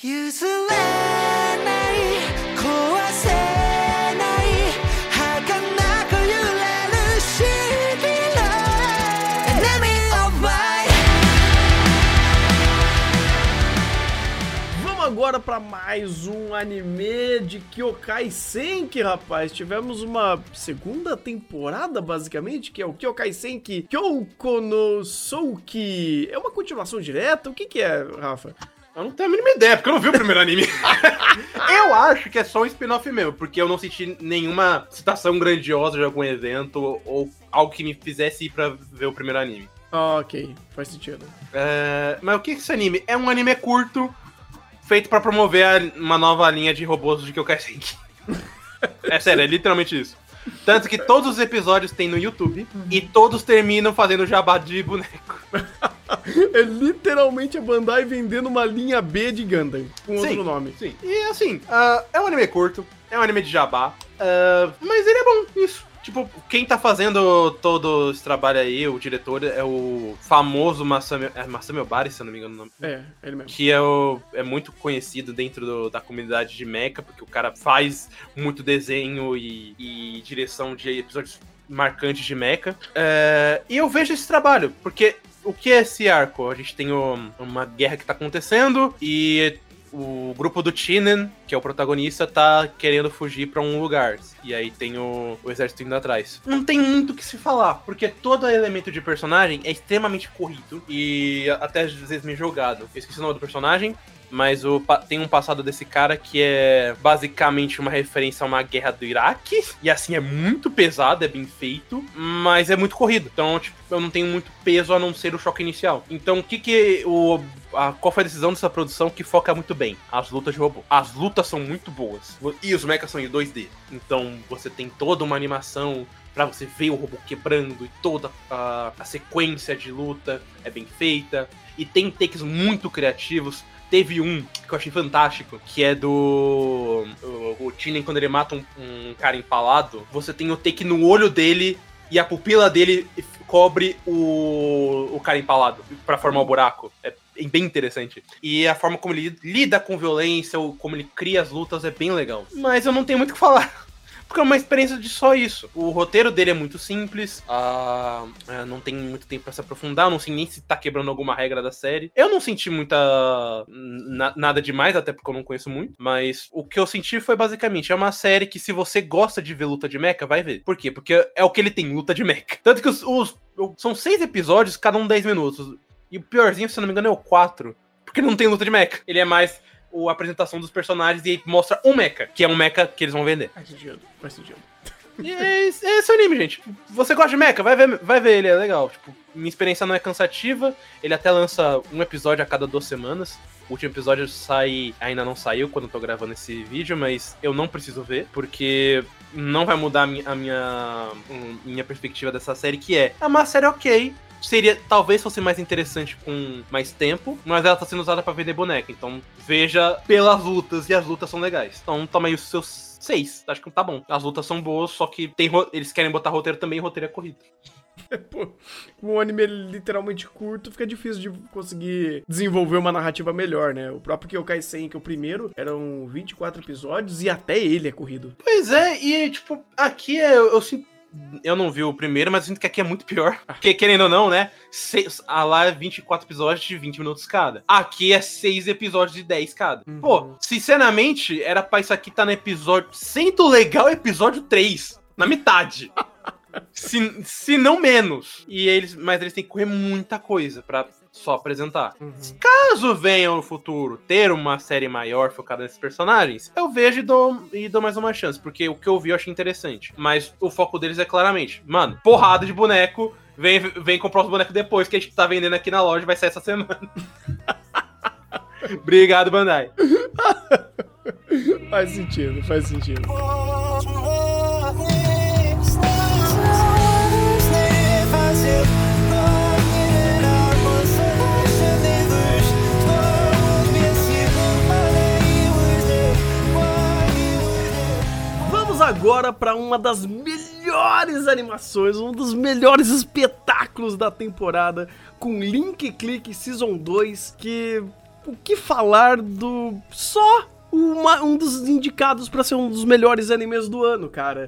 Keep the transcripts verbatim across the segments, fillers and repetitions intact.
譲れない壊せない儚く揺れるしびれ Enemy of mine. Vamos agora para mais um anime de Kyokai Senki, rapaz. Tivemos uma segunda temporada, basicamente, que é o Kyokai Senki Kyouko no Souki. É uma continuação direta? O que que é, Rafa? Eu não tenho a mínima ideia, porque eu não vi o primeiro anime. Eu acho que é só um spin-off mesmo, porque eu não senti nenhuma citação grandiosa de algum evento ou algo que me fizesse ir pra ver o primeiro anime. Ah, ok, faz sentido. É, mas o que é esse anime? É um anime curto, feito pra promover a- uma nova linha de robôs de Kyokai Senki. É sério, é literalmente isso. Tanto que todos os episódios tem no YouTube e todos terminam fazendo jabá de boneco. É literalmente a Bandai vendendo uma linha B de Gundam, com outro Sim, nome. Sim. E assim, ah, é um anime curto, é um anime de jabá, ah, mas ele é bom, isso. Tipo, quem tá fazendo todo esse trabalho aí, o diretor, é o famoso Masami, é Masami Obari, se eu não me engano o nome. É, ele mesmo. Que é, o, é muito conhecido dentro do- da comunidade de mecha, porque o cara faz muito desenho e, e direção de episódios marcantes de mecha. É, e eu vejo esse trabalho, porque o que é esse arco? A gente tem o- uma guerra que tá acontecendo e o grupo do Chinen, que é o protagonista, tá querendo fugir pra um lugar. E aí tem o, o exército indo atrás. Não tem muito o que se falar, porque todo elemento de personagem é extremamente corrido e até às vezes meio jogado. Eu esqueci o nome do personagem, mas o, pa- tem um passado desse cara que é basicamente uma referência a uma guerra do Iraque. E assim, é muito pesado, é bem feito, mas é muito corrido. Então, tipo, eu não tenho muito peso a não ser o choque inicial. Então, o que que o... a- qual foi a decisão dessa produção que foca muito bem? As lutas de robô. As lutas são muito boas. E os mechas são em dois D. Então, você tem toda uma animação pra você ver o robô quebrando e toda a, a sequência de luta é bem feita. E tem takes muito criativos. Teve um que eu achei fantástico, que é do... O, o Chinen, quando ele mata um, um cara empalado, você tem o take no olho dele e a pupila dele cobre o, o cara empalado pra formar o buraco. É bem interessante. E a forma como ele lida com violência, ou como ele cria as lutas, é bem legal. Mas eu não tenho muito o que falar. Porque é uma experiência de só isso. O roteiro dele é muito simples, ah, é, não tem muito tempo pra se aprofundar, não sei nem se tá quebrando alguma regra da série. Eu não senti muita... na- nada demais, até porque eu não conheço muito, mas o que eu senti foi basicamente, é uma série que se você gosta de ver luta de mecha, vai ver. Por quê? Porque é o que ele tem, luta de mecha. Tanto que os, os- são seis episódios, cada um dez minutos. E o piorzinho, se eu não me engano, é o quatro, porque não tem luta de mecha. Ele é mais... a apresentação dos personagens e aí mostra um mecha, que é um mecha que eles vão vender. Faz sentido, faz sentido. E é esse, é esse o anime, gente. Você gosta de mecha? Vai ver, vai ver ele, é legal. Tipo, minha experiência não é cansativa. Ele até lança um episódio a cada duas semanas. O último episódio sai, ainda não saiu quando eu tô gravando esse vídeo, mas eu não preciso ver, porque não vai mudar a minha, a minha, hum, minha perspectiva dessa série, que é, é uma série ok. Seria, talvez fosse mais interessante com mais tempo, mas ela tá sendo usada pra vender boneca. Então veja pelas lutas, e as lutas são legais. Então toma aí os seus seis. Acho que tá bom. As lutas são boas, só que tem, ro- eles querem botar roteiro também, e roteiro é corrido. Pô, um anime literalmente curto, fica difícil de conseguir desenvolver uma narrativa melhor, né? O próprio Kyokai Senki, o primeiro, eram vinte e quatro episódios e até ele é corrido. Pois é, e tipo, aqui é, eu, eu sinto. Eu não vi o primeiro, mas eu sinto que aqui é muito pior. Porque, querendo ou não, né? Seis, ah, lá é vinte e quatro episódios de vinte minutos cada. Aqui é seis episódios de dez cada. Uhum. Pô, sinceramente, era pra isso aqui estar no episódio. Sendo legal, episódio três. Na metade. se, se não menos. E eles, mas eles têm que correr muita coisa pra só apresentar. Uhum. Caso venha no futuro ter uma série maior focada nesses personagens, eu vejo e dou, e dou mais uma chance, porque o que eu vi eu achei interessante. Mas o foco deles é claramente, mano, porrada de boneco, vem, vem comprar os bonecos depois, que a gente tá vendendo aqui na loja, vai sair essa semana. Obrigado, Bandai. Faz sentido, faz sentido. Vamos agora para uma das melhores animações, um dos melhores espetáculos da temporada, com Link Click Season dois, que o que falar do... Só uma, um dos indicados pra ser um dos melhores animes do ano, cara.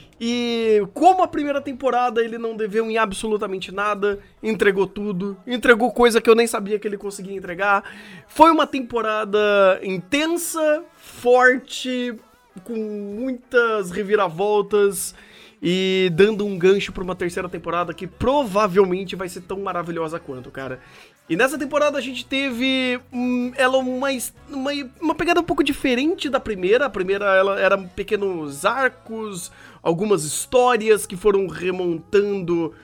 E como a primeira temporada ele não deveu em absolutamente nada, entregou tudo, entregou coisa que eu nem sabia que ele conseguia entregar. Foi uma temporada intensa, forte, com muitas reviravoltas e dando um gancho pra uma terceira temporada que provavelmente vai ser tão maravilhosa quanto, cara. E nessa temporada a gente teve hum, ela uma, uma, uma pegada um pouco diferente da primeira. A primeira ela era pequenos arcos, algumas histórias que foram remontando,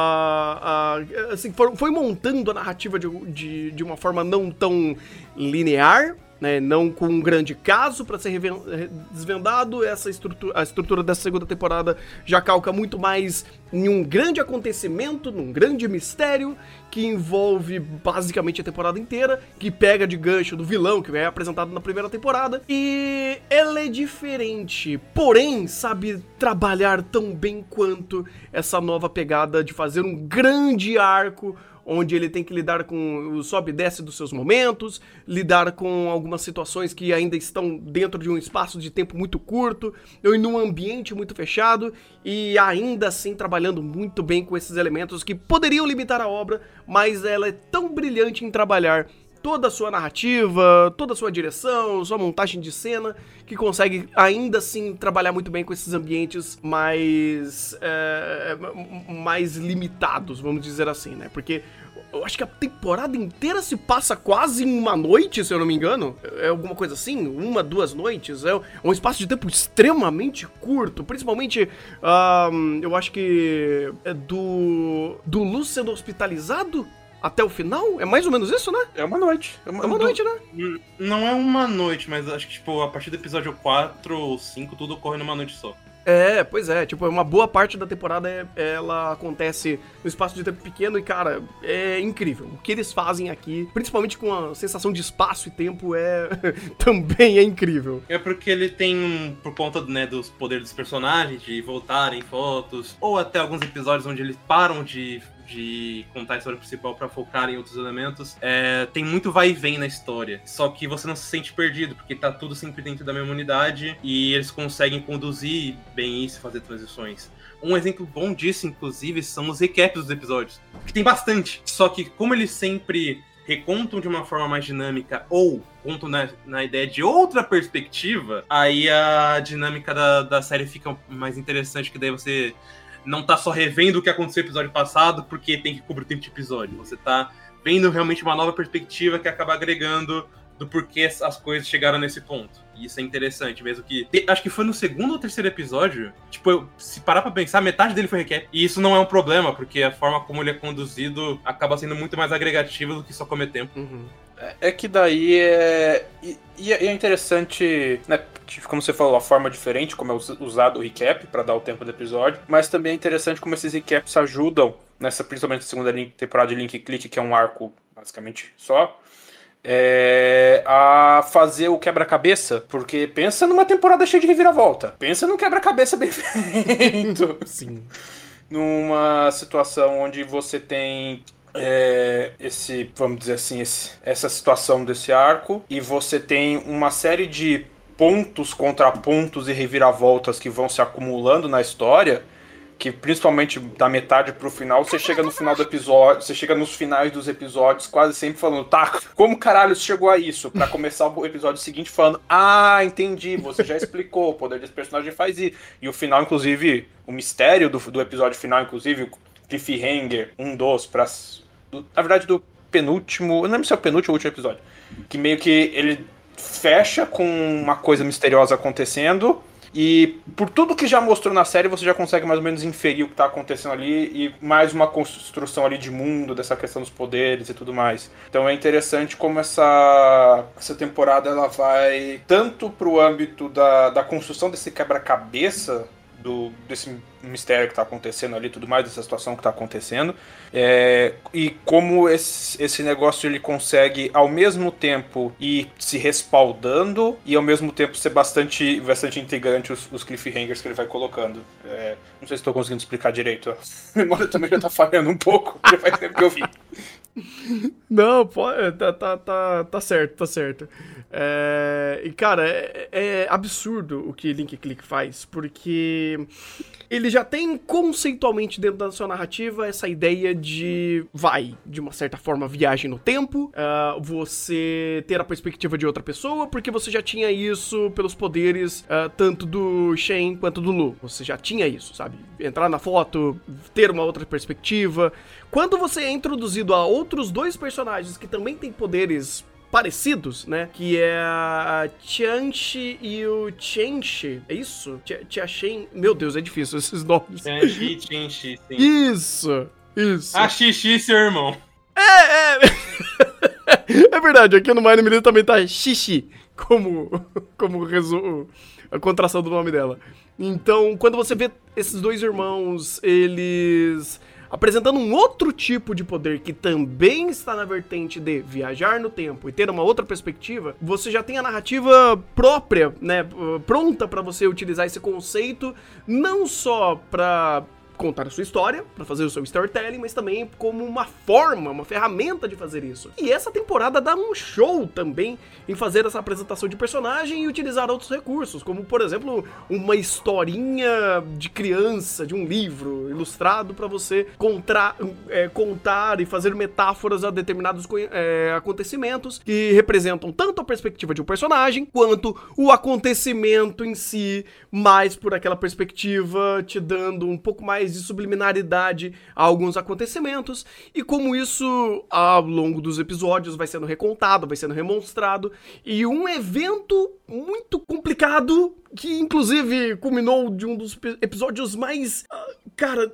a, a, assim, foram, foi montando a narrativa de, de, de uma forma não tão linear, né, não com um grande caso para ser desvendado. Essa estrutura, a estrutura dessa segunda temporada já calca muito mais em um grande acontecimento, num grande mistério que envolve basicamente a temporada inteira, que pega de gancho do vilão que é apresentado na primeira temporada, e ela é diferente, porém sabe trabalhar tão bem quanto essa nova pegada de fazer um grande arco onde ele tem que lidar com o sobe e desce dos seus momentos, lidar com algumas situações que ainda estão dentro de um espaço de tempo muito curto, ou em um ambiente muito fechado, e ainda assim trabalhando muito bem com esses elementos que poderiam limitar a obra, mas ela é tão brilhante em trabalhar toda a sua narrativa, toda a sua direção, sua montagem de cena, que consegue ainda assim trabalhar muito bem com esses ambientes mais, é, mais limitados, vamos dizer assim, né? Porque eu acho que a temporada inteira se passa quase em uma noite, se eu não me engano. É alguma coisa assim, uma, duas noites. É um espaço de tempo extremamente curto, principalmente, um, eu acho que é do, do Luz sendo hospitalizado até o final? É mais ou menos isso, né? É uma noite. É uma, é uma do, noite, né? Não é uma noite, mas acho que, tipo, a partir do episódio quatro ou cinco, tudo ocorre numa noite só. É, pois é. Tipo, uma boa parte da temporada, é, ela acontece no espaço de tempo pequeno e, cara, é incrível. O que eles fazem aqui, principalmente com a sensação de espaço e tempo, é também é incrível. É porque ele tem, por conta, né, dos poderes dos personagens, de voltarem fotos, ou até alguns episódios onde eles param de... de contar a história principal pra focar em outros elementos, é, tem muito vai e vem na história, só que você não se sente perdido, porque tá tudo sempre dentro da mesma unidade, e eles conseguem conduzir bem isso e fazer transições. Um exemplo bom disso, inclusive, são os recaps dos episódios, que tem bastante, só que como eles sempre recontam de uma forma mais dinâmica, ou contam na, na ideia de outra perspectiva, aí a dinâmica da, da série fica mais interessante, que daí você não tá só revendo o que aconteceu no episódio passado porque tem que cobrir o tempo de episódio. Você tá vendo realmente uma nova perspectiva que acaba agregando do porquê as coisas chegaram nesse ponto. E isso é interessante, mesmo que... Acho que foi no segundo ou terceiro episódio, tipo, eu, se parar pra pensar, metade dele foi recap. E isso não é um problema, porque a forma como ele é conduzido acaba sendo muito mais agregativa do que só comer tempo. Uhum. É que daí é... E é interessante, né, como você falou, a forma diferente como é usado o recap para dar o tempo do episódio, mas também é interessante como esses recaps ajudam, nessa, principalmente na segunda temporada de Link Click, que é um arco basicamente só, é, a fazer o quebra-cabeça, porque pensa numa temporada cheia de reviravolta, pensa num quebra-cabeça bem feito. Sim. Numa situação onde você tem... É, esse, vamos dizer assim, esse, essa situação desse arco, e você tem uma série de pontos, contrapontos e reviravoltas que vão se acumulando na história, que principalmente da metade pro final, você chega no final do episódio, você chega nos finais dos episódios quase sempre falando, tá, como caralho chegou a isso? Pra começar o episódio seguinte falando, ah, entendi, você já explicou, o poder desse personagem faz isso. E o final, inclusive, o mistério do, do episódio final, inclusive, o cliffhanger, um dos, pra... Do, na verdade, do penúltimo... Eu não lembro se é o penúltimo ou último episódio. Que meio que ele fecha com uma coisa misteriosa acontecendo. E por tudo que já mostrou na série, você já consegue mais ou menos inferir o que está acontecendo ali. E mais uma construção ali de mundo, dessa questão dos poderes e tudo mais. Então é interessante como essa, essa temporada ela vai tanto pro âmbito da, da construção desse quebra-cabeça, do, desse mistério que está acontecendo ali, tudo mais, dessa situação que está acontecendo, é, e como esse, esse negócio ele consegue ao mesmo tempo ir se respaldando e ao mesmo tempo ser bastante, bastante intrigante os, os cliffhangers que ele vai colocando. É, não sei se estou conseguindo explicar direito, a memória também já está falhando um pouco, já faz tempo que eu vi. Não, pode, tá, tá, tá, tá certo, tá certo. É, e, cara, é, é absurdo o que Link Click faz, porque ele já tem conceitualmente dentro da sua narrativa essa ideia de, vai, de uma certa forma, viagem no tempo, uh, você ter a perspectiva de outra pessoa, porque você já tinha isso pelos poderes uh, tanto do Shen quanto do Lu. Você já tinha isso, sabe? Entrar na foto, ter uma outra perspectiva. Quando você é introduzido a outros dois personagens que também têm poderes parecidos, né? Que é a Tianchi e o Chenchi. É isso? Tia Shen. Meu Deus, é difícil esses nomes. Tianchi, Chenchi, sim. Isso, isso. Ah, Xixi, seu irmão. É, é. É verdade, aqui no My Name também tá Xixi, como, como resu... a contração do nome dela. Então, quando você vê esses dois irmãos, eles apresentando um outro tipo de poder que também está na vertente de viajar no tempo e ter uma outra perspectiva, você já tem a narrativa própria, né, pronta para você utilizar esse conceito, não só para contar a sua história, pra fazer o seu storytelling, mas também como uma forma, uma ferramenta de fazer isso. E essa temporada dá um show também em fazer essa apresentação de personagem e utilizar outros recursos, como, por exemplo, uma historinha de criança, de um livro ilustrado pra você contra, é, contar e fazer metáforas a determinados é, acontecimentos que representam tanto a perspectiva de um personagem, quanto o acontecimento em si, mais por aquela perspectiva, te dando um pouco mais de subliminaridade a alguns acontecimentos, e como isso, ao longo dos episódios, vai sendo recontado, vai sendo remonstrado, e um evento muito complicado, que inclusive culminou de um dos episódios mais, cara,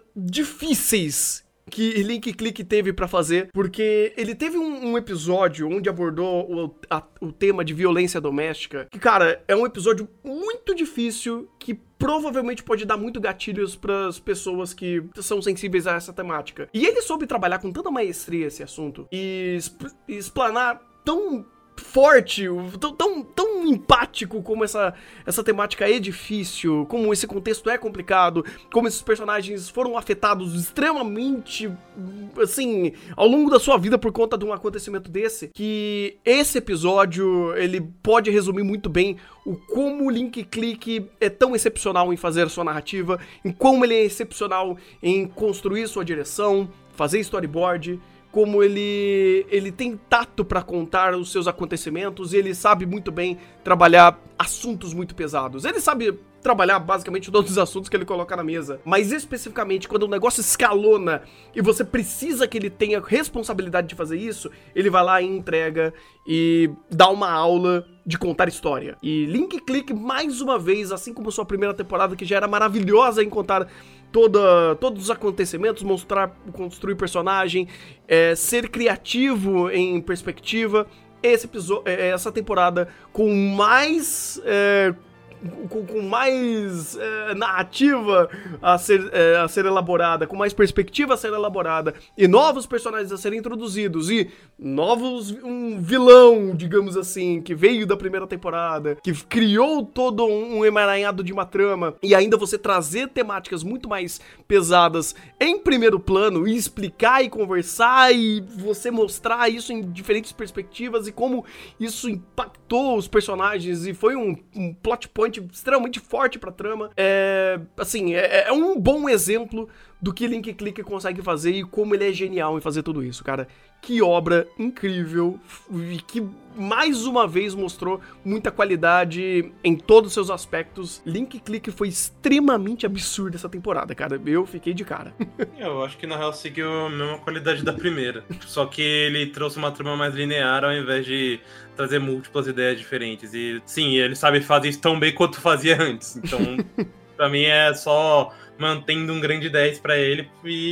difíceis que Link Click teve pra fazer, porque ele teve um, um episódio onde abordou o, a, o tema de violência doméstica, que, cara, é um episódio muito difícil, que provavelmente pode dar muito gatilhos pras pessoas que são sensíveis a essa temática. E ele soube trabalhar com tanta maestria esse assunto, e esp- explanar tão forte, tão, tão, tão empático como essa, essa temática é difícil, como esse contexto é complicado, como esses personagens foram afetados extremamente, assim, ao longo da sua vida por conta de um acontecimento desse, que esse episódio, ele pode resumir muito bem o como o Link Click é tão excepcional em fazer a sua narrativa, em como ele é excepcional em construir sua direção, fazer storyboard, como ele, ele tem tato pra contar os seus acontecimentos, e ele sabe muito bem trabalhar assuntos muito pesados. Ele sabe trabalhar basicamente todos os assuntos que ele coloca na mesa, mas especificamente quando o negócio escalona e você precisa que ele tenha responsabilidade de fazer isso, ele vai lá e entrega e dá uma aula de contar história. E Link Click, mais uma vez, assim como sua primeira temporada, que já era maravilhosa em contar Toda, todos os acontecimentos, mostrar, construir personagem, é, ser criativo em perspectiva. Esse episódio, é, essa temporada com mais é, com, com mais é, narrativa a ser, é, a ser elaborada, com mais perspectiva a ser elaborada, e novos personagens a serem introduzidos, e novos, um vilão, digamos assim, que veio da primeira temporada, que criou todo um, um emaranhado de uma trama, e ainda você trazer temáticas muito mais pesadas em primeiro plano, e explicar e conversar, e você mostrar isso em diferentes perspectivas, e como isso impactou os personagens, e foi um, um plot point extremamente forte pra trama. É, assim, é, é um bom exemplo do que Link Click consegue fazer e como ele é genial em fazer tudo isso, cara. Que obra incrível e que, mais uma vez, mostrou muita qualidade em todos os seus aspectos. Link Click foi extremamente absurdo essa temporada, cara. Eu fiquei de cara. Eu acho que, na real, seguiu a mesma qualidade da primeira. Só que ele trouxe uma trama mais linear ao invés de trazer múltiplas ideias diferentes. E, sim, ele sabe fazer isso tão bem quanto fazia antes. Então, pra mim, é só mantendo um grande dez pra ele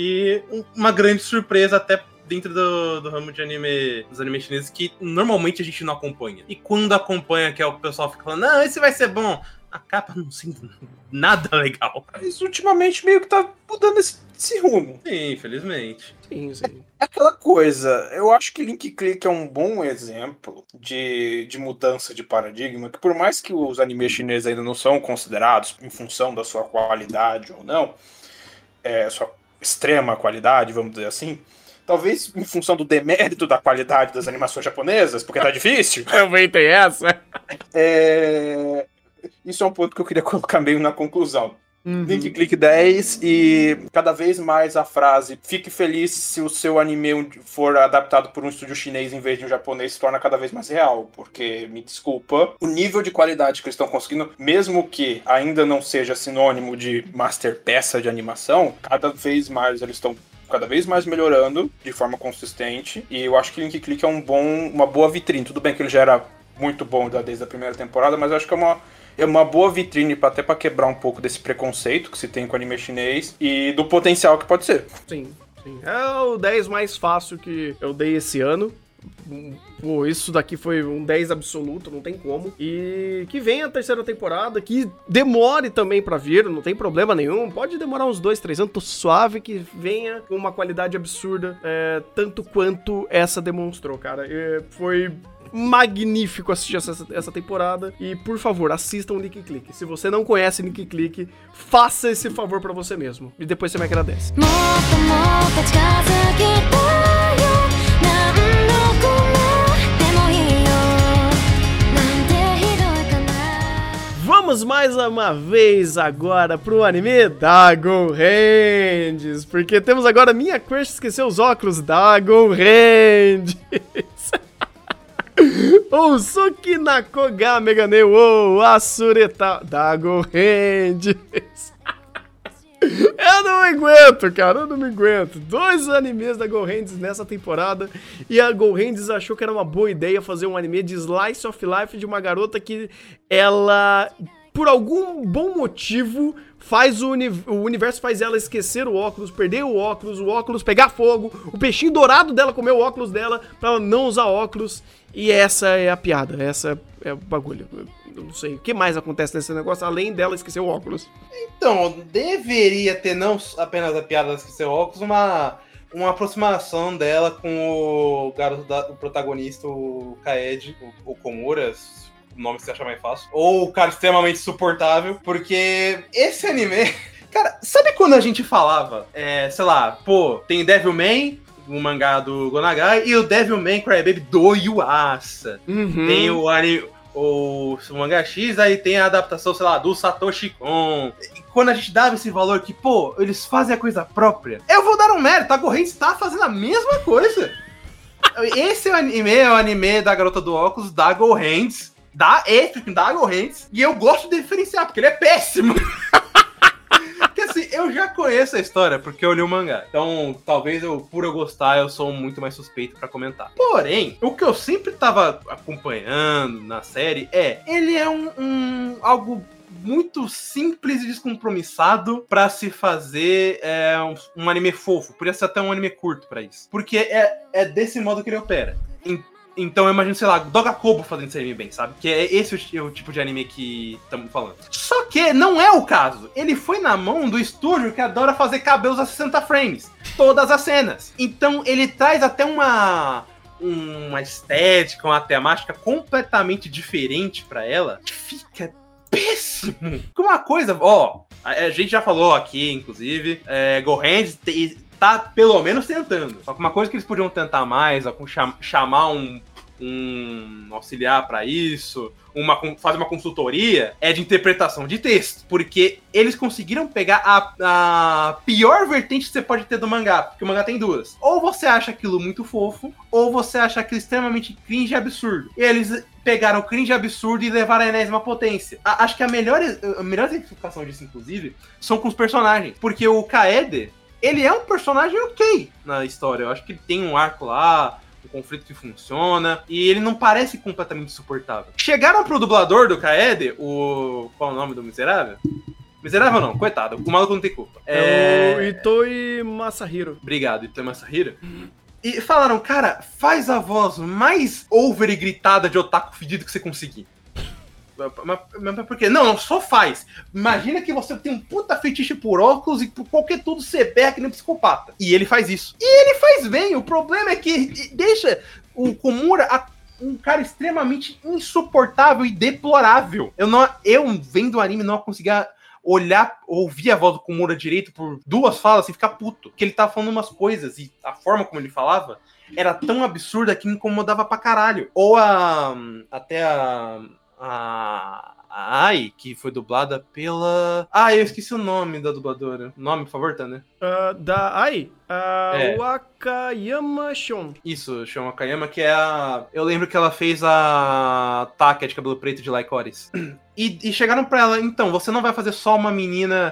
e uma grande surpresa até dentro do, do ramo de anime, dos animes chineses, que normalmente a gente não acompanha. E quando acompanha, que é o que o pessoal fica falando, não, esse vai ser bom. A capa não sinto nada legal. Isso ultimamente meio que tá mudando esse, esse rumo. Sim, infelizmente. Sim, sim. É aquela coisa, eu acho que Link Click é um bom exemplo de, de mudança de paradigma, que por mais que os animes chineses ainda não são considerados em função da sua qualidade ou não, é, sua extrema qualidade, vamos dizer assim, talvez em função do demérito da qualidade das animações japonesas, porque tá difícil. Também tem essa. É... Isso é um ponto que eu queria colocar meio na conclusão. Uhum. Link Click dez e cada vez mais a frase fique feliz se o seu anime for adaptado por um estúdio chinês em vez de um japonês se torna cada vez mais real, porque, me desculpa, o nível de qualidade que eles estão conseguindo, mesmo que ainda não seja sinônimo de master peça de animação, cada vez mais eles estão cada vez mais melhorando de forma consistente, e eu acho que Link Click é um bom, uma boa vitrine. Tudo bem que ele já era muito bom desde a primeira temporada, mas eu acho que é uma É uma boa vitrine pra, até para quebrar um pouco desse preconceito que se tem com o anime chinês e do potencial que pode ser. Sim, sim. É o dez mais fácil que eu dei esse ano. Pô, isso daqui foi um dez absoluto, não tem como. E que venha a terceira temporada, que demore também pra vir, não tem problema nenhum. Pode demorar uns dois, três anos, tô suave, que venha com uma qualidade absurda, é, tanto quanto essa demonstrou, cara. É, foi magnífico assistir essa, essa temporada. E, por favor, assistam o Link Click. Se você não conhece Link Click, faça esse favor pra você mesmo. E depois você me agradece. Vamos mais uma vez agora pro anime Dagon Ranges, porque temos agora minha crush esqueceu os óculos, Dagon Ranges. O Sukinako ga Megane wo Asureta Dagon Ranges. Eu não me aguento, cara, eu não me aguento. Dois animes da Go Hands nessa temporada e a Go Hands achou que era uma boa ideia fazer um anime de slice of life de uma garota que ela, por algum bom motivo, faz o, uni o universo faz ela esquecer o óculos, perder o óculos, o óculos pegar fogo, o peixinho dourado dela comer o óculos dela pra ela não usar óculos. E essa é a piada, essa é o bagulho. Eu não sei, o que mais acontece nesse negócio, além dela esquecer o óculos? Então, deveria ter não apenas a piada de esquecer o óculos, uma, uma aproximação dela com o garoto, da, o protagonista, o Kaede, o, o Komura, o nome que você acha mais fácil, ou o cara extremamente suportável, porque esse anime... Cara, sabe quando a gente falava, é, sei lá, pô, tem Devilman, o mangá do Gonagai, e o Devilman Crybaby do Yuasa. Uhum. Tem o anime... o mangá X, aí tem a adaptação, sei lá, do Satoshi Kon. E quando a gente dava esse valor que, pô, eles fazem a coisa própria, eu vou dar um mérito, a Go Hands tá fazendo a mesma coisa. Esse anime é o anime da garota do óculos, da Go Hands, da Epic, da Go Hands, e eu gosto de diferenciar, porque ele é péssimo. Porque assim, eu já conheço a história, porque eu li o mangá. Então, talvez eu, por eu gostar, eu sou muito mais suspeito pra comentar. Porém, o que eu sempre tava acompanhando na série é, ele é um, um algo muito simples e descompromissado pra se fazer é, um, um anime fofo. Podia ser até um anime curto pra isso. Porque é, é desse modo que ele opera. Então eu imagino, sei lá, Dogakobo fazendo esse anime bem, sabe? Que é esse o, o tipo de anime que estamos falando. Só que não é o caso. Ele foi na mão do estúdio que adora fazer cabelos a sessenta frames. Todas as cenas. Então ele traz até uma... uma estética, uma temática completamente diferente pra ela. Que fica péssimo. Uma coisa, ó... A gente já falou aqui, inclusive, é, Go Hands te, tá pelo menos tentando. Só que uma coisa que eles podiam tentar mais, ó, cham, chamar um, um auxiliar pra isso, uma, fazer uma consultoria, é de interpretação de texto. Porque eles conseguiram pegar a, a pior vertente que você pode ter do mangá, porque o mangá tem duas. Ou você acha aquilo muito fofo, ou você acha aquilo extremamente cringe e absurdo. E eles pegaram o cringe absurdo e levaram a enésima potência. A, acho que a melhor, a melhor exemplificação disso, inclusive, são com os personagens. Porque o Kaede, ele é um personagem ok na história. Eu acho que ele tem um arco lá, um conflito que funciona, e ele não parece completamente insuportável. Chegaram pro dublador do Kaede, o... qual é o nome do miserável? Miserável não, coitado, o maluco não tem culpa. É o Itoi Masahiro. Obrigado, Itoi Masahiro. E falaram, cara, faz a voz mais over e gritada de otaku fedido que você conseguir. Mas, mas por quê? Não, não, só faz. Imagina que você tem um puta fetiche por óculos e por qualquer tudo você berra que nem um psicopata. E ele faz isso. E ele faz bem. O problema é que deixa o Komura a, um cara extremamente insuportável e deplorável. Eu, não, eu vendo o anime, não conseguia olhar, ouvir a voz do Komura direito por duas falas e ficar puto. Porque ele tava falando umas coisas e a forma como ele falava era tão absurda que me incomodava pra caralho. Ou a... até a... a... a Ai, que foi dublada pela... Ah, eu esqueci o nome da dubladora. Nome, por favor, Tanner. Uh, da Ai, a É. Wakayama Shon. Isso, Shon Wakayama, que é a... Eu lembro que ela fez a Taka de cabelo preto de Lycoris. E, e chegaram pra ela, então, você não vai fazer só uma menina...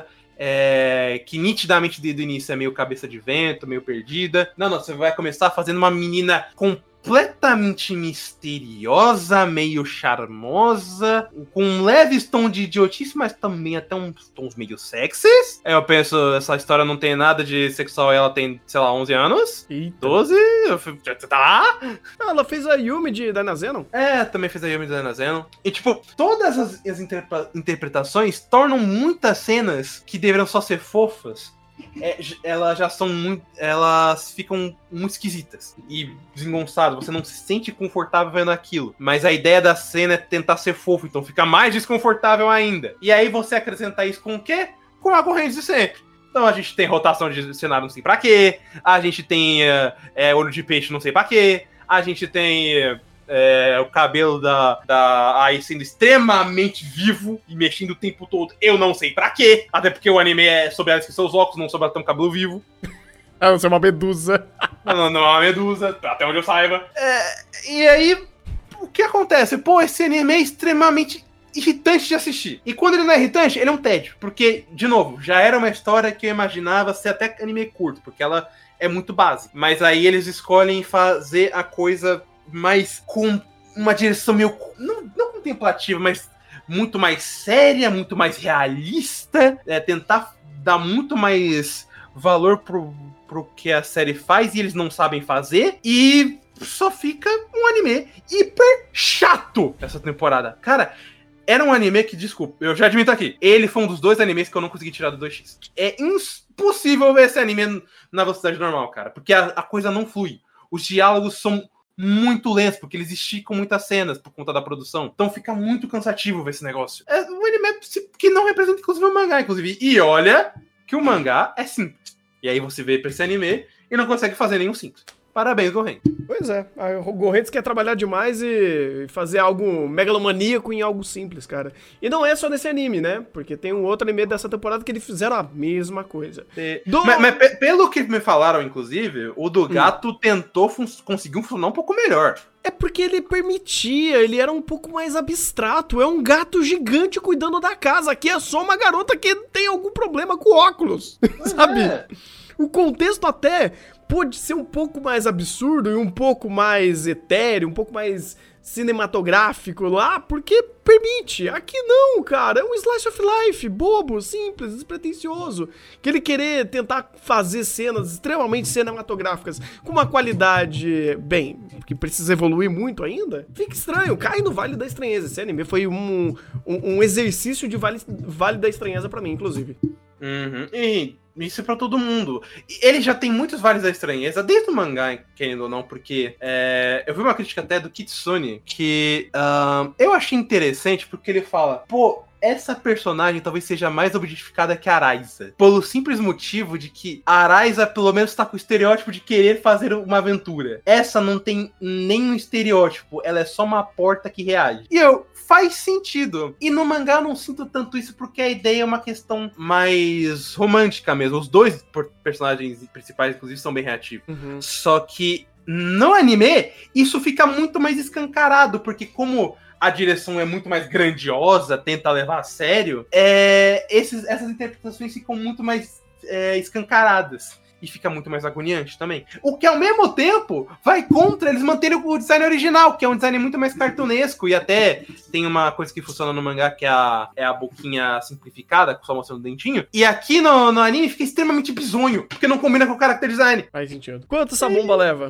É, que nitidamente desde o início é meio cabeça de vento, meio perdida. Não, não, você vai começar fazendo uma menina completamente misteriosa, meio charmosa, com um leve tom de idiotice, mas também até uns tons meio sexys. Aí eu penso, essa história não tem nada de sexual, ela tem, sei lá, onze anos? Eita. doze? Você tá lá? Ah, ela fez a Yumi de Dynazenon. É, também fez a Yumi da Zenon. E, tipo, todas as, as interpre- interpretações tornam muitas cenas que deveriam só ser fofas. É, j- elas já são muito. Elas ficam muito esquisitas e desengonçadas. Você não se sente confortável vendo aquilo. Mas a ideia da cena é tentar ser fofo, então fica mais desconfortável ainda. E aí você acrescentar isso com o quê? Com a corrente de sempre. Então a gente tem rotação de cenário não sei pra quê. A gente tem é, é, olho de peixe não sei pra quê. A gente tem. É, o cabelo da, da Ai sendo extremamente vivo e mexendo o tempo todo, eu não sei pra quê. Até porque o anime é sobre ela esquecer os óculos, não sobre ela ter um cabelo vivo. Ah, você é uma medusa. Não, não, não é uma medusa, até onde eu saiba. É, e aí, o que acontece? Pô, esse anime é extremamente irritante de assistir. E quando ele não é irritante, ele é um tédio. Porque, de novo, já era uma história que eu imaginava ser até anime curto, porque ela é muito básica. Mas aí eles escolhem fazer a coisa mais com uma direção meio... Não, não contemplativa, mas muito mais séria, muito mais realista. É, tentar dar muito mais valor pro, pro que a série faz e eles não sabem fazer. E só fica um anime hiper chato essa temporada. Cara, era um anime que, desculpa, eu já admito aqui, ele foi um dos dois animes que eu não consegui tirar do dois x. É impossível ver esse anime na velocidade normal, cara, porque a, a coisa não flui. Os diálogos são muito lentos, porque eles esticam muitas cenas por conta da produção. Então fica muito cansativo ver esse negócio. É um anime que não representa, inclusive, o mangá, inclusive. E olha que o mangá é simples. E aí você vê pra esse anime e não consegue fazer nenhum simples. Parabéns, Gohan. Pois é, o Gorrentes quer trabalhar demais e fazer algo megalomaníaco em algo simples, cara. E não é só desse anime, né? Porque tem um outro anime dessa temporada que eles fizeram a mesma coisa. É, Do... Mas, mas pe- pelo que me falaram, inclusive, o do gato hum. tentou fun- conseguir funcionar um pouco melhor. É porque ele permitia, ele era um pouco mais abstrato. É um gato gigante cuidando da casa. Aqui é só uma garota que tem algum problema com óculos, sabe? É. O contexto até pode ser um pouco mais absurdo e um pouco mais etéreo, um pouco mais cinematográfico lá, porque permite. Aqui não, cara, é um slice of life, bobo, simples, despretensioso. Que ele querer tentar fazer cenas extremamente cinematográficas com uma qualidade, bem, que precisa evoluir muito ainda, fica estranho, cai no Vale da Estranheza. Esse anime foi um, um, um exercício de vale, vale da Estranheza pra mim, inclusive. Uhum. E isso é pra todo mundo. E ele já tem muitos Vales da Estranheza, desde o mangá, querendo ou não, porque é, eu vi uma crítica até do Kitsune, que uh, eu achei interessante, porque ele fala, pô, essa personagem talvez seja mais objetificada que a Araiza. Pelo simples motivo de que a Araiza, pelo menos, tá com o estereótipo de querer fazer uma aventura. Essa não tem nenhum estereótipo, ela é só uma porta que reage. E eu... faz sentido. E no mangá eu não sinto tanto isso, porque a ideia é uma questão mais romântica mesmo. Os dois personagens principais, inclusive, são bem reativos. Uhum. Só que no anime, isso fica muito mais escancarado, porque como a direção é muito mais grandiosa, tenta levar a sério, é, esses, essas interpretações ficam muito mais é, escancaradas. E fica muito mais agoniante também. O que, ao mesmo tempo, vai contra eles manterem o design original, que é um design muito mais cartunesco. E até tem uma coisa que funciona no mangá, que é a, é a boquinha simplificada, só mostrando o dentinho. E aqui no, no anime fica extremamente bizonho, porque não combina com o character design. Faz sentido. Quanto essa bomba e... leva?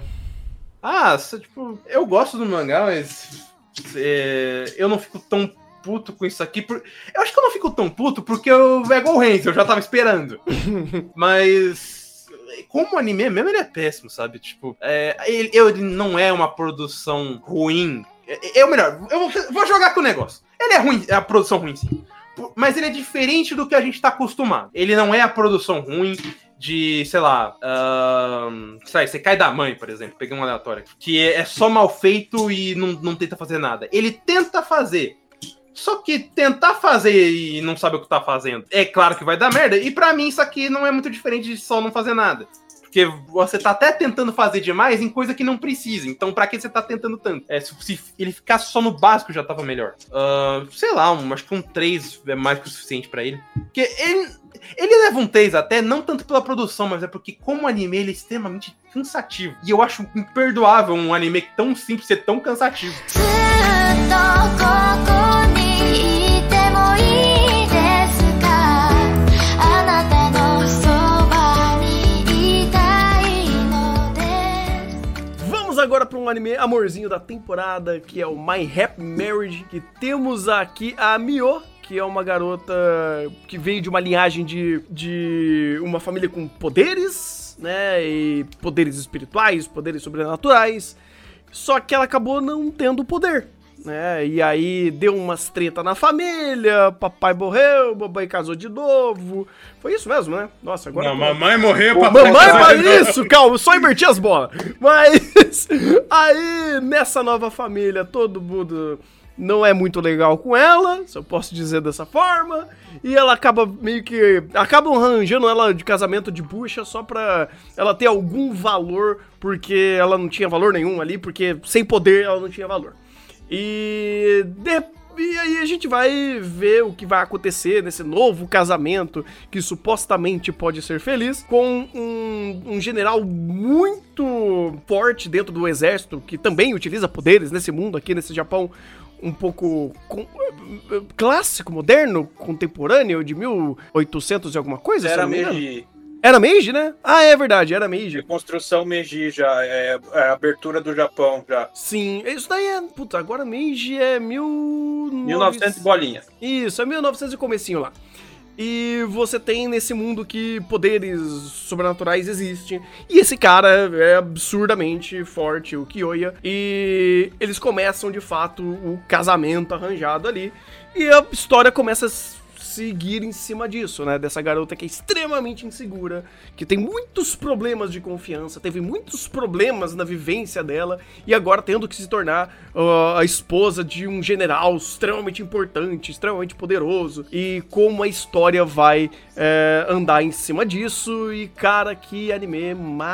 Ah, tipo, eu gosto do mangá, mas é, eu não fico tão puto com isso aqui. Por... Eu acho que eu não fico tão puto porque eu é igual o Renz, eu já tava esperando. Mas... como anime mesmo, ele é péssimo, sabe? Tipo, é, ele, ele não é uma produção ruim. É, é o melhor, eu vou, vou jogar com o negócio. Ele é ruim, é a produção ruim, sim. mas ele é diferente do que a gente tá acostumado. Ele não é a produção ruim de, sei lá, uh, sei, você cai da mãe, por exemplo, peguei um aleatório, que é, é só mal feito e não, não tenta fazer nada. Ele tenta fazer, só que tentar fazer e não sabe o que tá fazendo, é claro que vai dar merda, e pra mim isso aqui não é muito diferente de só não fazer nada. Porque você tá até tentando fazer demais em coisa que não precisa. Então, pra que você tá tentando tanto? É, se, se ele ficasse só no básico, já tava melhor. Uh, sei lá, um, acho que um três é mais que o suficiente pra ele. Porque ele, ele leva um três até, não tanto pela produção, mas é porque como anime ele é extremamente cansativo. E eu acho imperdoável um anime tão simples ser tão cansativo. Agora para um anime amorzinho da temporada, que é o My Happy Marriage, que temos aqui a Mio, que é uma garota que veio de uma linhagem de, de uma família com poderes, né, e poderes espirituais, poderes sobrenaturais, só que ela acabou não tendo poder, né, e aí deu umas treta na família, papai morreu, mamãe casou de novo, foi isso mesmo, né? Nossa, agora... Não, tô... mamãe morreu, Pô, papai mamãe casou faz de novo. isso, calma, eu só inverti as bolas, mas aí nessa nova família todo mundo não é muito legal com ela, se eu posso dizer dessa forma, e ela acaba meio que, acabam arranjando ela de casamento de bucha só pra ela ter algum valor, porque ela não tinha valor nenhum ali, porque sem poder ela não tinha valor. E, de, e aí a gente vai ver o que vai acontecer nesse novo casamento que supostamente pode ser feliz com um, um general muito forte dentro do exército, que também utiliza poderes nesse mundo aqui, nesse Japão um pouco com, clássico, moderno, contemporâneo, de mil e oitocentos e alguma coisa. Era Meiji. Era Meiji, né? Ah, é verdade, era Meiji. Reconstrução Meiji já, é, é a abertura do Japão já. Sim, isso daí é... Puta, agora Meiji é mil... mil e novecentos bolinha. Isso, é mil e novecentos e comecinho lá. E você tem nesse mundo que poderes sobrenaturais existem. E esse cara é absurdamente forte, o Kyoya. E eles começam, de fato, o casamento arranjado ali. E a história começa a seguir em cima disso, né? Dessa garota que é extremamente insegura, que tem muitos problemas de confiança, teve muitos problemas na vivência dela, e agora tendo que se tornar uh, a esposa de um general extremamente importante, extremamente poderoso, e como a história vai é, andar em cima disso, e cara, que anime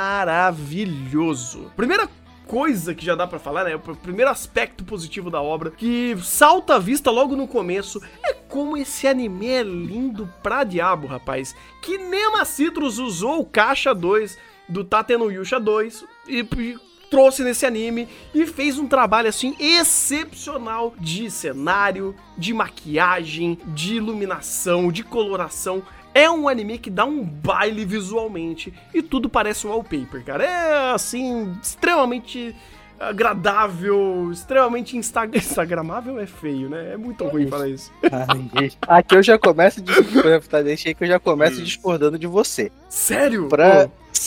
maravilhoso. Primeira coisa que já dá pra falar, né, o primeiro aspecto positivo da obra, que salta à vista logo no começo, é como esse anime é lindo pra diabo, rapaz. Que Nema Citrus usou o Caixa dois do Tate no Yusha dois e, e trouxe nesse anime e fez um trabalho, assim, excepcional de cenário, de maquiagem, de iluminação, de coloração. É um anime que dá um baile visualmente e tudo parece um wallpaper, cara. É, assim, extremamente agradável, extremamente insta instagramável é feio, né? É muito ruim falar isso. Aqui eu já começo, deixei que eu já começo discordando de você. Sério? Pra... Oh.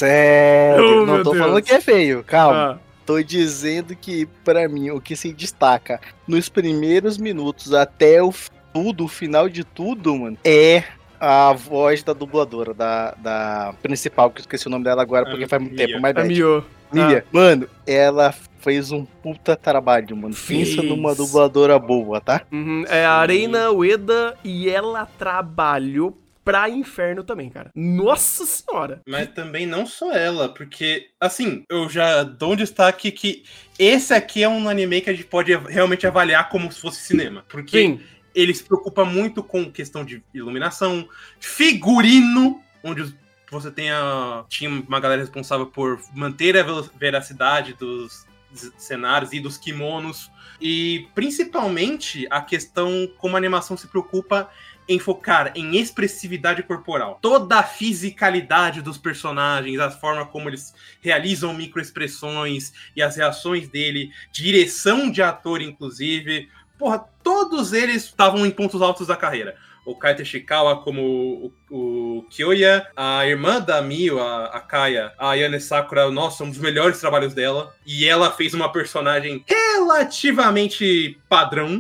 Sério, Oh, não tô Deus. falando que é feio, calma. Ah. Tô dizendo que, pra mim, o que se destaca nos primeiros minutos até o tudo, o final de tudo, mano, é a voz da dubladora, da, da principal, que eu esqueci o nome dela agora, porque A faz muito Mia. tempo, mas A Mio. Mia, Ah. mano, ela fez um puta trabalho, mano. Fez. Pensa numa dubladora boa, tá? Uhum, é a Arena Ueda e ela trabalhou pra Inferno também, cara. Nossa senhora. Mas também não só ela, porque, assim, eu já dou um destaque que esse aqui é um anime que a gente pode realmente avaliar como se fosse cinema. Porque Sim. ele se preocupa muito com questão de iluminação, figurino, onde você tem a, tinha uma galera responsável por manter a veracidade dos cenários e dos kimonos, e principalmente a questão como a animação se preocupa em focar em expressividade corporal. Toda a fisicalidade dos personagens, a forma como eles realizam microexpressões e as reações dele, direção de ator, inclusive. Porra, todos eles estavam em pontos altos da carreira. O Kaito Ishikawa como o, o Kyoya, a irmã da Mio, a, a Kaya, a Ayane Sakura, nossa, um dos melhores trabalhos dela. E ela fez uma personagem relativamente padrão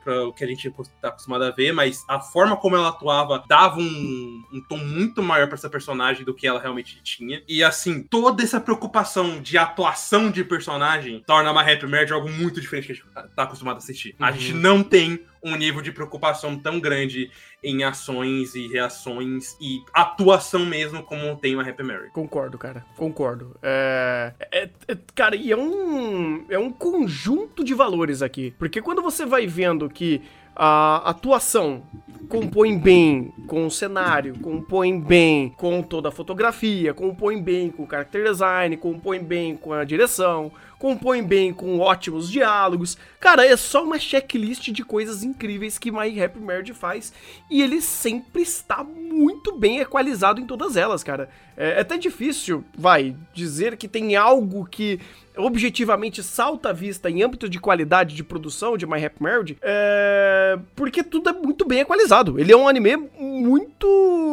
para o que a gente tá acostumado a ver, mas a forma como ela atuava dava um, um tom muito maior para essa personagem do que ela realmente tinha. E assim, toda essa preocupação de atuação de personagem torna uma Happy Marriage algo muito diferente que a gente tá acostumado a assistir. Uhum. A gente não tem um nível de preocupação tão grande em ações e reações e atuação mesmo como tem uma Happy Mary. Concordo, cara. Concordo. É, é, é, cara, e é um, é um conjunto de valores aqui. Porque quando você vai vendo que a atuação compõe bem com o cenário, compõe bem com toda a fotografia, compõe bem com o character design, compõe bem com a direção, compõe bem com ótimos diálogos. Cara, é só uma checklist de coisas incríveis que My Happy Marriage faz e ele sempre está muito bem equalizado em todas elas, cara. É, é até difícil, vai, dizer que tem algo que objetivamente salta à vista em âmbito de qualidade de produção de My Happy Marriage, é... porque tudo é muito bem equalizado. Ele é um anime muito...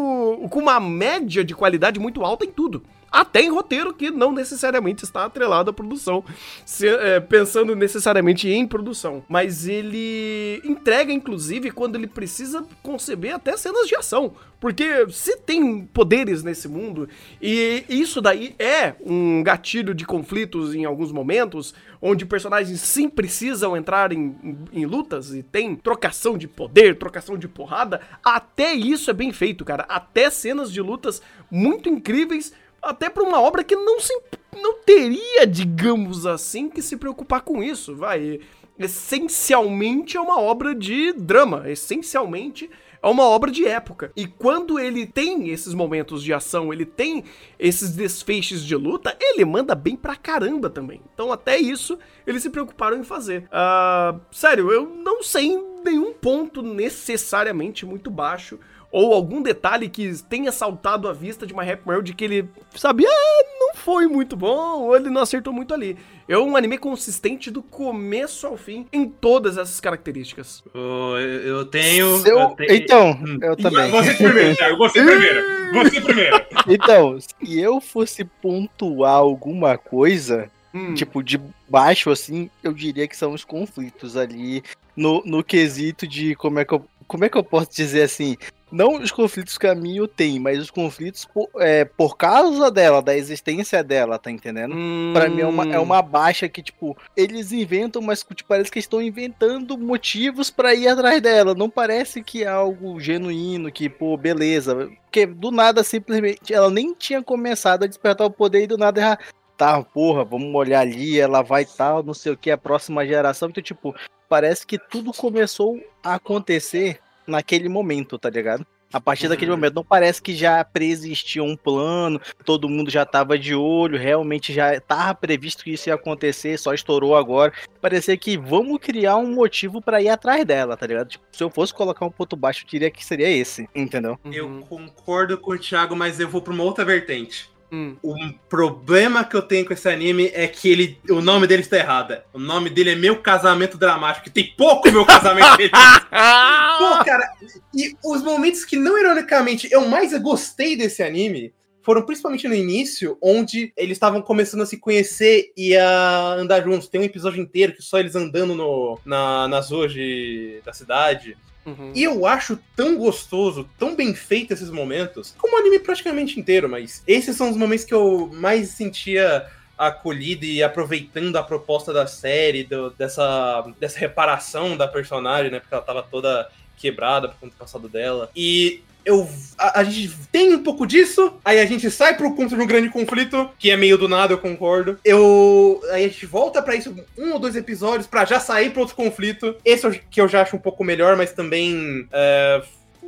com uma média de qualidade muito alta em tudo. Até em roteiro, que não necessariamente está atrelado à produção, se, é, pensando necessariamente em produção. Mas ele entrega, inclusive, quando ele precisa conceber até cenas de ação. Porque se tem poderes nesse mundo, e isso daí é um gatilho de conflitos em alguns momentos, onde personagens sim precisam entrar em, em, em lutas, e tem trocação de poder, trocação de porrada, até isso é bem feito, cara. Até cenas de lutas muito incríveis, até pra uma obra que não, se, não teria, digamos assim, que se preocupar com isso, vai. Essencialmente é uma obra de drama, essencialmente é uma obra de época. E quando ele tem esses momentos de ação, ele tem esses desfechos de luta, ele manda bem pra caramba também. Então até isso eles se preocuparam em fazer. Uh, sério, eu não sei em nenhum ponto necessariamente muito baixo ou algum detalhe que tenha saltado à vista de My Happy Marriage que ele sabia, ah, não foi muito bom, ou ele não acertou muito ali. É um anime consistente do começo ao fim em todas essas características. Oh, eu, eu tenho... Seu... eu tenho... Então, hum. eu também. Você primeiro, Thiago, você primeiro. Você primeiro. Então, se eu fosse pontuar alguma coisa, hum. tipo, de baixo, assim, eu diria que são os conflitos ali no, no quesito de como é que eu, como é que eu posso dizer assim... Não os conflitos que a Mio tem, mas os conflitos por, é, por causa dela, da existência dela, tá entendendo? Hum. Pra mim é uma, é uma baixa que, tipo, eles inventam, mas tipo, parece que estão inventando motivos pra ir atrás dela. Não parece que é algo genuíno, que, pô, beleza. Porque do nada, simplesmente, ela nem tinha começado a despertar o poder e do nada ela, tá, porra, vamos olhar ali, ela vai tal, não sei o que, a próxima geração. Então, tipo, parece que tudo começou a acontecer naquele momento, tá ligado? A partir uhum. daquele momento, não parece que já preexistia um plano, todo mundo já tava de olho, realmente já tava previsto que isso ia acontecer, só estourou agora. Parecia que vamos criar um motivo pra ir atrás dela, tá ligado? Tipo, se eu fosse colocar um ponto baixo, eu diria que seria esse, entendeu? Eu concordo com o Thiago, mas eu vou pra uma outra vertente. Hum. O problema que eu tenho com esse anime é que ele, o nome dele está errado. O nome dele é Meu Casamento Dramático, que tem pouco Meu Casamento Feliz. Pô, cara, e os momentos que não ironicamente eu mais gostei desse anime foram principalmente no início, onde eles estavam começando a se conhecer e a andar juntos. Tem um episódio inteiro que só eles andando no, na, nas ruas de, da cidade. Uhum. E eu acho tão gostoso, tão bem feito esses momentos, como o anime praticamente inteiro, mas esses são os momentos que eu mais sentia acolhido e aproveitando a proposta da série, do, dessa, dessa reparação da personagem, né, porque ela tava toda quebrada por conta do passado dela. E eu, a, a gente tem um pouco disso, aí a gente sai pro conto de um grande conflito, que é meio do nada, eu concordo. Eu, aí a gente volta pra isso um ou dois episódios pra já sair pro outro conflito. Esse eu, que eu já acho um pouco melhor, mas também é,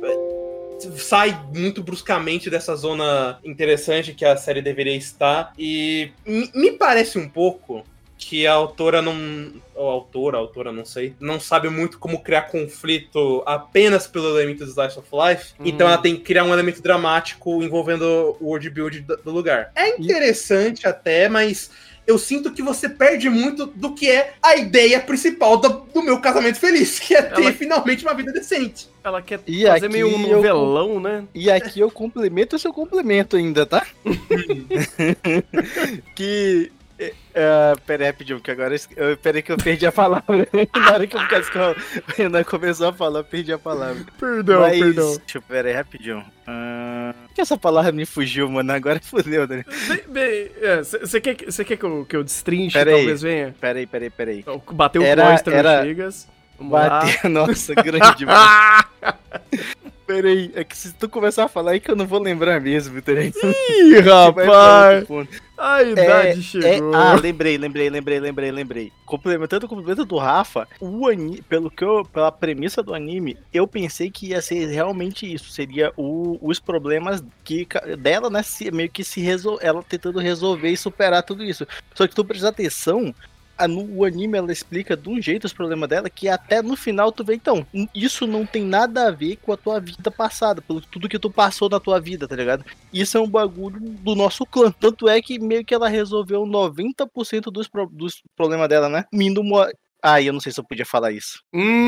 sai muito bruscamente dessa zona interessante que a série deveria estar. E me, me parece um pouco que a autora não... ou a autora, a autora, não sei, não sabe muito como criar conflito apenas pelo elemento do Slice of Life. Uhum. Então ela tem que criar um elemento dramático envolvendo o world build do lugar. É interessante até, mas eu sinto que você perde muito do que é a ideia principal do, do Meu Casamento Feliz, que é ter ela... finalmente uma vida decente. Ela quer e fazer meio um novelão, eu... né? E aqui eu complemento o seu complemento ainda, tá? Que... Uh, pera aí, rapidinho, que agora eu, pera que eu perdi a palavra. Na hora que o Renan começou a falar, eu perdi a palavra. Perdão, Mas, perdão. Deixa eu, pera aí, rapidinho. Uh, que essa palavra me fugiu, mano. Agora fodeu, né? Bem, você é, quer, quer que, eu, que eu destrinche, pera talvez aí, venha? Pera aí, pera aí, pera aí. Bateu o era, Cloyster era... no Chegas. Vamos Bateu, lá. nossa, grande, mano. Pera aí, é que se tu começar a falar aí que eu não vou lembrar mesmo, tá ligado? Ih, rapaz! A idade é, chegou. É, ah, lembrei, lembrei, lembrei, lembrei, lembrei. Complementando o complemento do Rafa, o anime, pelo que eu, pela premissa do anime, eu pensei que ia ser realmente isso. Seria o, os problemas que, dela, né? Se, meio que se resol, ela tentando resolver e superar tudo isso. Só que tu precisa atenção. No anime ela explica de um jeito os problemas dela que até no final tu vê, então, isso não tem nada a ver com a tua vida passada, pelo tudo que tu passou na tua vida, tá ligado? Isso é um bagulho do nosso clã. Tanto é que meio que ela resolveu noventa por cento dos, pro, dos problemas dela, né? Mindo uma... Ah, eu não sei se eu podia falar isso.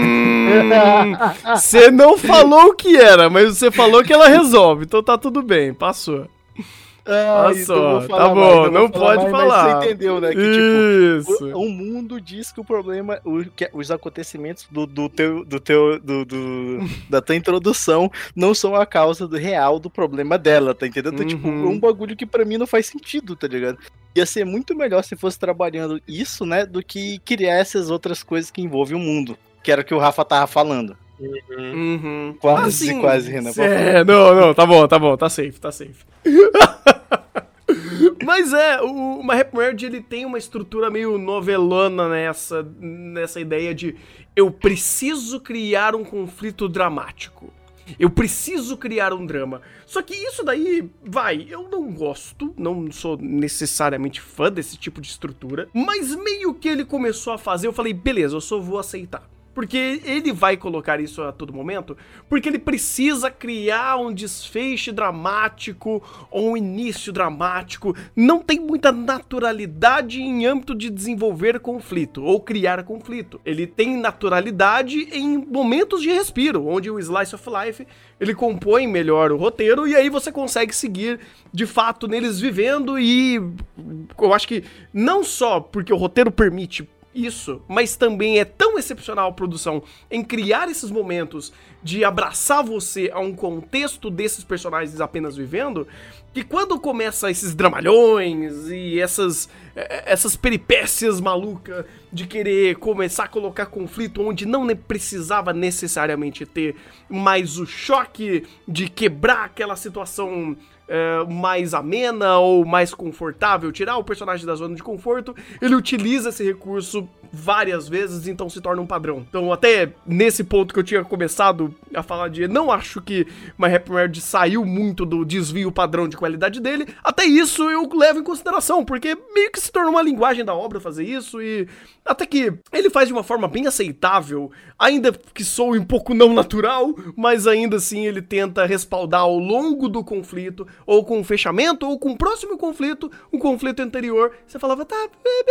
Você hum, não falou o que era, mas você falou que ela resolve, então tá tudo bem, passou. Ah, Olha então só, tá bom, mais, não pode mais, falar. Mas você entendeu, né? Que, Isso. Tipo, o, o mundo diz que o problema, o, que, os acontecimentos do, do teu, do teu, do, do, da tua introdução não são a causa do real do problema dela, tá entendendo? Então, uhum. tipo, é um bagulho que pra mim não faz sentido, tá ligado? Ia ser muito melhor se fosse trabalhando isso, né, do que criar essas outras coisas que envolvem o mundo, que era o que o Rafa tava falando. Uhum. Quase, assim, quase, Renan. É, não, não, tá bom, tá bom, tá safe, tá safe. Mas é, o, o My Happy Marriage, ele tem uma estrutura meio novelona nessa, nessa ideia de eu preciso criar um conflito dramático. Eu preciso criar um drama. Só que isso daí, vai, eu não gosto, não sou necessariamente fã desse tipo de estrutura, mas meio que ele começou a fazer, eu falei, beleza, eu só vou aceitar. Porque ele vai colocar isso a todo momento, porque ele precisa criar um desfecho dramático ou um início dramático. Não tem muita naturalidade em âmbito de desenvolver conflito ou criar conflito. Ele tem naturalidade em momentos de respiro, onde o Slice of Life, ele compõe melhor o roteiro e aí você consegue seguir de fato neles vivendo e eu acho que não só porque o roteiro permite isso, mas também é tão excepcional a produção em criar esses momentos de abraçar você a um contexto desses personagens apenas vivendo, que quando começa esses dramalhões e essas, essas peripécias malucas de querer começar a colocar conflito onde não precisava necessariamente ter, mas o choque de quebrar aquela situação É, mais amena ou mais confortável, tirar o personagem da zona de conforto, ele utiliza esse recurso várias vezes, então se torna um padrão. Então até nesse ponto que eu tinha começado a falar de não acho que My Happy Marriage saiu muito do desvio padrão de qualidade dele, até isso eu levo em consideração, porque meio que se tornou uma linguagem da obra fazer isso e até que ele faz de uma forma bem aceitável, ainda que soe um pouco não natural, mas ainda assim ele tenta respaldar ao longo do conflito ou com o fechamento, ou com o próximo conflito, um conflito anterior, você falava, tá,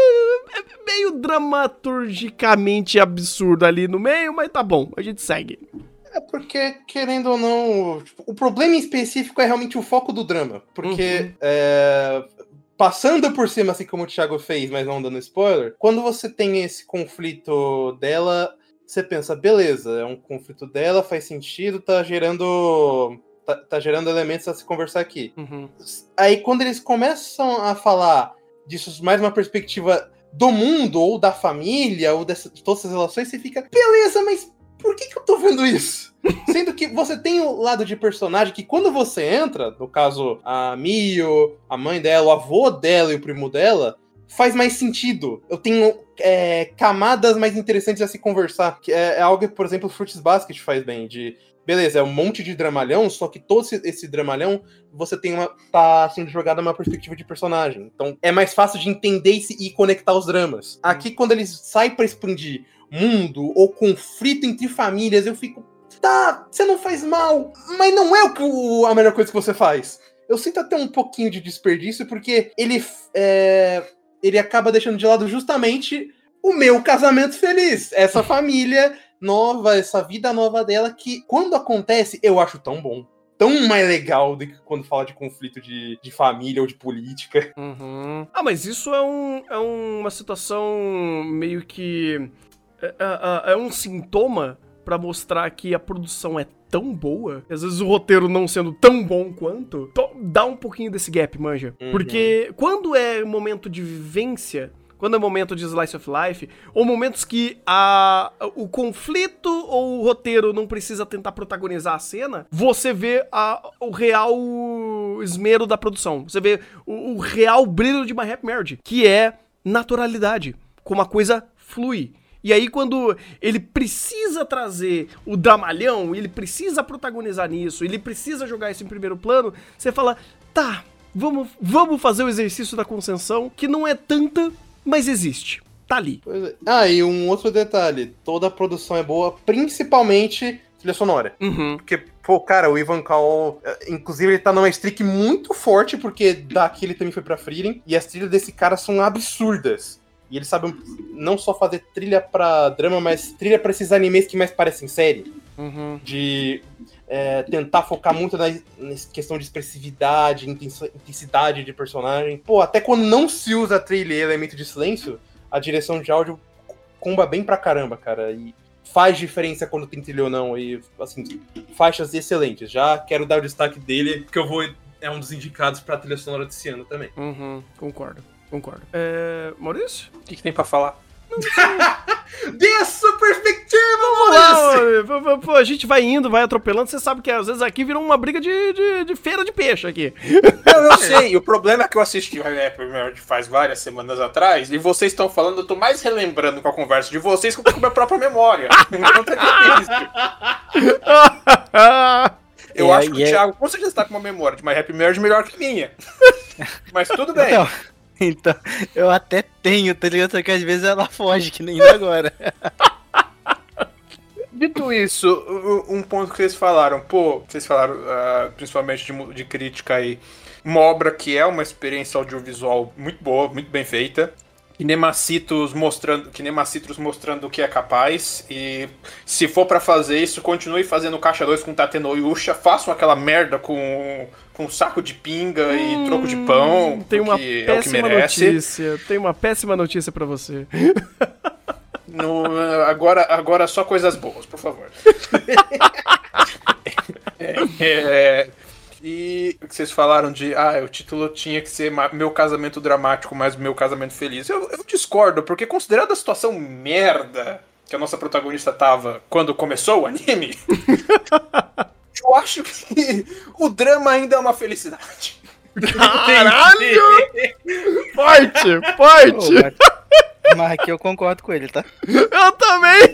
é meio dramaturgicamente absurdo ali no meio, mas tá bom, a gente segue. É porque, querendo ou não, tipo, o problema em específico é realmente o foco do drama, porque, uhum. é, passando por cima, assim como o Thiago fez, mas não dando spoiler, quando você tem esse conflito dela, você pensa, beleza, é um conflito dela, faz sentido, tá gerando... Tá, tá gerando elementos a se conversar aqui. Uhum. Aí, quando eles começam a falar disso mais uma perspectiva do mundo, ou da família, ou dessa, de todas essas relações, você fica, beleza, mas por que que eu tô vendo isso? Sendo que você tem o lado de personagem que quando você entra, no caso, a Mio, a mãe dela, o avô dela e o primo dela, faz mais sentido. Eu tenho é, camadas mais interessantes a se conversar. Que é, é algo que, por exemplo, o Fruits Basket faz bem, de... Beleza, é um monte de dramalhão, só que todo esse, esse dramalhão, você tem uma... tá sendo jogado uma perspectiva de personagem. Então, é mais fácil de entender e, e conectar os dramas. Aqui, quando eles saem pra expandir mundo ou conflito entre famílias, eu fico... Tá, você não faz mal, mas não é o que o, a melhor coisa que você faz. Eu sinto até um pouquinho de desperdício, porque ele, é, ele acaba deixando de lado justamente o meu casamento feliz. Essa família... nova, essa vida nova dela, que quando acontece, eu acho tão bom. tão mais legal do que quando fala de conflito de, de família ou de política. Uhum. Ah, mas isso é, um, é uma situação meio que... É, é, é um sintoma pra mostrar que a produção é tão boa, que às vezes o roteiro não sendo tão bom quanto, dá um pouquinho desse gap, manja. Uhum. Porque quando é momento de vivência, quando é momento de slice of life, ou momentos que a, o conflito ou o roteiro não precisa tentar protagonizar a cena, você vê a, o real esmero da produção. Você vê o, o real brilho de My Happy Marriage, que é naturalidade, como a coisa flui. E aí, quando ele precisa trazer o dramalhão, ele precisa protagonizar nisso, ele precisa jogar isso em primeiro plano, você fala, tá, vamos, vamos fazer o exercício da concessão, que não é tanta, mas existe. Tá ali. Pois é. Ah, e um outro detalhe, toda a produção é boa, principalmente trilha sonora. Uhum. Porque, pô, cara, o Ivan Kaul, inclusive, ele tá numa streak muito forte, porque daqui ele também foi pra Frieren, e as trilhas desse cara são absurdas. E ele sabe não só fazer trilha pra drama, mas trilha pra esses animes que mais parecem série. Uhum. De é, tentar focar muito na, na questão de expressividade, intensidade de personagem. Pô, até quando não se usa trilha e elemento de silêncio, a direção de áudio comba bem pra caramba, cara. E faz diferença quando tem trilha ou não. E, assim, faixas excelentes. Já quero dar o destaque dele, porque eu vou... É um dos indicados pra trilha sonora desse ano também. Uhum. Concordo. Concordo. É... Maurício? O que, que tem pra falar? Dê a sua perspectiva, Maurício! Pô, pô, a gente vai indo, vai atropelando. Você sabe que às vezes aqui vira uma briga de, de, de feira de peixe aqui. Eu, eu sei, o problema é que eu assisti o Happy Marriage faz várias semanas atrás e vocês estão falando, eu tô mais relembrando com a conversa de vocês que com a minha própria memória. Então tá difícil. Eu É, acho que e o é- Thiago com certeza tá com uma memória de My Happy Marriage melhor que minha. Mas tudo bem. Então, então, eu até tenho, tá ligado? Só que às vezes ela foge, que nem agora. Dito isso, u- um ponto que vocês falaram, pô, vocês falaram ah, principalmente de, mu- de crítica aí, uma obra que é uma experiência audiovisual muito boa, muito bem feita, Kinemacitos mostrando, Kinemacitos mostrando o que é capaz, e se for pra fazer isso, continue fazendo Caixa dois com Tateno e Usha, façam aquela merda com, com saco de pinga e troco de pão, Tem uma porque é o que péssima merece. notícia. Tem uma péssima notícia pra você. No, agora, agora só coisas boas, por favor. é, é, e o que vocês falaram de, ah, o título tinha que ser ma- Meu Casamento Dramático mais Meu Casamento Feliz. Eu, eu discordo, porque considerando a situação merda que a nossa protagonista tava quando começou o anime, eu acho que o drama ainda é uma felicidade. Caralho! Forte! Ô, Forte! mas, mas aqui eu concordo com ele, tá? Eu também!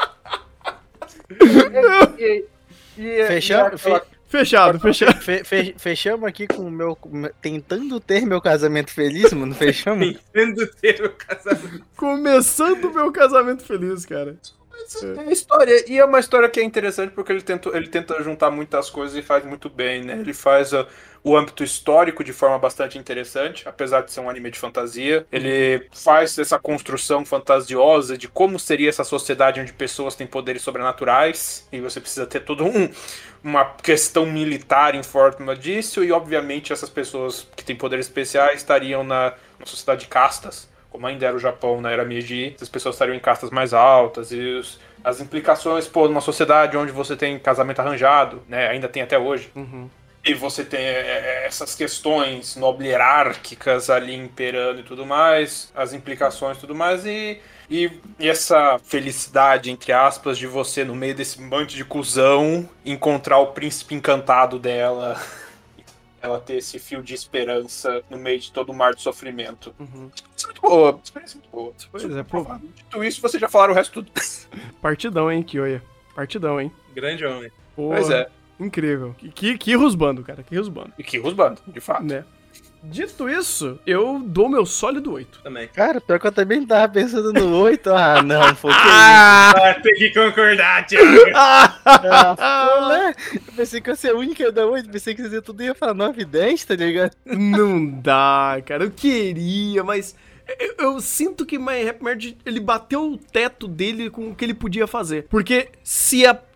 E, e, Fechamos, e aquela- Fechado, fechado. Fe- fe- fechamos aqui com o meu. Tentando ter meu casamento feliz, mano. Fechamos? Tentando ter o casamento. Começando o meu casamento feliz, cara. É a história, e é uma história que é interessante porque ele tenta, ele tenta juntar muitas coisas e faz muito bem, né? Ele faz a- o âmbito histórico de forma bastante interessante, apesar de ser um anime de fantasia. Ele faz essa construção fantasiosa de como seria essa sociedade onde pessoas têm poderes sobrenaturais, e você precisa ter todo um, uma questão militar em forma disso, e obviamente essas pessoas que têm poderes especiais estariam na, na sociedade de castas. Como ainda era o Japão na era Meiji, as pessoas estariam em castas mais altas, e os- as implicações, pô, numa sociedade onde você tem casamento arranjado, né, ainda tem até hoje, Uhum. e você tem é, essas questões noble-hierárquicas ali imperando e tudo mais, as implicações e tudo mais, e, e, e essa felicidade, entre aspas, de você, no meio desse monte de cuzão, encontrar o príncipe encantado dela, ela ter esse fio de esperança no meio de todo o mar de sofrimento. Uhum. Isso é muito boa, experiência muito boa. Pois é, pô. Dito isso, vocês já falaram o resto tudo. Partidão, hein, Kyoya. Partidão, hein. Grande homem. Pô, Pois é. Incrível. Que, que, que rusbando, cara. Que rusbando. E que rusbando, de fato. Né? Dito isso, eu dou meu sólido oito. Também. Cara, pior que eu também tava pensando no oito. Ah, não, foi que Ah, tem que concordar, Thiago. ah, né? Eu pensei que eu ia ser a única da oito. Pensei que você tudo ia falar nove e dez, tá ligado? Não dá, cara. Eu queria, mas eu, eu sinto que My Happy Marriage, ele bateu o teto dele com o que ele podia fazer. Porque se a,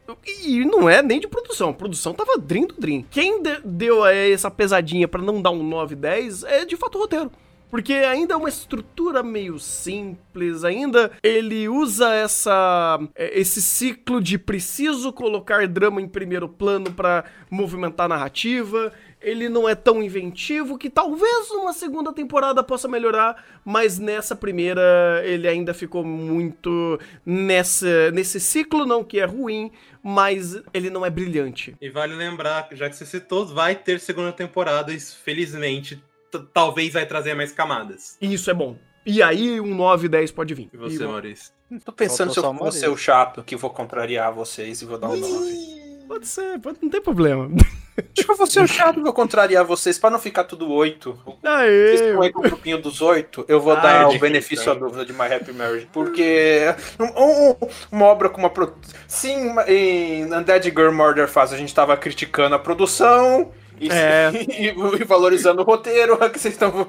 E não é nem de produção, a produção tava drim do drim. Quem de- deu é, essa pesadinha pra não dar um nove, dez é de fato o roteiro. Porque ainda é uma estrutura meio simples, ainda ele usa essa, esse ciclo de preciso colocar drama em primeiro plano pra movimentar a narrativa. Ele não é tão inventivo, que talvez uma segunda temporada possa melhorar, mas nessa primeira ele ainda ficou muito nessa, nesse ciclo, não que é ruim, mas ele não é brilhante. E vale lembrar, já que você citou, vai ter segunda temporada e felizmente t- talvez vai trazer mais camadas. E isso é bom. E aí um nove, dez pode vir. E você, E- Maurício? Tô pensando Faltou se eu só vou uma ser vez. o chato que vou contrariar vocês e vou dar um nove. Pode ser, pode, não tem problema. Acho que eu vou ser o chato e vou contrariar vocês pra não ficar tudo oito. Vocês Aê! estão aí com o grupinho dos oito, eu vou Ah, dar é o difícil, benefício à né? dúvida de My Happy Marriage. Porque um- um- uma obra com uma. Pro... Sim, em Undead Girl Murder Faz a gente tava criticando a produção. E, É. e- e valorizando o roteiro, aqui vocês estão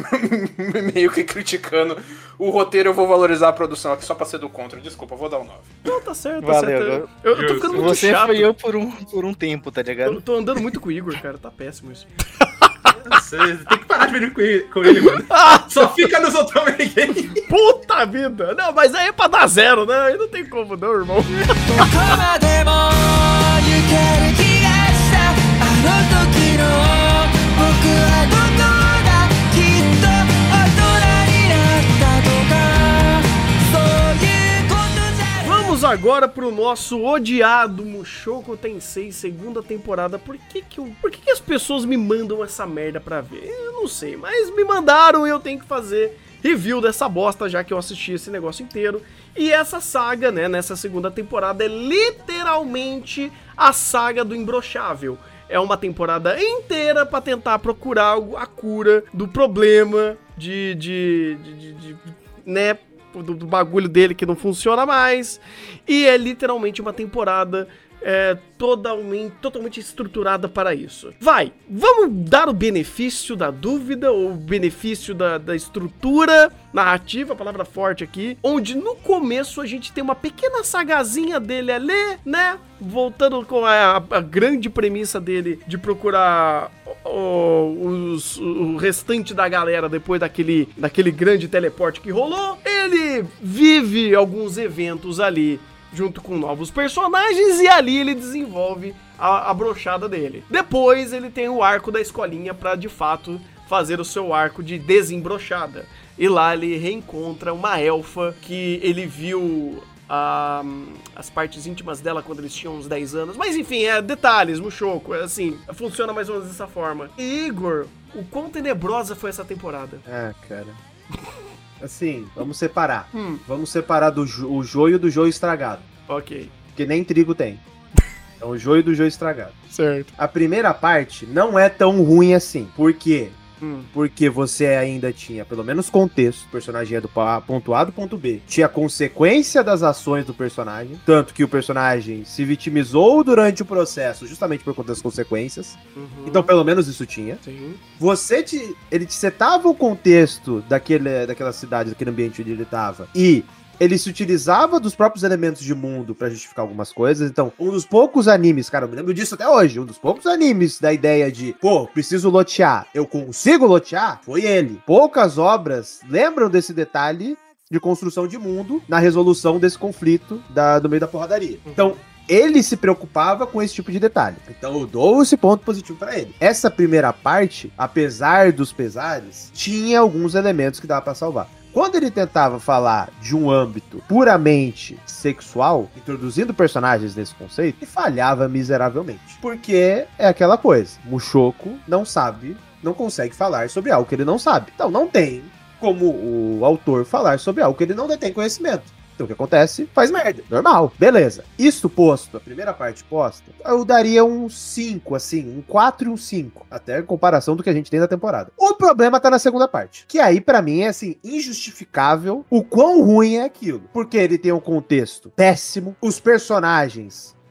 meio que criticando o roteiro, eu vou valorizar a produção aqui só pra ser do contra. Desculpa, eu vou dar um nove. Não, tá certo, tá Valeu, certo. agora- Eu, eu tô ficando muito Você chato. foi eu por um, por um tempo, tá ligado? Eu tô andando muito com o Igor, cara, tá péssimo isso. Você tem que parar de vir com ele, com ele, mano. Só fica nos outros Game. Puta vida! Não, mas aí é pra dar zero, né? Aí não tem como não, irmão. どこまでも行ける気がしたあの時の僕はどこだきっと大人になったとかそういうことじゃ Vamos agora pro nosso odiado Mushoku Tensei segunda temporada. Por que que, eu, por que que as pessoas me mandam essa merda pra ver? Eu não sei, mas me mandaram e eu tenho que fazer review dessa bosta, já que eu assisti esse negócio inteiro. E essa saga, né, nessa segunda temporada é literalmente a saga do imbrochável. É uma temporada inteira pra tentar procurar a cura do problema de, de, de, de, de né, do, do bagulho dele que não funciona mais. E é literalmente uma temporada é, totalmente, totalmente estruturada para isso. Vai, vamos dar o benefício da dúvida, ou o benefício da, da estrutura narrativa, palavra forte aqui, onde no começo a gente tem uma pequena sagazinha dele ali, né? Voltando com a, a grande premissa dele de procurar o, os, o restante da galera depois daquele, daquele grande teleporte que rolou. Ele vive alguns eventos ali junto com novos personagens, e ali ele desenvolve a, a brochada dele. Depois ele tem o arco da escolinha pra, de fato, fazer o seu arco de desembrochada. E lá ele reencontra uma elfa que ele viu ah, as partes íntimas dela quando eles tinham uns dez anos. Mas enfim, é detalhes, Mushoku, é assim, funciona mais ou menos dessa forma. E Igor, o quão tenebrosa foi essa temporada? Ah, cara. Assim, vamos separar. Hum. Vamos separar do jo- o joio do joio estragado. Ok, Porque nem trigo tem. É o joio do joio estragado. certo. A primeira parte não é tão ruim assim. Por quê? Hum. Porque você ainda tinha, pelo menos, contexto. O personagem é do pa- ponto A do ponto B. Tinha consequência das ações do personagem. Tanto que o personagem se vitimizou durante o processo, justamente por conta das consequências. Uhum. Então, pelo menos isso tinha. Sim. Você te, ele te setava o contexto daquele, daquela cidade, daquele ambiente onde ele tava. E ele se utilizava dos próprios elementos de mundo pra justificar algumas coisas. Então, um dos poucos animes, cara, eu me lembro disso até hoje, um dos poucos animes da ideia de, pô, preciso lotear, eu consigo lotear, foi ele. Poucas obras lembram desse detalhe de construção de mundo na resolução desse conflito da, do meio da porradaria. Então, ele se preocupava com esse tipo de detalhe. Então eu dou esse ponto positivo pra ele. Essa primeira parte, apesar dos pesares, tinha alguns elementos que dava pra salvar. Quando ele tentava falar de um âmbito puramente sexual, introduzindo personagens nesse conceito, ele falhava miseravelmente. Porque é aquela coisa, Mushoku não sabe, não consegue falar sobre algo que ele não sabe. Então não tem como o autor falar sobre algo que ele não detém conhecimento. Então o que acontece? Faz merda. Normal. Beleza. Isso posto, a primeira parte posta, eu daria um cinco, assim, um quatro e um cinco. Até em comparação do que a gente tem na temporada. O problema tá na segunda parte. Que aí, pra mim, é assim, injustificável o quão ruim é aquilo. Porque ele tem um contexto péssimo, os personagens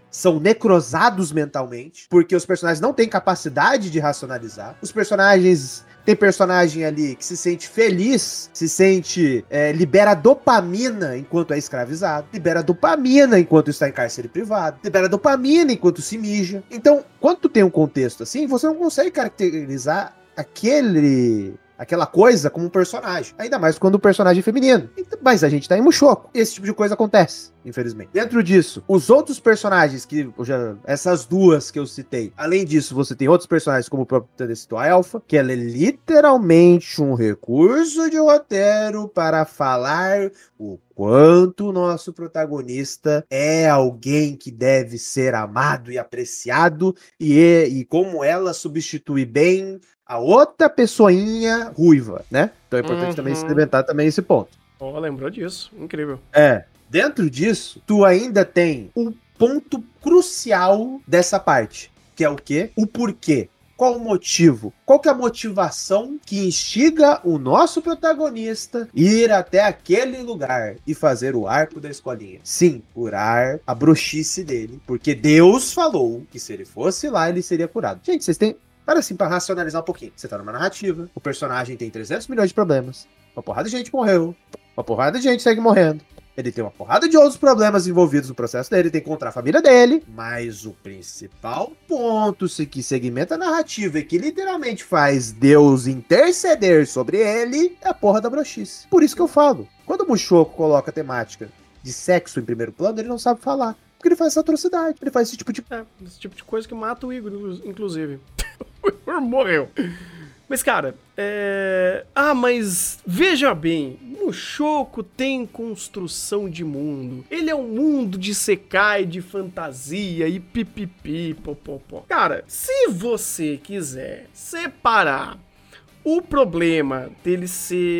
são necrosados mentalmente, porque os personagens não têm capacidade de racionalizar. Os personagens... Tem personagem ali que se sente feliz, se sente... É, libera dopamina enquanto é escravizado. Libera dopamina enquanto está em cárcere privado. Libera dopamina enquanto se mija. Então, quando tu tem um contexto assim, você não consegue caracterizar aquele... aquela coisa como um personagem. Ainda mais quando o personagem é feminino. Mas a gente tá em Mushoku. Esse tipo de coisa acontece, infelizmente. Dentro disso, os outros personagens que... Já, essas duas que eu citei. Além disso, você tem outros personagens como o próprio Tedesito Alpha, que ela é literalmente um recurso de roteiro para falar o quanto o nosso protagonista é alguém que deve ser amado e apreciado e, e como ela substitui bem a outra pessoinha ruiva, né? Então é importante Uhum. também se alimentar também esse ponto. Oh, lembrou disso. Incrível. É. Dentro disso, tu ainda tem um ponto crucial dessa parte, que é o quê? O porquê. Qual o motivo? Qual que é a motivação que instiga o nosso protagonista ir até aquele lugar e fazer o arco da escolinha? Sim, curar a bruxice dele, porque Deus falou que se ele fosse lá, ele seria curado. Gente, vocês têm... Para assim, para racionalizar um pouquinho. Você tá numa narrativa, o personagem tem trezentos milhões de problemas, uma porrada de gente morreu, uma porrada de gente segue morrendo, ele tem uma porrada de outros problemas envolvidos no processo dele, tem que encontrar a família dele, mas o principal ponto que segmenta a narrativa e que literalmente faz Deus interceder sobre ele é a porra da broxice. Por isso que eu falo, quando o Mushoku coloca a temática de sexo em primeiro plano, ele não sabe falar. Porque ele faz essa atrocidade, ele faz esse tipo de... É, esse tipo de coisa que mata o Igor, inclusive. O Igor morreu. Mas, cara, é... Ah, mas veja bem, Mushoku tem construção de mundo. Ele é um mundo de Sekai, de fantasia e pipipi, popopó. Cara, se você quiser separar o problema dele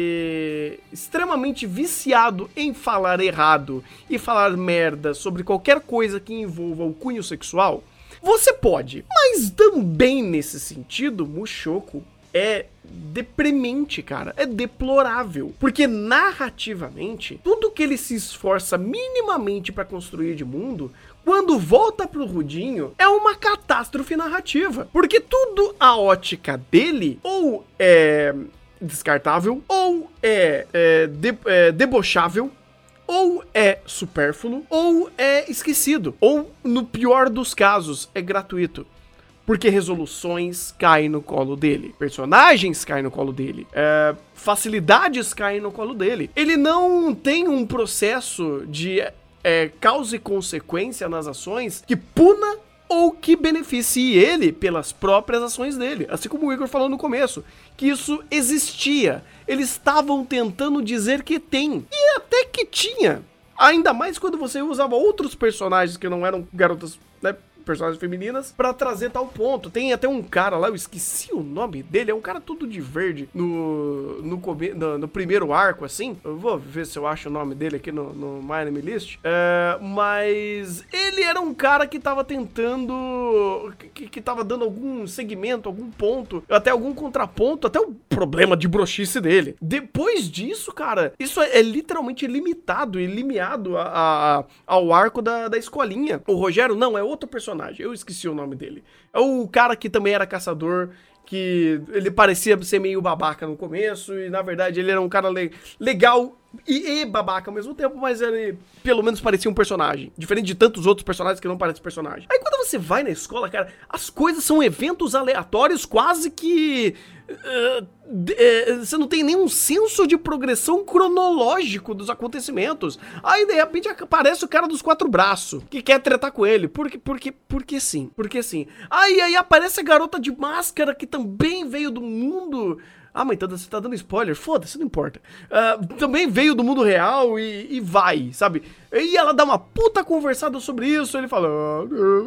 ser extremamente viciado em falar errado e falar merda sobre qualquer coisa que envolva o cunho sexual, você pode. Mas também nesse sentido, Mushoku é deprimente, cara. É deplorável. Porque narrativamente, tudo que ele se esforça minimamente pra construir de mundo, quando volta pro Rudinho, é uma catástrofe narrativa. Porque tudo a ótica dele ou é descartável, ou é, é, de, é debochável, ou é supérfluo, ou é esquecido. Ou, no pior dos casos, é gratuito. Porque resoluções caem no colo dele. Personagens caem no colo dele. É, facilidades caem no colo dele. Ele não tem um processo de é, causa e consequência nas ações que puna ou que beneficie ele pelas próprias ações dele. Assim como o Igor falou no começo, que isso existia. Eles estavam tentando dizer que tem. E até que tinha. Ainda mais quando você usava outros personagens que não eram garotas, né, personagens femininas, pra trazer tal ponto. Tem até um cara lá, eu esqueci o nome dele, é um cara todo de verde no, no, no, no primeiro arco, assim. Eu vou ver se eu acho o nome dele aqui no, no My Anime List. É, mas ele era um cara que tava tentando, que, que tava dando algum segmento, algum ponto, até algum contraponto, até o problema de broxice dele. Depois disso, cara, isso é, é literalmente limitado e limiado a, a, ao arco da, da escolinha. O Rogério, não, é outro personagem. Eu esqueci o nome dele. É o cara que também era caçador, que ele parecia ser meio babaca no começo, e na verdade ele era um cara le- legal e, e babaca ao mesmo tempo, mas ele pelo menos parecia um personagem, diferente de tantos outros personagens que não parecem personagem. Aí quando você vai na escola, cara, as coisas são eventos aleatórios, quase que... Uh, uh, você não tem nenhum senso de progressão cronológico dos acontecimentos. Aí de repente aparece o cara dos quatro braços que quer tretar com ele. Porque, porque, porque sim, porque sim. Aí, aí aparece a garota de máscara que também veio do mundo... Ah, mas então você tá dando spoiler? Foda-se, não importa. Uh, também veio do mundo real e, e vai, sabe? E ela dá uma puta conversada sobre isso. Ele fala, ah,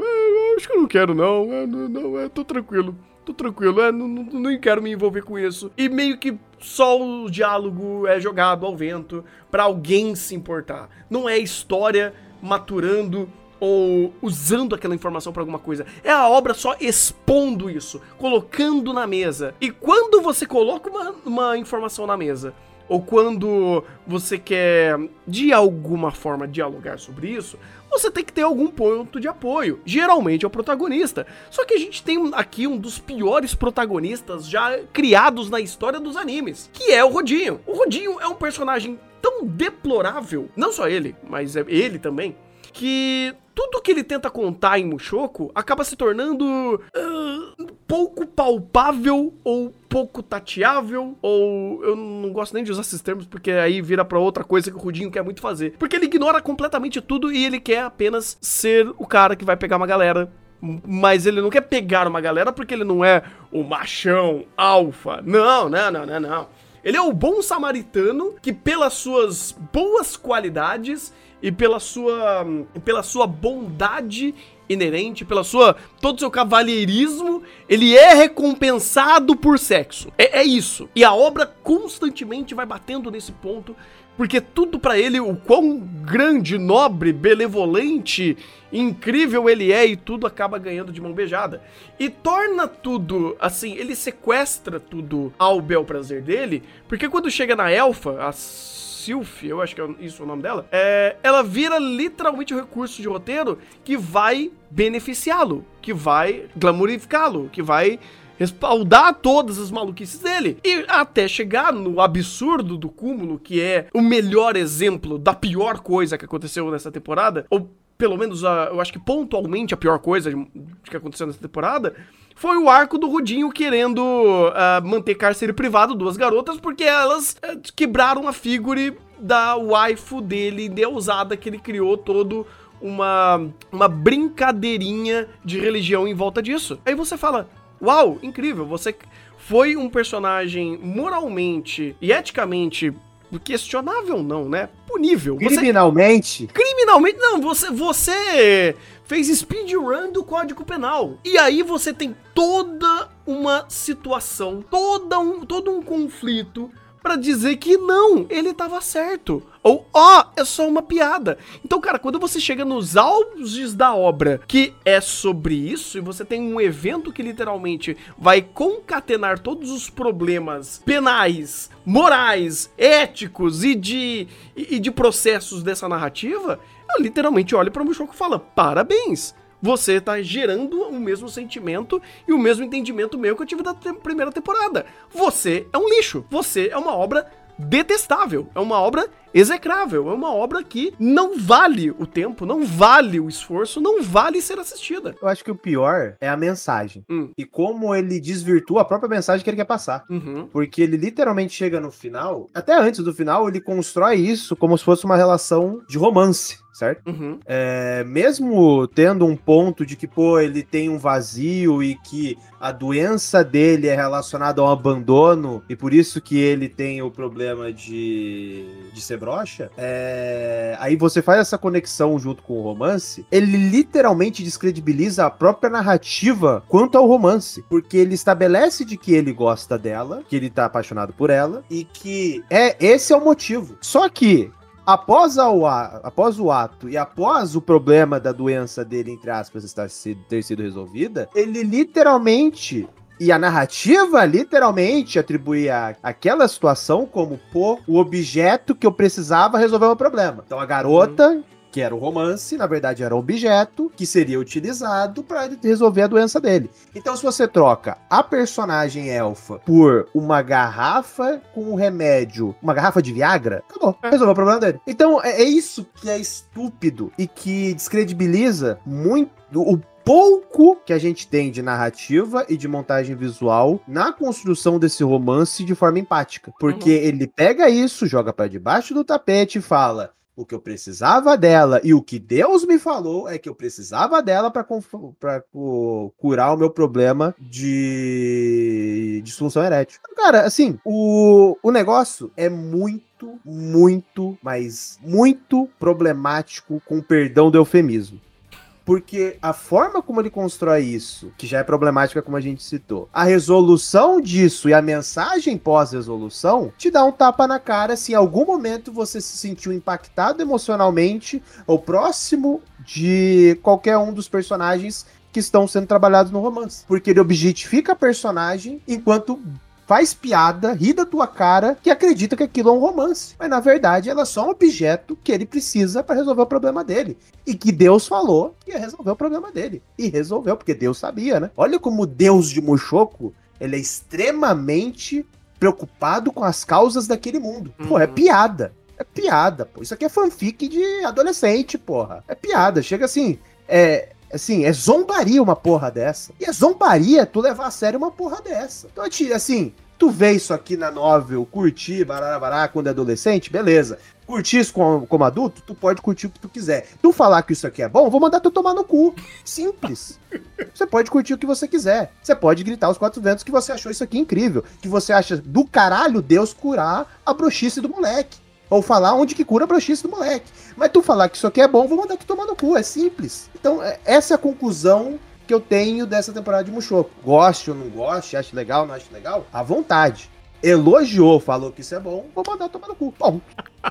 eu acho que eu não quero não, eu, não, não eu tô tranquilo. Tô tranquilo, é, não, não, não quero me envolver com isso. E meio que só o diálogo é jogado ao vento pra alguém se importar. Não é história maturando ou usando aquela informação pra alguma coisa. É a obra só expondo isso, colocando na mesa. E quando você coloca uma, uma informação na mesa, ou quando você quer, de alguma forma, dialogar sobre isso, você tem que ter algum ponto de apoio. Geralmente é o protagonista. Só que a gente tem aqui um dos piores protagonistas já criados na história dos animes, que é o Rodinho. O Rodinho é um personagem tão deplorável, não só ele, mas é ele também, que tudo que ele tenta contar em Mushoku acaba se tornando uh, pouco palpável ou pouco tateável, ou eu não gosto nem de usar esses termos porque aí vira pra outra coisa que o Rodinho quer muito fazer. Porque ele ignora completamente tudo e ele quer apenas ser o cara que vai pegar uma galera. Mas ele não quer pegar uma galera porque ele não é o machão alfa. Não, não, não, não, não. Ele é o bom samaritano que, pelas suas boas qualidades e pela sua, pela sua bondade inerente, pela sua, todo o seu cavalheirismo, ele é recompensado por sexo. É, é isso. E a obra constantemente vai batendo nesse ponto, porque tudo pra ele, o quão grande, nobre, benevolente, incrível ele é, e tudo acaba ganhando de mão beijada. E torna tudo, assim, ele sequestra tudo ao bel prazer dele, porque quando chega na Elfa, a Sylph, eu acho que é isso o nome dela, é, ela vira literalmente o recurso de roteiro que vai beneficiá-lo, que vai glamourificá-lo, que vai respaldar todas as maluquices dele. E até chegar no absurdo do cúmulo, que é o melhor exemplo da pior coisa que aconteceu nessa temporada, ou pelo menos, a, eu acho que pontualmente a pior coisa que aconteceu nessa temporada, foi o arco do Rodinho querendo uh, manter cárcere privado duas garotas, porque elas uh, quebraram a figure da waifu dele, endeusada, que ele criou todo uma, uma brincadeirinha de religião em volta disso. Aí você fala, uau, incrível, você foi um personagem moralmente e eticamente questionável, não, né? Punível. Criminalmente? Você... Criminalmente, não, você, você fez speedrun do Código Penal. E aí você tem toda uma situação, toda um, todo um conflito pra dizer que não, ele tava certo. Ou, ó, oh, é só uma piada. Então, cara, quando você chega nos auges da obra, que é sobre isso, e você tem um evento que literalmente vai concatenar todos os problemas penais, morais, éticos e de, e, e de processos dessa narrativa, eu literalmente olho pra Mushoku e falo, parabéns. Você tá gerando o mesmo sentimento e o mesmo entendimento meu que eu tive da te- primeira temporada. Você é um lixo. Você é uma obra detestável. É uma obra execrável. É uma obra que não vale o tempo, não vale o esforço, não vale ser assistida. Eu acho que o pior é a mensagem. Hum. E como ele desvirtua a própria mensagem que ele quer passar. Uhum. Porque ele literalmente chega no final, até antes do final, ele constrói isso como se fosse uma relação de romance, certo? Uhum. É, mesmo tendo um ponto de que, pô, ele tem um vazio e que a doença dele é relacionada ao abandono e por isso que ele tem o problema de, de ser broxa, é, aí você faz essa conexão junto com o romance, ele literalmente descredibiliza a própria narrativa quanto ao romance, porque ele estabelece de que ele gosta dela, que ele tá apaixonado por ela e que é esse é o motivo. Só que Após, ao, após o ato e após o problema da doença dele, entre aspas, estar sido, ter sido resolvida, ele literalmente, e a narrativa literalmente atribui a, aquela situação como, pô, o objeto que eu precisava resolver o problema. Então a garota, uhum. que era o romance, na verdade era um objeto que seria utilizado para resolver a doença dele. Então se você troca a personagem elfa por uma garrafa com um remédio, uma garrafa de Viagra, acabou, resolveu o problema dele. Então é, é isso que é estúpido e que descredibiliza muito o pouco que a gente tem de narrativa e de montagem visual na construção desse romance de forma empática. Porque uhum. ele pega isso, joga para debaixo do tapete e fala: o que eu precisava dela e o que Deus me falou é que eu precisava dela para curar o meu problema de disfunção erétil. Cara, assim, o, o negócio é muito, muito, mas muito problemático, com perdão do eufemismo. Porque a forma como ele constrói isso, que já é problemática como a gente citou, a resolução disso e a mensagem pós-resolução te dá um tapa na cara se em algum momento você se sentiu impactado emocionalmente ou próximo de qualquer um dos personagens que estão sendo trabalhados no romance. Porque ele objetifica a personagem enquanto faz piada, ri da tua cara, que acredita que aquilo é um romance. Mas na verdade ela é só um objeto que ele precisa pra resolver o problema dele. E que Deus falou que ia resolver o problema dele. E resolveu, porque Deus sabia, né? Olha como Deus de Mushoku, ele é extremamente preocupado com as causas daquele mundo. Pô, é piada. É piada, pô. Isso aqui é fanfic de adolescente, porra. É piada. Chega assim, é... Assim, é zombaria uma porra dessa. E é zombaria tu levar a sério uma porra dessa. Então, assim, tu vê isso aqui na novel, curtir, barará, quando é adolescente, beleza. Curtir isso como, como adulto, tu pode curtir o que tu quiser. Tu falar que isso aqui é bom, vou mandar tu tomar no cu. Simples. Você pode curtir o que você quiser. Você pode gritar aos quatro ventos que você achou isso aqui incrível. Que você acha do caralho Deus curar a broxice do moleque. Ou falar onde que cura a broxice do moleque. Mas tu falar que isso aqui é bom, vou mandar tu tomar no cu, é simples. Então, essa é a conclusão que eu tenho dessa temporada de Mushoku. Goste ou não goste, ache legal ou não ache legal, à vontade. Elogiou, falou que isso é bom, vou mandar tomar no cu. Bom.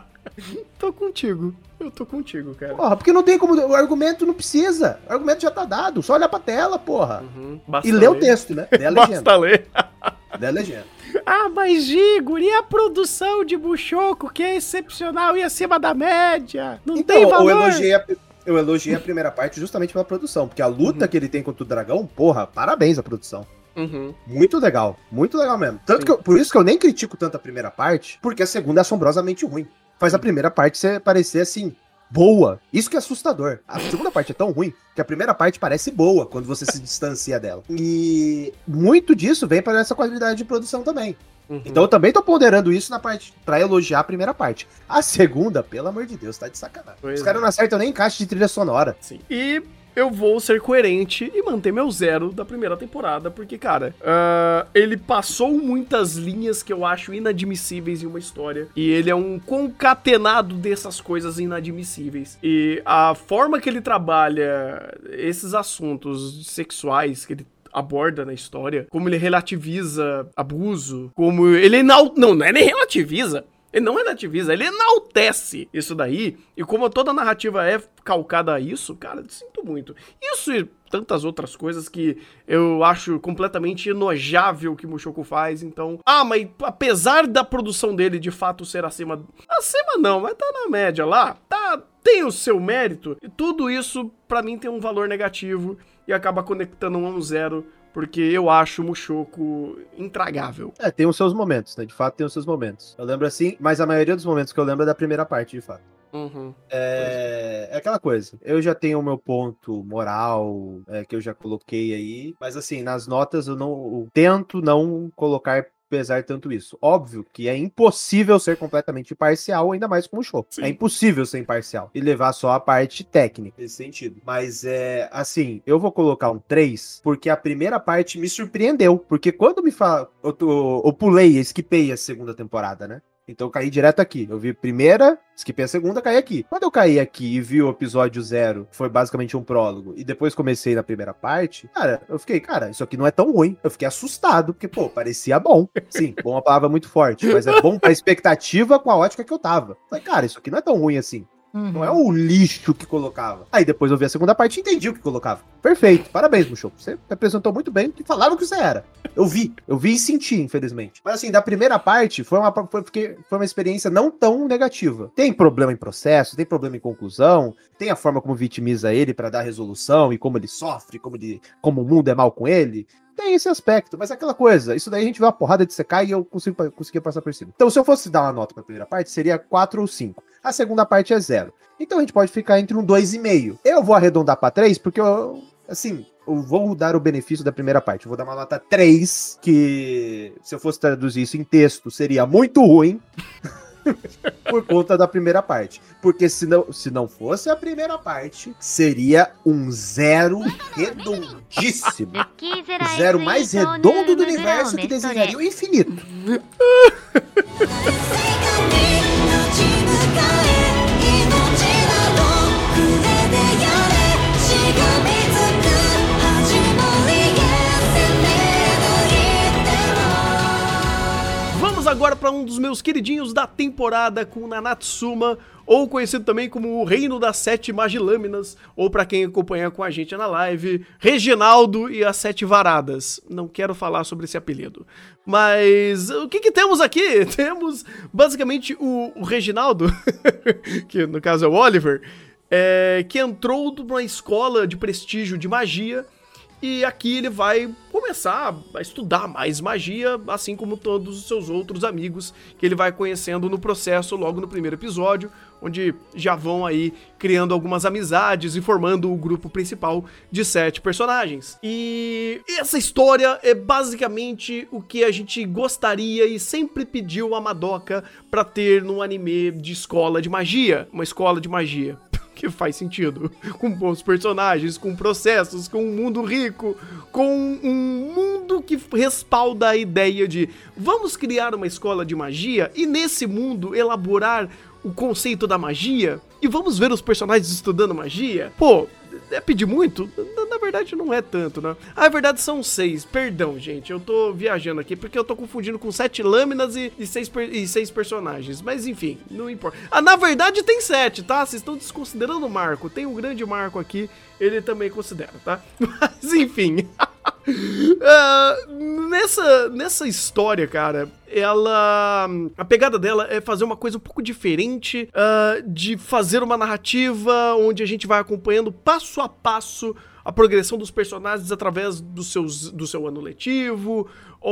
Tô contigo. Eu tô contigo, cara. Porra, porque não tem como... O argumento não precisa. O argumento já tá dado. Só olhar pra tela, porra. Uhum. E ler o texto, né? Lê a legenda. Basta ler. Lê a legenda. Ah, mas Gigo, e a produção de Mushoku, que é excepcional e acima da média? Não então, tem valor? Eu elogiei, a, eu elogiei a primeira parte justamente pela produção, porque a luta uhum. que ele tem contra o dragão, porra, parabéns à produção. Uhum. Muito legal, muito legal mesmo. Tanto que eu, por isso que eu nem critico tanto a primeira parte, porque a segunda é assombrosamente ruim. Faz a primeira parte ser, parecer assim, boa. Isso que é assustador. A segunda parte é tão ruim que a primeira parte parece boa quando você se distancia dela. E muito disso vem para essa qualidade de produção também. Uhum. Então eu também tô ponderando isso na parte pra elogiar a primeira parte. A segunda, pelo amor de Deus, tá de sacanagem. Pois Os caras é. não acertam nem encaixe de trilha sonora. Sim. E eu vou ser coerente e manter meu zero da primeira temporada, porque, cara, uh, ele passou muitas linhas que eu acho inadmissíveis em uma história, e ele é um concatenado dessas coisas inadmissíveis. E a forma que ele trabalha esses assuntos sexuais que ele aborda na história, como ele relativiza abuso, como ele enal... não, não é nem relativiza, ele não relativiza, ele enaltece isso daí, e como toda a narrativa é calcada a isso, cara, sinto muito. Isso e tantas outras coisas que eu acho completamente enojável que Mushoku faz, então... Ah, mas apesar da produção dele de fato ser acima... Acima não, mas tá na média lá, tá... Tem o seu mérito, e tudo isso pra mim tem um valor negativo e acaba conectando um a um zero, porque eu acho o Mushoku intragável. É, tem os seus momentos, né? De fato, tem os seus momentos. Eu lembro assim, mas a maioria dos momentos que eu lembro é da primeira parte, de fato. Uhum. É, é aquela coisa. Eu já tenho o meu ponto moral, é, que eu já coloquei aí, mas assim, nas notas eu não eu tento não colocar pesar tanto isso. Óbvio que é impossível ser completamente imparcial, ainda mais com o show. Sim. É impossível ser imparcial e levar só a parte técnica nesse sentido. Mas é assim, eu vou colocar um três, porque a primeira parte me surpreendeu. Porque quando me fala, eu, tô, eu pulei, esquipei a segunda temporada, né? Então eu caí direto aqui. Eu vi a primeira, esquipei a segunda, caí aqui. Quando eu caí aqui e vi o episódio zero, foi basicamente um prólogo, e depois comecei na primeira parte, cara, eu fiquei, cara, isso aqui não é tão ruim. Eu fiquei assustado, porque, pô, parecia bom. Sim, bom é uma palavra muito forte, mas é bom pra expectativa com a ótica que eu tava. Falei, cara, isso aqui não é tão ruim assim. Uhum. Não é o lixo que colocava. Aí depois eu vi a segunda parte e entendi o que colocava. Perfeito, parabéns, Mushoku. Você representou muito bem e falaram o que você era. Eu vi, eu vi e senti, infelizmente. Mas assim, da primeira parte, foi uma, foi, foi uma experiência não tão negativa. Tem problema em processo, tem problema em conclusão, tem a forma como vitimiza ele pra dar resolução e como ele sofre, como, ele, como o mundo é mal com ele. Tem esse aspecto, mas é aquela coisa, isso daí a gente vê uma porrada de secar e eu consigo, conseguia passar por cima. Então, se eu fosse dar uma nota pra primeira parte, seria quatro ou cinco. A segunda parte é zero. Então, a gente pode ficar entre um dois e meio. Eu vou arredondar pra três, porque eu, assim, eu vou dar o benefício da primeira parte. Eu vou dar uma nota três, que se eu fosse traduzir isso em texto, seria muito ruim. Por conta da primeira parte. Porque se não, se não fosse a primeira parte, seria um zero redondíssimo. Zero mais redondo do universo que desenharia o infinito. Agora para um dos meus queridinhos da temporada com Nanatsuma, ou conhecido também como o Reino das Sete Magilâminas, ou pra quem acompanha com a gente na live, Reginaldo e as Sete Varadas. Não quero falar sobre esse apelido. Mas o que que temos aqui? Temos basicamente o, o Reginaldo, que no caso é o Oliver, é, que entrou numa escola de prestígio de magia, e aqui ele vai começar a estudar mais magia, assim como todos os seus outros amigos que ele vai conhecendo no processo logo no primeiro episódio, onde já vão aí criando algumas amizades e formando o grupo principal de sete personagens. E essa história é basicamente o que a gente gostaria e sempre pediu a Madoka pra ter num anime de escola de magia, uma escola de magia. Que faz sentido, com bons personagens, com processos, com um mundo rico, com um mundo que respalda a ideia de vamos criar uma escola de magia e nesse mundo elaborar o conceito da magia e vamos ver os personagens estudando magia. Pô, é pedir muito? Na, na verdade não é tanto, né? Ah, na verdade são seis, perdão gente, eu tô viajando aqui porque eu tô confundindo com sete lâminas e, e, seis, per, e seis personagens, mas enfim, não importa. Ah, na verdade tem sete, tá? Vocês estão desconsiderando o Marco, tem um grande Marco aqui, ele também considera, tá? Mas enfim... Uh, nessa, nessa história, cara, ela... A pegada dela é fazer uma coisa um pouco diferente, uh, de fazer uma narrativa onde a gente vai acompanhando passo a passo a progressão dos personagens através do, seus, do seu ano letivo,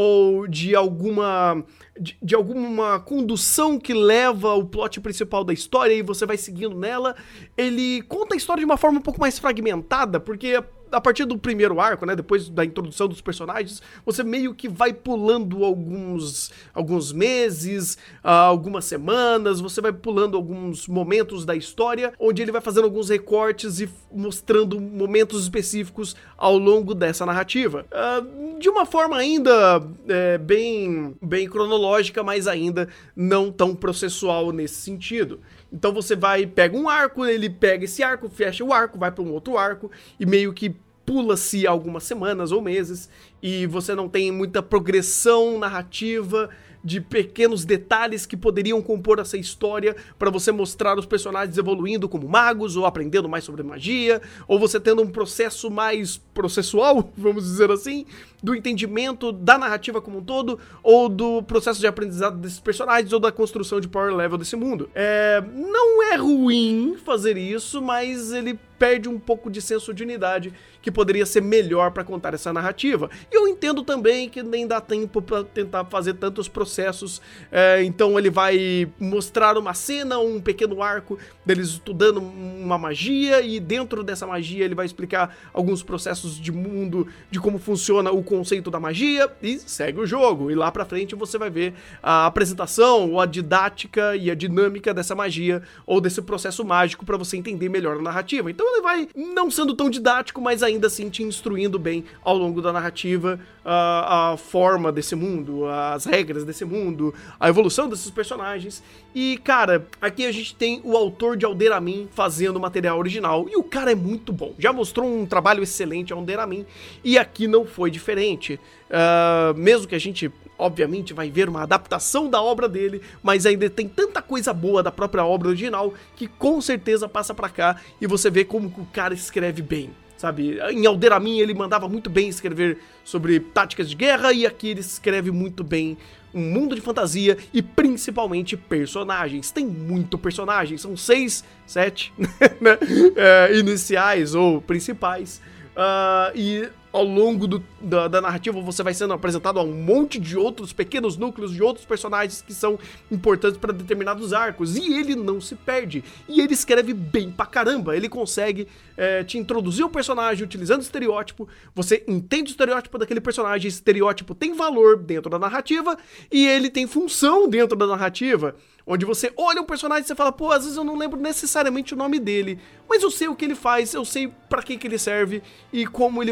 ou de alguma... De, de alguma condução que leva o plot principal da história e você vai seguindo nela. Ele conta a história de uma forma um pouco mais fragmentada, porque... A partir do primeiro arco, né, depois da introdução dos personagens, você meio que vai pulando alguns, alguns meses, uh, algumas semanas, você vai pulando alguns momentos da história, onde ele vai fazendo alguns recortes e mostrando momentos específicos ao longo dessa narrativa. Uh, de uma forma ainda é, bem, bem cronológica, mas ainda não tão processual nesse sentido. Então você vai, pega um arco, ele pega esse arco, fecha o arco, vai para um outro arco e meio que pula-se algumas semanas ou meses e você não tem muita progressão narrativa de pequenos detalhes que poderiam compor essa história para você mostrar os personagens evoluindo como magos ou aprendendo mais sobre magia, ou você tendo um processo mais processual, vamos dizer assim, do entendimento da narrativa como um todo, ou do processo de aprendizado desses personagens, ou da construção de power level desse mundo. É, não é ruim fazer isso, mas ele perde um pouco de senso de unidade que poderia ser melhor para contar essa narrativa. E eu entendo também que nem dá tempo para tentar fazer tantos processos, é, então ele vai mostrar uma cena, um pequeno arco deles estudando uma magia, e dentro dessa magia ele vai explicar alguns processos de mundo, de como funciona o conceito da magia, e segue o jogo. E lá pra frente você vai ver a apresentação, ou a didática e a dinâmica dessa magia, ou desse processo mágico para você entender melhor a narrativa. Então ele vai não sendo tão didático, mas ainda assim te instruindo bem ao longo da narrativa a, a forma desse mundo, as regras desse mundo, a evolução desses personagens. E cara, aqui a gente tem o autor de Alderamin fazendo material original, e o cara é muito bom, já mostrou um trabalho excelente a Alderamin, e aqui não foi diferente. Uh, mesmo que a gente obviamente vai ver uma adaptação da obra dele, mas ainda tem tanta coisa boa da própria obra original que com certeza passa pra cá e você vê como o cara escreve bem, sabe? Em Alderamin ele mandava muito bem escrever sobre táticas de guerra, e aqui ele escreve muito bem um mundo de fantasia e principalmente personagens. Tem muito personagem, são seis, sete né? é, iniciais ou principais. Uh, e ao longo do, da, da narrativa você vai sendo apresentado a um monte de outros pequenos núcleos de outros personagens que são importantes para determinados arcos, e ele não se perde, e ele escreve bem pra caramba. Ele consegue é, te introduzir o personagem utilizando estereótipo, você entende o estereótipo daquele personagem, esse estereótipo tem valor dentro da narrativa, e ele tem função dentro da narrativa, onde você olha um personagem e você fala, pô, às vezes eu não lembro necessariamente o nome dele, mas eu sei o que ele faz, eu sei pra que que ele serve e como ele vai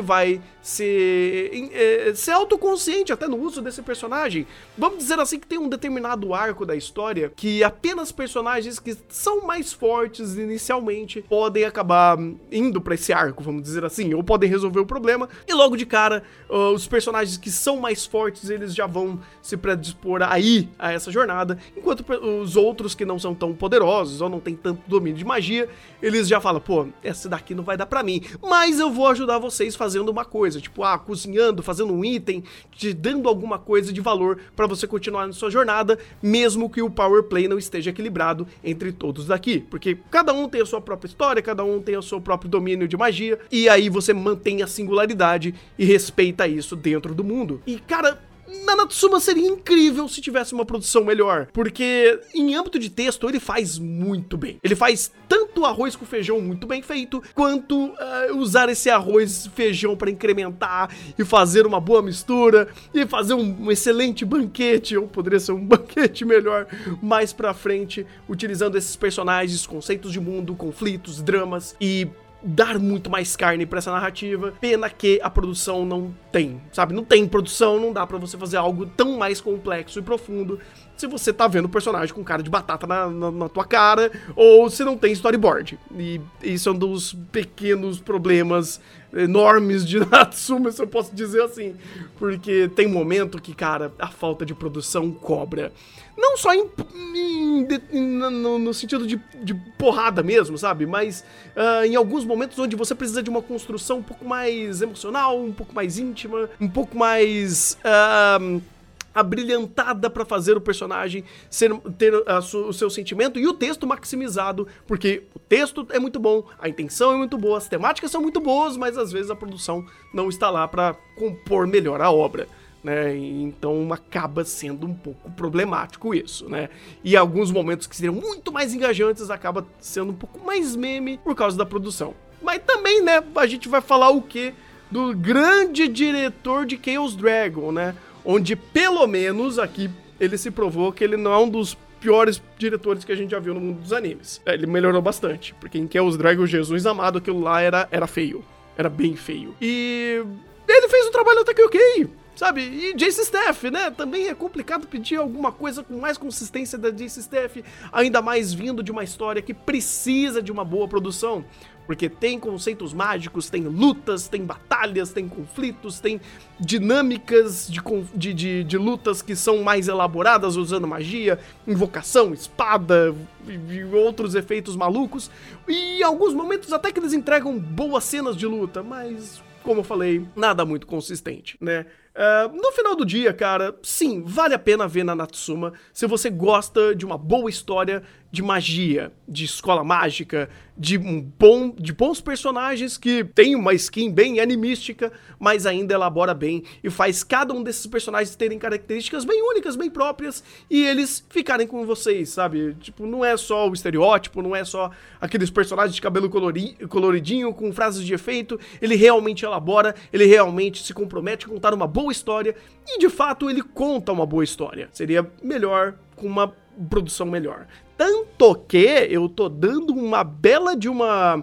ser, é, ser autoconsciente até no uso desse personagem. Vamos dizer assim que tem um determinado arco da história que apenas personagens que são mais fortes inicialmente podem acabar indo pra esse arco, vamos dizer assim, ou podem resolver o problema, e logo de cara, uh, os personagens que são mais fortes, eles já vão se predispor a ir a essa jornada, enquanto os outros que não são tão poderosos, ou não tem tanto domínio de magia, eles já falam, pô, essa daqui não vai dar pra mim, mas eu vou ajudar vocês fazendo uma coisa, tipo, ah, cozinhando, fazendo um item, te dando alguma coisa de valor pra você continuar na sua jornada, mesmo que o power play não esteja equilibrado entre todos daqui, porque cada um tem a sua própria história, cada um tem o seu próprio domínio de magia, e aí você mantém a singularidade e respeita isso dentro do mundo. E, cara, Nanatsuma seria incrível se tivesse uma produção melhor, porque em âmbito de texto ele faz muito bem. Ele faz tanto arroz com feijão muito bem feito, quanto uh, usar esse arroz e feijão para incrementar e fazer uma boa mistura e fazer um, um excelente banquete, ou poderia ser um banquete melhor mais pra frente, utilizando esses personagens, conceitos de mundo, conflitos, dramas e dar muito mais carne pra essa narrativa. Pena que a produção não tem, sabe? Não tem produção, não dá pra você fazer algo tão mais complexo e profundo se você tá vendo o personagem com cara de batata na, na, na tua cara, ou se não tem storyboard. E isso é um dos pequenos problemas enormes de Natsuma, se eu posso dizer assim. Porque tem momento que, cara, a falta de produção cobra. Não só em, em, em, no, no sentido de, de porrada mesmo, sabe? Mas uh, em alguns momentos onde você precisa de uma construção um pouco mais emocional, um pouco mais íntima, um pouco mais Uh, abrilhantada pra fazer o personagem ser, ter a su, o seu sentimento e o texto maximizado, porque o texto é muito bom, a intenção é muito boa, as temáticas são muito boas, mas às vezes a produção não está lá pra compor melhor a obra, né? Então acaba sendo um pouco problemático isso, né? E alguns momentos que seriam muito mais engajantes acaba sendo um pouco mais meme por causa da produção. Mas também, né, a gente vai falar o quê? Do grande diretor de Chaos Dragon, né? Onde, pelo menos, aqui, ele se provou que ele não é um dos piores diretores que a gente já viu no mundo dos animes. É, ele melhorou bastante, porque em Chaos Dragon, Jesus amado, aquilo lá era, era feio. Era bem feio. E ele fez um trabalho até que ok, sabe? E Jace Staff, né? Também é complicado pedir alguma coisa com mais consistência da Jace Staff, ainda mais vindo de uma história que precisa de uma boa produção. Porque tem conceitos mágicos, tem lutas, tem batalhas, tem conflitos, tem dinâmicas de, de, de, de lutas que são mais elaboradas usando magia, invocação, espada e, e outros efeitos malucos. E em alguns momentos até que eles entregam boas cenas de luta, mas, como eu falei, nada muito consistente, né? Uh, no final do dia, cara, sim, vale a pena ver Nanatsuma se você gosta de uma boa história de magia, de escola mágica, de um bom, de bons personagens que tem uma skin bem animística, mas ainda elabora bem e faz cada um desses personagens terem características bem únicas, bem próprias, e eles ficarem com vocês, sabe? Tipo, não é só o estereótipo, não é só aqueles personagens de cabelo colori, coloridinho, com frases de efeito, ele realmente elabora, ele realmente se compromete a contar uma boa história, e de fato ele conta uma boa história. Seria melhor com uma produção melhor. Tanto que eu tô dando uma bela de uma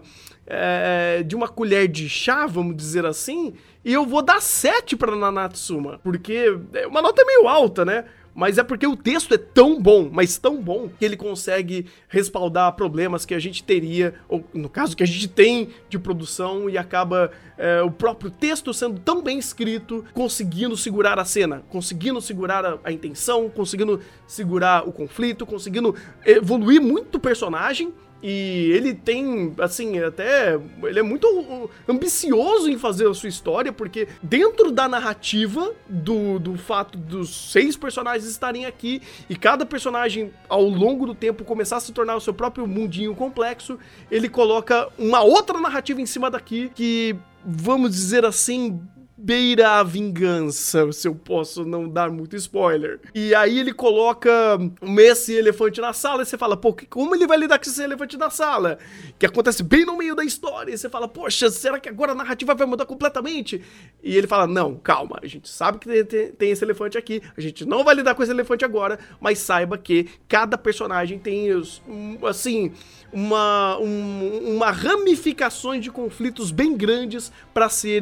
é, de uma colher de chá, vamos dizer assim, e eu vou dar sete pra Nanatsuma, porque é uma nota meio alta, né? Mas é porque o texto é tão bom, mas tão bom, que ele consegue respaldar problemas que a gente teria, ou no caso que a gente tem de produção, e acaba é, o próprio texto sendo tão bem escrito, conseguindo segurar a cena, conseguindo segurar a, a intenção, conseguindo segurar o conflito, conseguindo evoluir muito o personagem. E ele tem, assim, até... ele é muito ambicioso em fazer a sua história, porque dentro da narrativa do, do fato dos seis personagens estarem aqui, e cada personagem, ao longo do tempo, começar a se tornar o seu próprio mundinho complexo, ele coloca uma outra narrativa em cima daqui, que, vamos dizer assim, beira a vingança, se eu posso não dar muito spoiler. E aí ele coloca esse elefante na sala e você fala, pô, como ele vai lidar com esse elefante na sala? Que acontece bem no meio da história. E você fala, poxa, será que agora a narrativa vai mudar completamente? E ele fala, não, calma, a gente sabe que tem, tem esse elefante aqui, a gente não vai lidar com esse elefante agora, mas saiba que cada personagem tem, assim, uma, um, uma ramificações de conflitos bem grandes para serem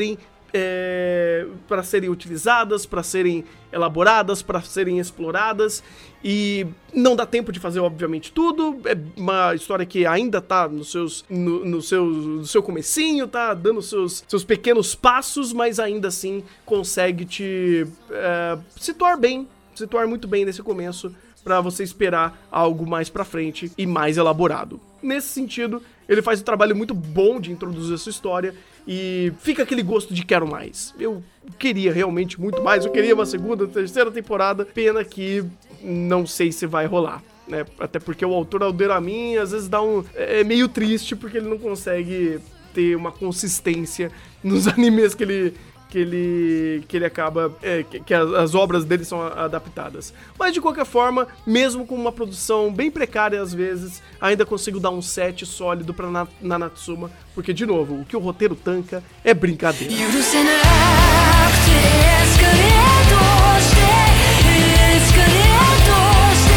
é, para serem utilizadas, para serem elaboradas, para serem exploradas, e não dá tempo de fazer, obviamente, tudo. É uma história que ainda tá nos seus, no, no seu, no seu comecinho, tá dando seus, seus pequenos passos, mas ainda assim consegue te é, situar bem, situar muito bem nesse começo, para você esperar algo mais pra frente e mais elaborado. Nesse sentido, ele faz um trabalho muito bom de introduzir essa história e fica aquele gosto de quero mais. Eu queria realmente muito mais, eu queria uma segunda, terceira temporada, pena que não sei se vai rolar, né? Até porque o autor Alderamin às vezes dá um... é meio triste porque ele não consegue ter uma consistência nos animes que ele... que ele, que ele acaba, é, que, que as, as obras dele são adaptadas. Mas de qualquer forma, mesmo com uma produção bem precária às vezes, ainda consigo dar um set sólido pra Na- Nanatsuma, porque de novo, o que o roteiro tanca é brincadeira. 許せなくてエスカレートしてエスカレートして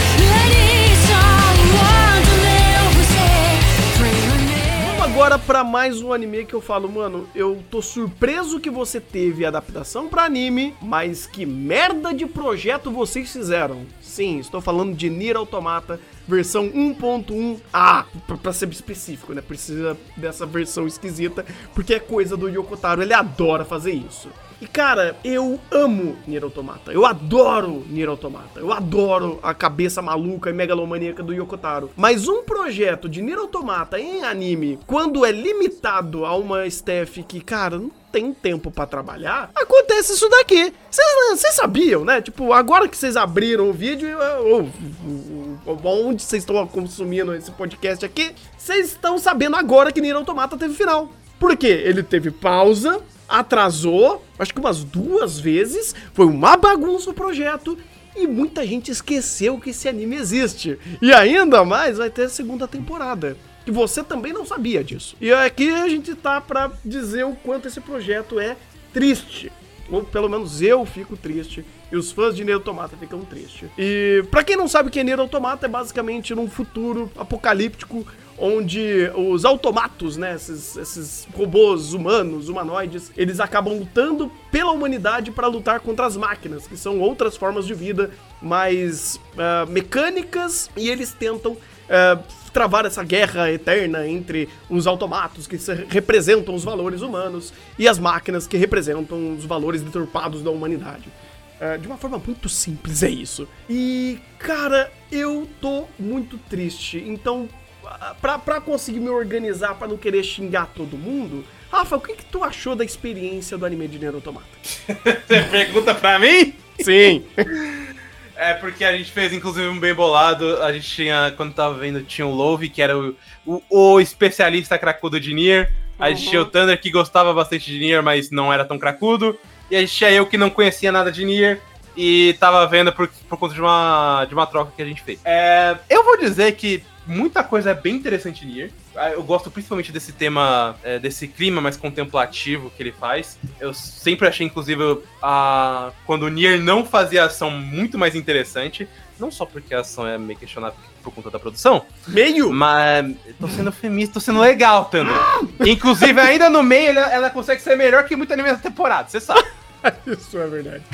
Let someone to live say Pray on me. Vamos agora pra mais um anime que eu falo, mano, eu tô surpreso que você teve adaptação pra anime, mas que merda de projeto vocês fizeram. Sim, estou falando de Nier Automata, versão um ponto um A, pra, pra ser específico, né? Precisa dessa versão esquisita, porque é coisa do Yoko Taro, ele adora fazer isso. E cara, eu amo Nier Automata, eu adoro Nier Automata, eu adoro a cabeça maluca e megalomaníaca do Yoko Taro. Mas um projeto de Nier Automata em anime, quando é limitado a uma staff que, cara, não tem tempo pra trabalhar, acontece isso daqui. Vocês sabiam, né? Tipo, agora que vocês abriram o vídeo, ou, ou, ou onde vocês estão consumindo esse podcast aqui, vocês estão sabendo agora que Nier Automata teve final. Por quê? Ele teve pausa, atrasou, acho que umas duas vezes, foi uma bagunça o projeto, e muita gente esqueceu que esse anime existe. E ainda mais vai ter a segunda temporada, que você também não sabia disso. E aqui a gente tá pra dizer o quanto esse projeto é triste. Ou pelo menos eu fico triste, e os fãs de Nier Automata ficam tristes. E pra quem não sabe o que é Nier Automata, é basicamente num futuro apocalíptico, onde os automatos, né, esses, esses robôs humanos, humanoides, eles acabam lutando pela humanidade para lutar contra as máquinas, que são outras formas de vida mais uh, mecânicas, e eles tentam uh, travar essa guerra eterna entre os automatos, que se- representam os valores humanos, e as máquinas, que representam os valores deturpados da humanidade. Uh, de uma forma muito simples, é isso. E, cara, eu tô muito triste, então... Pra, pra conseguir me organizar, pra não querer xingar todo mundo, Rafa, o que que tu achou da experiência do anime de Nier Automata? Você pergunta pra mim? Sim. É porque a gente fez, inclusive, um bem bolado. A gente tinha, quando tava vendo, tinha o Love, que era o, o, o especialista cracudo de Nier. A gente Uhum. tinha o Thunder, que gostava bastante de Nier, mas não era tão cracudo. E a gente tinha eu, que não conhecia nada de Nier. E tava vendo por, por conta de uma, de uma troca que a gente fez. É, eu vou dizer que muita coisa é bem interessante em Nier. Eu gosto principalmente desse tema, é, desse clima mais contemplativo que ele faz. Eu sempre achei, inclusive, a... quando o Nier não fazia ação muito mais interessante. Não só porque a ação é meio questionável por conta da produção. Meio? Mas tô sendo femista, tô sendo legal, Thunder. Inclusive, ainda no meio, ela, ela consegue ser melhor que muito anime da temporada, você sabe. Isso é verdade.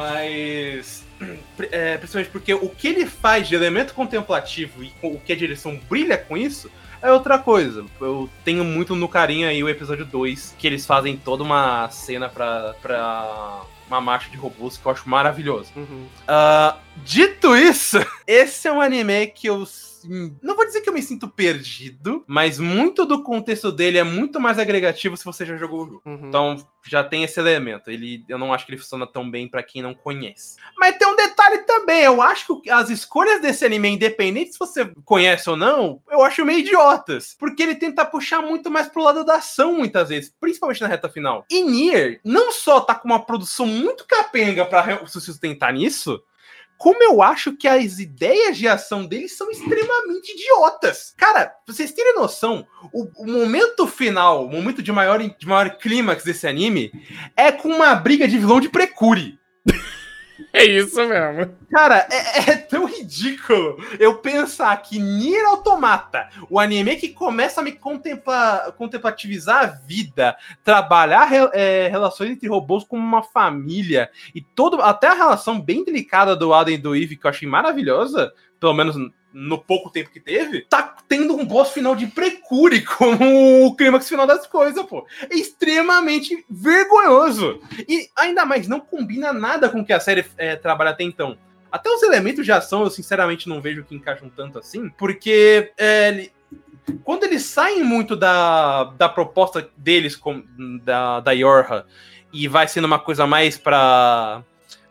Mas... É, principalmente porque o que ele faz de elemento contemplativo e o que a direção brilha com isso é outra coisa. Eu tenho muito no carinho aí o episódio dois, que eles fazem toda uma cena pra, pra uma marcha de robôs que eu acho maravilhoso. Uhum. Uh, dito isso, esse é um anime que eu... não vou dizer que eu me sinto perdido, mas muito do contexto dele é muito mais agregativo se você já jogou o jogo. Uhum. Então já tem esse elemento. Ele, eu não acho que ele funciona tão bem pra quem não conhece. Mas tem um detalhe também. Eu acho que as escolhas desse anime, independente se você conhece ou não, eu acho meio idiotas. Porque ele tenta puxar muito mais pro lado da ação, muitas vezes. Principalmente na reta final. E Nier não só tá com uma produção muito capenga pra se sustentar nisso, como eu acho que as ideias de ação deles são extremamente idiotas. Cara, pra vocês terem noção, o, o momento final, o momento de maior, de maior clímax desse anime, é com uma briga de vilão de Precure. É isso mesmo. Cara, é, é tão ridículo eu pensar que Nier Automata, o anime que começa a me contemplar, contemplativizar a vida, trabalhar re, é, relações entre robôs como uma família, e todo, até a relação bem delicada do Adam e do Eve, que eu achei maravilhosa, pelo menos no pouco tempo que teve, tá tendo um boss final de Precure como o clímax final das coisas, pô. É extremamente vergonhoso. E ainda mais, não combina nada com o que a série é, trabalha até então. Até os elementos de ação eu sinceramente não vejo que encaixam tanto assim, porque é, quando eles saem muito da, da proposta deles, com, da, da Yorha, e vai sendo uma coisa mais pra...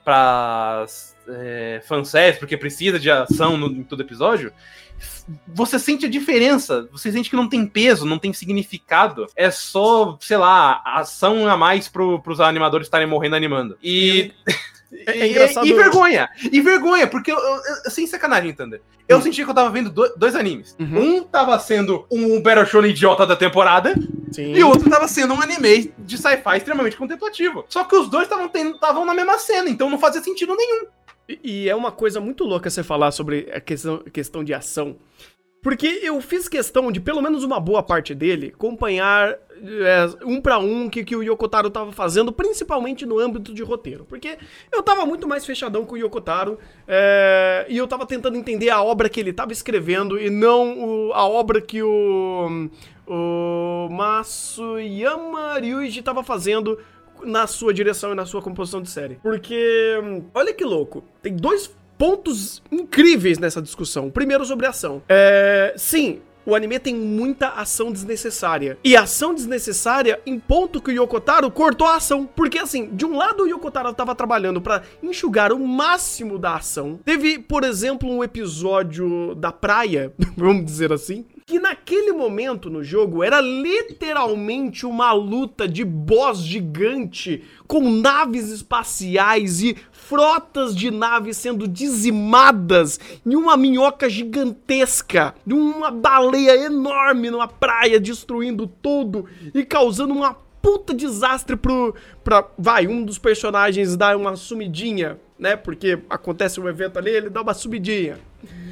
pra É, fanservice, porque precisa de ação no, em todo episódio, você sente a diferença, você sente que não tem peso, não tem significado, é só, sei lá, ação a mais pro, pros animadores estarem morrendo animando. E... É, é engraçado. E, e vergonha, e vergonha, porque eu, eu, eu, sem sacanagem, Thunder, eu hum. senti que eu tava vendo do, dois animes. Uhum. Um tava sendo um Battle Shonen idiota da temporada, sim, e o outro tava sendo um anime de sci-fi extremamente contemplativo. Só que os dois estavam na mesma cena, então não fazia sentido nenhum. E é uma coisa muito louca você falar sobre a questão, questão de ação. Porque eu fiz questão de, pelo menos uma boa parte dele, acompanhar é, um pra um o que, que o Yoko Taro tava fazendo, principalmente no âmbito de roteiro. Porque eu tava muito mais fechadão com o Yoko Taro, é, e eu tava tentando entender a obra que ele tava escrevendo e não o, a obra que o, o Masuyama Ryuji tava fazendo na sua direção e na sua composição de série. Porque, olha que louco, tem dois pontos incríveis nessa discussão. Primeiro, sobre a ação. É, sim, o anime tem muita ação desnecessária. E ação desnecessária em ponto que o Yoko Taro cortou a ação. Porque, assim, de um lado o Yoko Taro tava trabalhando pra enxugar o máximo da ação. Teve, por exemplo, um episódio da praia, vamos dizer assim, que naquele momento no jogo era literalmente uma luta de boss gigante com naves espaciais e frotas de naves sendo dizimadas em uma minhoca gigantesca, de uma baleia enorme numa praia destruindo tudo e causando uma puta desastre pro... Pra, vai, um dos personagens dá uma sumidinha, né? Porque acontece um evento ali, ele dá uma sumidinha.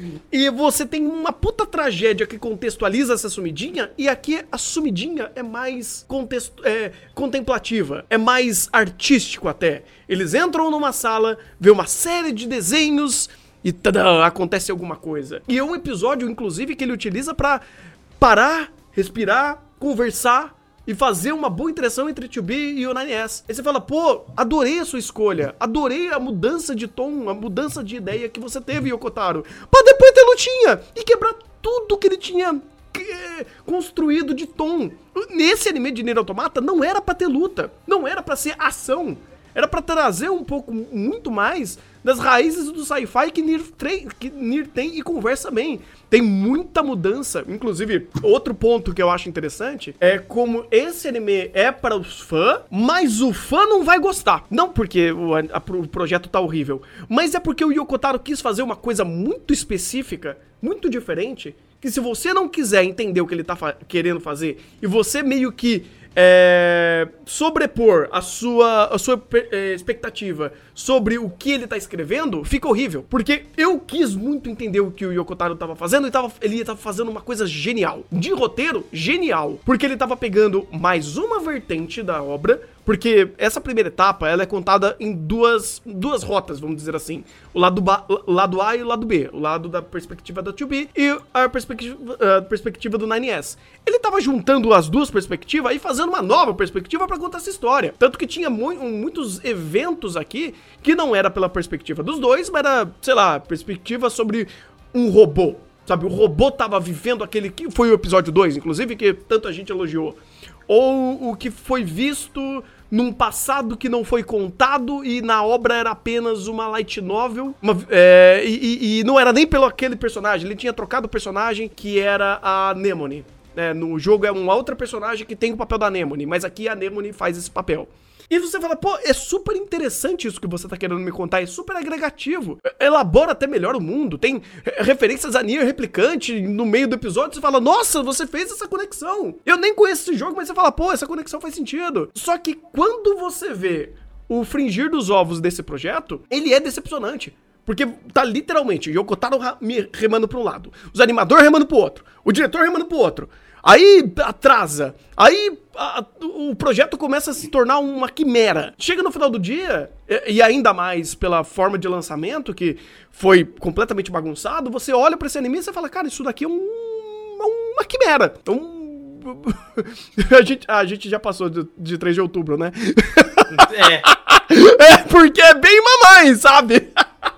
E você tem uma puta tragédia que contextualiza essa sumidinha, e aqui a sumidinha é mais contexto, é, contemplativa, é mais artístico até. Eles entram numa sala, vê uma série de desenhos e tadã, acontece alguma coisa. E é um episódio, inclusive, que ele utiliza pra parar, respirar, conversar e fazer uma boa interação entre dois B e o nine S. Aí você fala, pô, adorei a sua escolha, adorei a mudança de tom, a mudança de ideia que você teve, Yoko Taro, pra depois ter lutinha e quebrar tudo que ele tinha é, construído de tom. Nesse anime de Nier Automata não era pra ter luta, não era pra ser ação, era pra trazer um pouco, muito mais das raízes do sci-fi que Nier, que Nier tem e conversa bem. Tem muita mudança. Inclusive, outro ponto que eu acho interessante é como esse anime é para os fãs, mas o fã não vai gostar. Não porque o, a, o projeto tá horrível, mas é porque o Yoko Taro quis fazer uma coisa muito específica, muito diferente, que se você não quiser entender o que ele tá fa- querendo fazer, e você meio que É, sobrepor a sua, a sua é, expectativa sobre o que ele tá escrevendo, fica horrível. Porque eu quis muito entender o que o Yoko Taro tava fazendo e tava, ele tava fazendo uma coisa genial. De roteiro, genial. Porque ele tava pegando mais uma vertente da obra, porque essa primeira etapa, ela é contada em duas, duas rotas, vamos dizer assim. O lado, ba, o lado A e o lado B. O lado da perspectiva da dois B e a perspectiva, a perspectiva do nine S. Ele tava juntando as duas perspectivas e fazendo uma nova perspectiva pra contar essa história. Tanto que tinha mu- muitos eventos aqui que não era pela perspectiva dos dois, mas era, sei lá, perspectiva sobre um robô. Sabe, o robô tava vivendo aquele que foi o episódio dois, inclusive, que tanto a gente elogiou. Ou o que foi visto num passado que não foi contado e na obra era apenas uma light novel, uma, é, e, e não era nem pelo aquele personagem, ele tinha trocado o personagem que era a Anemone. É, no jogo é uma outra personagem que tem o papel da Anemone, mas aqui a Anemone faz esse papel. E você fala, pô, é super interessante isso que você tá querendo me contar, é super agregativo, elabora até melhor o mundo, tem referências a Nier Replicante no meio do episódio, você fala, nossa, você fez essa conexão. Eu nem conheço esse jogo, mas você fala, pô, essa conexão faz sentido. Só que quando você vê o fringir dos ovos desse projeto, ele é decepcionante. Porque tá literalmente o Yokotaro remando pra um lado, os animadores remando pro outro, o diretor remando pro outro. Aí atrasa, aí a, o projeto começa a se tornar uma quimera. Chega no final do dia, e, e ainda mais pela forma de lançamento, que foi completamente bagunçado, você olha pra esse anime e você fala, cara, isso daqui é um, uma quimera. Então, a, gente, a gente já passou de, de três de outubro, né? É. É, porque é bem mamãe, sabe?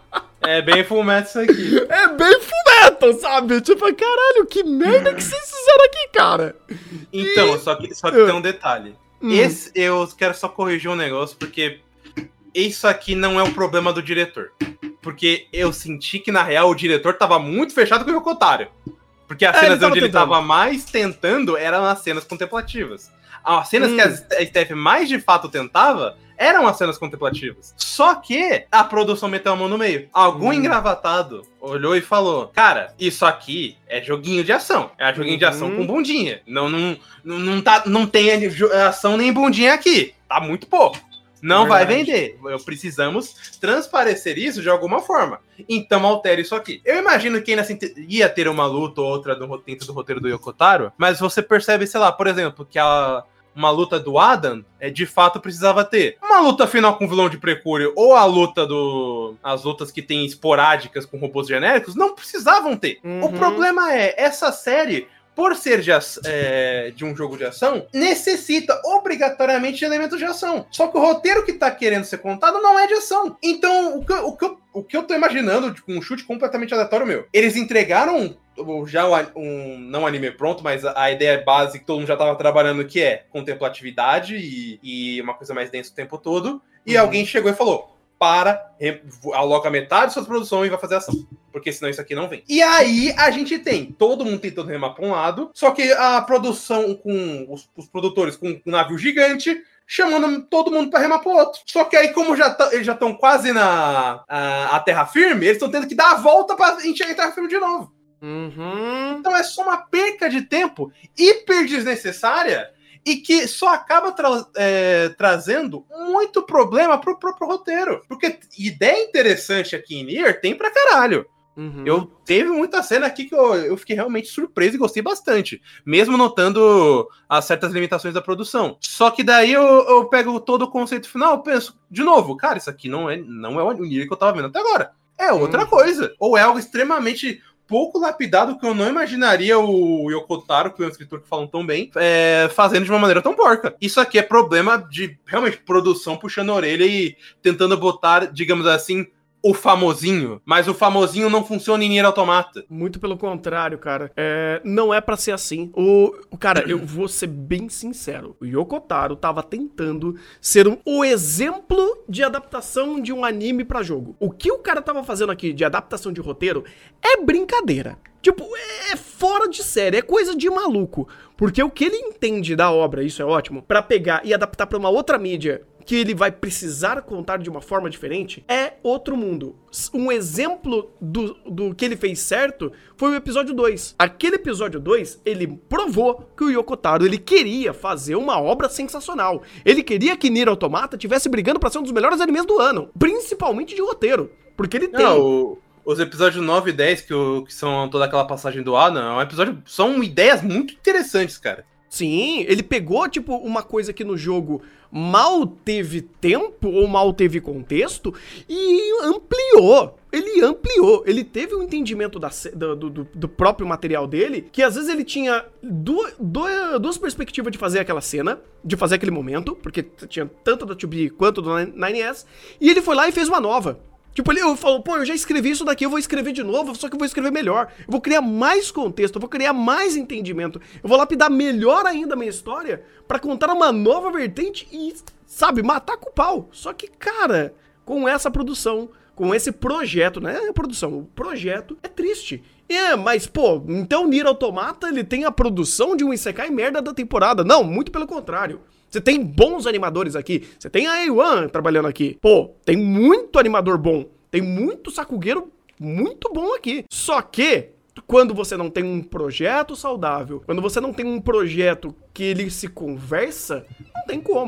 É bem fullmetal isso aqui. É bem fullmetal, sabe? Tipo, caralho, que merda que vocês fizeram aqui, cara? Então, E... só que, só que tem um detalhe. Hum. Esse, eu quero só corrigir um negócio, porque isso aqui não é um problema do diretor. Porque eu senti que, na real, o diretor tava muito fechado com o Yokotaro. Porque as É, cenas ele tava onde ele tentando. tava mais tentando eram as cenas contemplativas. As cenas Hum. que a Steph mais de fato tentava eram as cenas contemplativas. Só que a produção meteu a mão no meio. Algum Hum. engravatado olhou e falou: cara, isso aqui é joguinho de ação. É joguinho de ação Uhum. com bundinha. Não, não, não, não, tá, não tem ação nem bundinha aqui. Tá muito pouco. Não vai Verdade. vender. Eu precisamos transparecer isso de alguma forma. Então altere isso aqui. Eu imagino que ainda assim te- ia ter uma luta ou outra do, ro- dentro do roteiro do Yokotaro, mas você percebe, sei lá, por exemplo, que a, uma luta do Adam é, de fato precisava ter. Uma luta final com o vilão de Precure ou a luta do... as lutas que tem esporádicas com robôs genéricos não precisavam ter. Uhum. O problema é, essa série... por ser de, ac- é, de um jogo de ação, necessita obrigatoriamente de elementos de ação. Só que o roteiro que tá querendo ser contado não é de ação. Então, o que, eu- o que, eu, o que eu tô imaginando, com um chute completamente aleatório meu, eles entregaram um- já um, um não anime pronto, mas a, a ideia base que todo mundo já tava trabalhando, que é contemplatividade e, e uma coisa mais densa o tempo todo, e Uhum. alguém chegou e falou: para, re- aloca metade de suas produções e vai fazer ação. Porque senão isso aqui não vem. E aí a gente tem todo mundo tentando remar pra um lado, só que a produção com os, os produtores com um navio gigante, chamando todo mundo pra remar pro outro. Só que aí, como já tá- eles já estão quase na a, a terra firme, eles estão tendo que dar a volta pra enxergar a terra firme de novo. Uhum. Então é só uma perca de tempo hiper desnecessária e que só acaba tra- é, trazendo muito problema pro próprio roteiro. Porque ideia interessante aqui em Nier tem pra caralho. Uhum. Eu teve muita cena aqui que eu, eu fiquei realmente surpreso e gostei bastante. Mesmo notando as certas limitações da produção. Só que daí eu, eu pego todo o conceito final e penso, de novo, cara, isso aqui não é, não é o Nier que eu tava vendo até agora. É outra Hum. coisa. Ou é algo extremamente pouco lapidado que eu não imaginaria o Yokotaro, que é um escritor que falam tão bem, é, fazendo de uma maneira tão porca. Isso aqui é problema de, realmente, produção puxando a orelha e tentando botar, digamos assim, o famosinho. Mas o famosinho não funciona em Nier Automata. Muito pelo contrário, cara. É, não é pra ser assim. O, o cara, eu vou ser bem sincero. O Yokotaro tava tentando ser um, o exemplo de adaptação de um anime pra jogo. O que o cara tava fazendo aqui de adaptação de roteiro é brincadeira. Tipo, é fora de série, é coisa de maluco. Porque o que ele entende da obra, isso é ótimo, pra pegar e adaptar pra uma outra mídia que ele vai precisar contar de uma forma diferente, é outro mundo. Um exemplo do, do que ele fez certo foi o episódio dois. Aquele episódio dois, ele provou que o Yokotaro, ele queria fazer uma obra sensacional. Ele queria que Nier Automata tivesse brigando pra ser um dos melhores animes do ano. Principalmente de roteiro. Porque ele tem... Não, o- os episódios nove e dez, que, o- que são toda aquela passagem do Adam, é um episódio, são ideias muito interessantes, cara. Sim, ele pegou, tipo, uma coisa que no jogo mal teve tempo ou mal teve contexto e ampliou. Ele ampliou. Ele teve um entendimento da, ce- do, do, do próprio material dele, que às vezes ele tinha duas, duas, duas perspectivas de fazer aquela cena, de fazer aquele momento, porque tinha tanto da dois B quanto do nine S, e ele foi lá e fez uma nova. Tipo, ele falou, pô, eu já escrevi isso daqui, eu vou escrever de novo, só que eu vou escrever melhor. Eu vou criar mais contexto, eu vou criar mais entendimento. Eu vou lapidar melhor ainda a minha história pra contar uma nova vertente e, sabe, matar com o pau. Só que, cara, com essa produção, com esse projeto, não é a produção, o projeto é triste. É, mas, pô, então Nier Automata, ele tem a produção de um Isekai merda da temporada. Não, muito pelo contrário. Você tem bons animadores aqui. Você tem a A um trabalhando aqui. Pô, tem muito animador bom. Tem muito sacugueiro muito bom aqui. Só que, quando você não tem um projeto saudável, quando você não tem um projeto que ele se conversa, não tem como.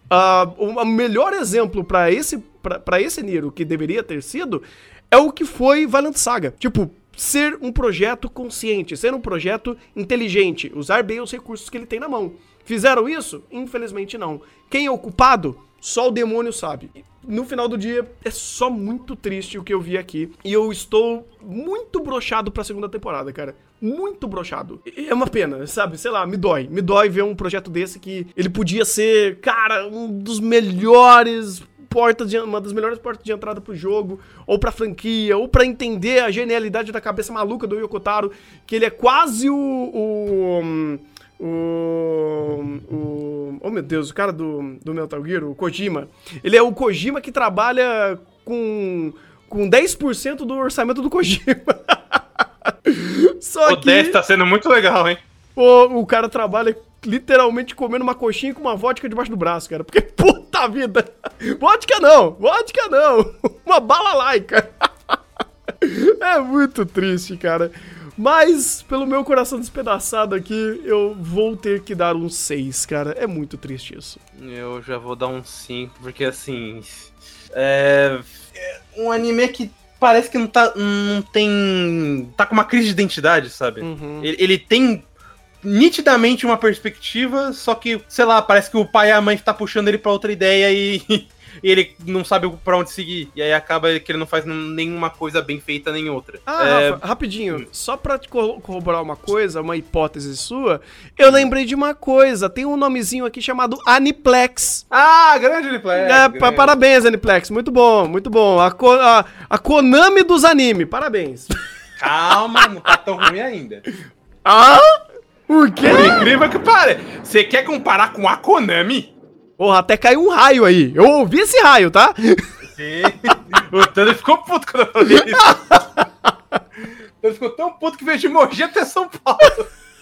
uh, o melhor exemplo pra esse, pra, pra esse Nier, o que deveria ter sido, é o que foi Vinland Saga. Tipo, ser um projeto consciente, ser um projeto inteligente, usar bem os recursos que ele tem na mão. Fizeram isso? Infelizmente não. Quem é o culpado? Só o demônio sabe. No final do dia, é só muito triste o que eu vi aqui. E eu estou muito broxado pra segunda temporada, cara. Muito broxado. É uma pena, sabe? Sei lá, me dói. Me dói ver um projeto desse que ele podia ser, cara, um dos melhores portas de, uma das melhores portas de entrada pro jogo, ou pra franquia, ou pra entender a genialidade da cabeça maluca do Yoko Taro, que ele é quase o... o O, o... Oh, meu Deus, o cara do, do Metal Gear, o Kojima. Ele é o Kojima que trabalha com, com dez por cento do orçamento do Kojima. Só O que... dez tá sendo muito legal, hein? O, o cara trabalha literalmente comendo uma coxinha com uma vodka debaixo do braço, cara. Porque, puta vida! Vodka não! Vodka não! Uma bala laica! É muito triste, cara. Mas, pelo meu coração despedaçado aqui, eu vou ter que dar um seis, cara. É muito triste isso. Eu já vou dar um cinco, porque assim... É... é um anime que parece que não tá... Não tem... Tá com uma crise de identidade, sabe? Uhum. Ele, ele tem nitidamente uma perspectiva, só que, sei lá, parece que o pai e a mãe tá puxando ele pra outra ideia e... E ele não sabe pra onde seguir. E aí acaba que ele não faz nenhuma coisa bem feita nem outra. Ah, é... Rafa, rapidinho. Só pra te corroborar uma coisa, uma hipótese sua, eu lembrei de uma coisa. Tem um nomezinho aqui chamado Aniplex. Ah, grande Aniplex. É, grande. Parabéns, Aniplex. Muito bom, muito bom. A, Co a, a Konami dos anime. Parabéns. Calma, não tá tão ruim ainda. Ah? O quê? Por incrível que pare. Você quer comparar com a Konami? Porra, até caiu um raio aí. Eu ouvi esse raio, tá? Sim. O Thunder ficou puto quando eu falei isso. O Thunder ficou tão puto que veio de Mogi até São Paulo.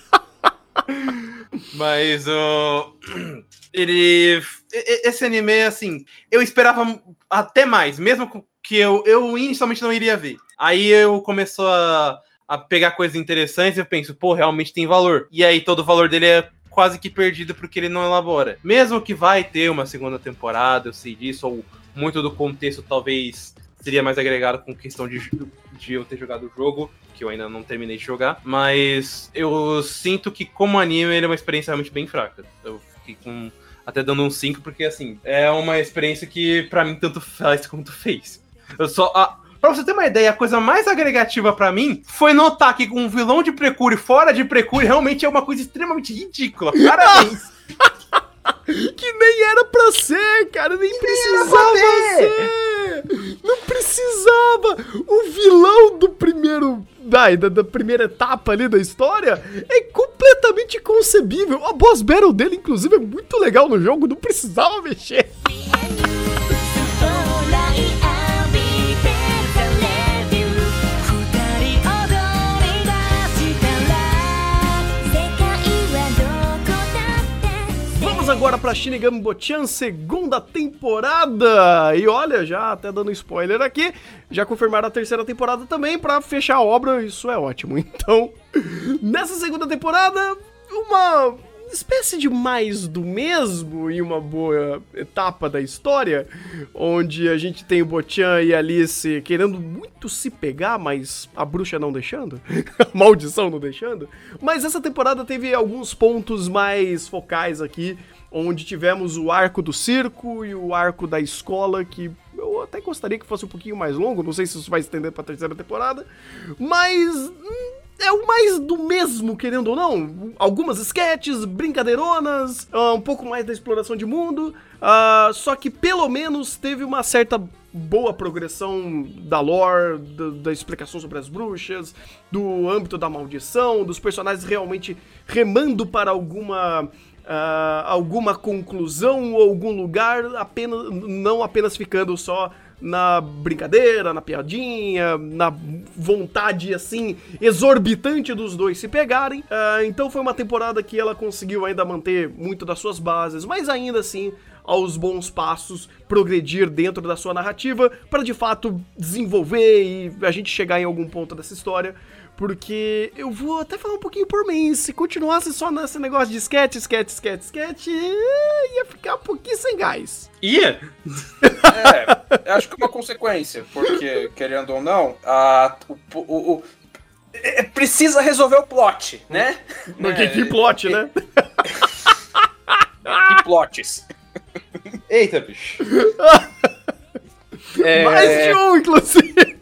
Mas o... Ele... Esse anime, assim... Eu esperava até mais. Mesmo que eu, eu inicialmente não iria ver. Aí eu começou a, a pegar coisas interessantes e eu penso, pô, realmente tem valor. E aí todo o valor dele é quase que perdido porque ele não elabora. Mesmo que vai ter uma segunda temporada, eu sei disso, ou muito do contexto talvez seria mais agregado com questão de, de eu ter jogado o jogo, que eu ainda não terminei de jogar, mas eu sinto que como anime ele é uma experiência realmente bem fraca. Eu fiquei com, até dando um cinco, porque assim, é uma experiência que pra mim tanto faz quanto fez. Eu só... A, Pra você ter uma ideia, a coisa mais agregativa pra mim foi notar que um vilão de Precure fora de Precure realmente é uma coisa extremamente ridícula. Parabéns! Que nem era pra ser, cara, nem precisava ser! Não precisava! O vilão do primeiro... Da, da, da primeira etapa ali da história é completamente inconcebível. A boss battle dele, inclusive, é muito legal no jogo, não precisava mexer. Agora pra Shinigami Bochan, segunda temporada. E olha, já até dando spoiler aqui, já confirmaram a terceira temporada também pra fechar a obra, isso é ótimo. Então, nessa segunda temporada, uma espécie de mais do mesmo e uma boa etapa da história, onde a gente tem o Bochan e a Alice querendo muito se pegar, mas a bruxa não deixando, a maldição não deixando. Mas essa temporada teve alguns pontos mais focais aqui, onde tivemos o arco do circo e o arco da escola, que eu até gostaria que fosse um pouquinho mais longo, não sei se isso vai estender pra terceira temporada, mas hum, é o mais do mesmo, querendo ou não. Algumas sketches, brincadeironas, uh, um pouco mais da exploração de mundo, uh, só que pelo menos teve uma certa boa progressão da lore, da, da explicação sobre as bruxas, do âmbito da maldição, dos personagens realmente remando para alguma... Uh, alguma conclusão ou algum lugar, apenas, não apenas ficando só na brincadeira, na piadinha, na vontade, assim, exorbitante dos dois se pegarem. Uh, então foi uma temporada que ela conseguiu ainda manter muito das suas bases, mas ainda assim, aos bons passos, progredir dentro da sua narrativa, para de fato desenvolver e a gente chegar em algum ponto dessa história. Porque eu vou até falar um pouquinho por mim, se continuasse só nesse negócio de sketch, sketch, sketch, sketch, ia ficar um pouquinho sem gás. Ia? É, acho que é uma consequência, porque, querendo ou não, a, o, o, o, é, precisa resolver o plot, né? Porque é, que plot, né? Que plots. Eita, bicho. É, Mais de um, inclusive.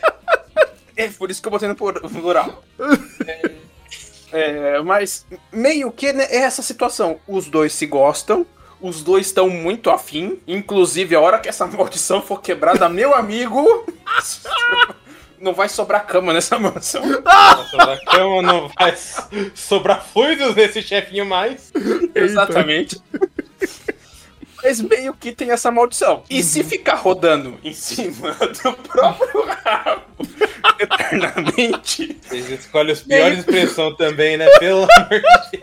É por isso que eu botei no plural. É, é, mas meio que né, é essa situação. Os dois se gostam, os dois estão muito afim. Inclusive, a hora que essa maldição for quebrada, meu amigo, não vai sobrar cama nessa mansão. Não vai sobrar cama, não vai sobrar fluidos nesse chefinho mais. Exatamente. Mas meio que tem essa maldição. E se ficar rodando em cima do próprio rabo eternamente... Vocês escolhem as piores expressões também, né? Pelo amor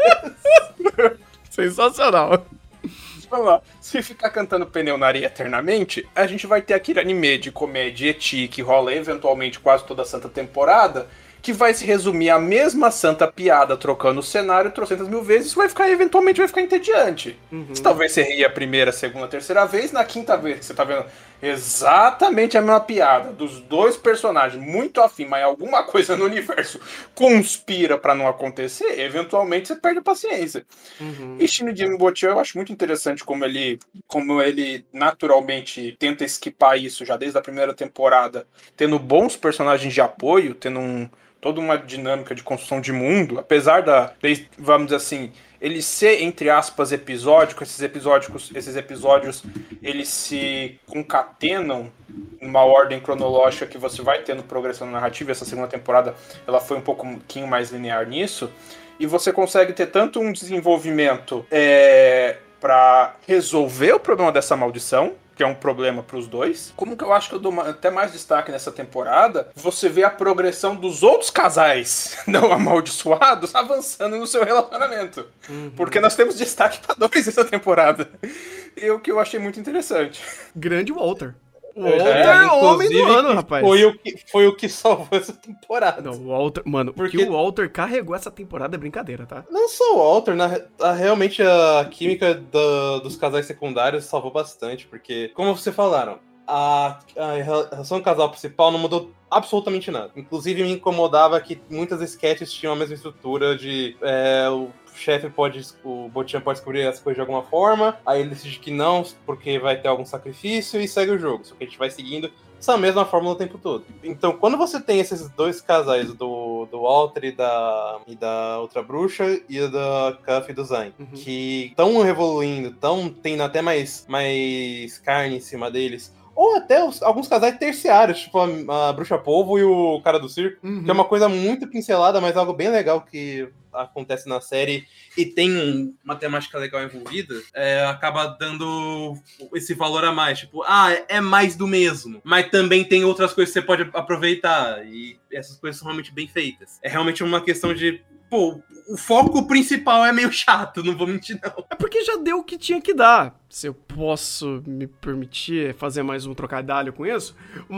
de Deus. Sensacional. Vamos lá. Se ficar cantando pneu na areia eternamente, a gente vai ter aquele anime de comédia eti que rola eventualmente quase toda a santa temporada, que vai se resumir a mesma santa piada trocando o cenário trocentas mil vezes, vai ficar, eventualmente, vai ficar entediante. Uhum. Se talvez você ria a primeira, segunda, terceira vez, na quinta vez que você tá vendo exatamente a mesma piada dos dois personagens, muito afim, mas alguma coisa no universo conspira pra não acontecer, eventualmente você perde a paciência. Uhum. E Shinigami Bochou eu acho muito interessante como ele, como ele naturalmente tenta esquipar isso já desde a primeira temporada, tendo bons personagens de apoio, tendo um toda uma dinâmica de construção de mundo, apesar da, vamos dizer assim, ele ser, entre aspas, episódico, esses episódicos, esses episódios, eles se concatenam numa ordem cronológica que você vai tendo progressão narrativa, essa segunda temporada, ela foi um pouquinho mais linear nisso, e você consegue ter tanto um desenvolvimento é, para resolver o problema dessa maldição, que é um problema para os dois. Como que eu acho que eu dou até mais destaque nessa temporada, você vê a progressão dos outros casais não amaldiçoados avançando no seu relacionamento. Uhum. Porque nós temos destaque para dois nessa temporada. E o que eu achei muito interessante. Grande Walter. Walter, É, homem do ano, que rapaz. Foi o, que, foi o que salvou essa temporada. Não, o Walter, mano, porque o que o Walter carregou essa temporada é brincadeira, tá? Não só o Walter, na, a, realmente a química do, dos casais secundários salvou bastante, porque, como vocês falaram, a, a relação do casal principal não mudou absolutamente nada. Inclusive me incomodava que muitas sketches tinham a mesma estrutura de é, o chefe pode, o Bochan pode descobrir as coisas de alguma forma, aí ele decide que não, porque vai ter algum sacrifício e segue o jogo. Só que a gente vai seguindo essa mesma fórmula o tempo todo. Então, quando você tem esses dois casais, do, do Walter e da, e da outra bruxa, e da Cuff e do Zayn, uhum. que estão evoluindo, estão tendo até mais, mais carne em cima deles, ou até os, alguns casais terciários, tipo a, a Bruxa Polvo e o cara do circo, uhum. que é uma coisa muito pincelada, mas algo bem legal que acontece na série e tem uma temática legal envolvida, é, acaba dando esse valor a mais. Tipo, ah, é mais do mesmo, mas também tem outras coisas que você pode aproveitar e essas coisas são realmente bem feitas. É realmente uma questão de, pô, o foco principal é meio chato, não vou mentir não. É porque já deu o que tinha que dar. Se eu posso me permitir fazer mais um trocadilho com isso,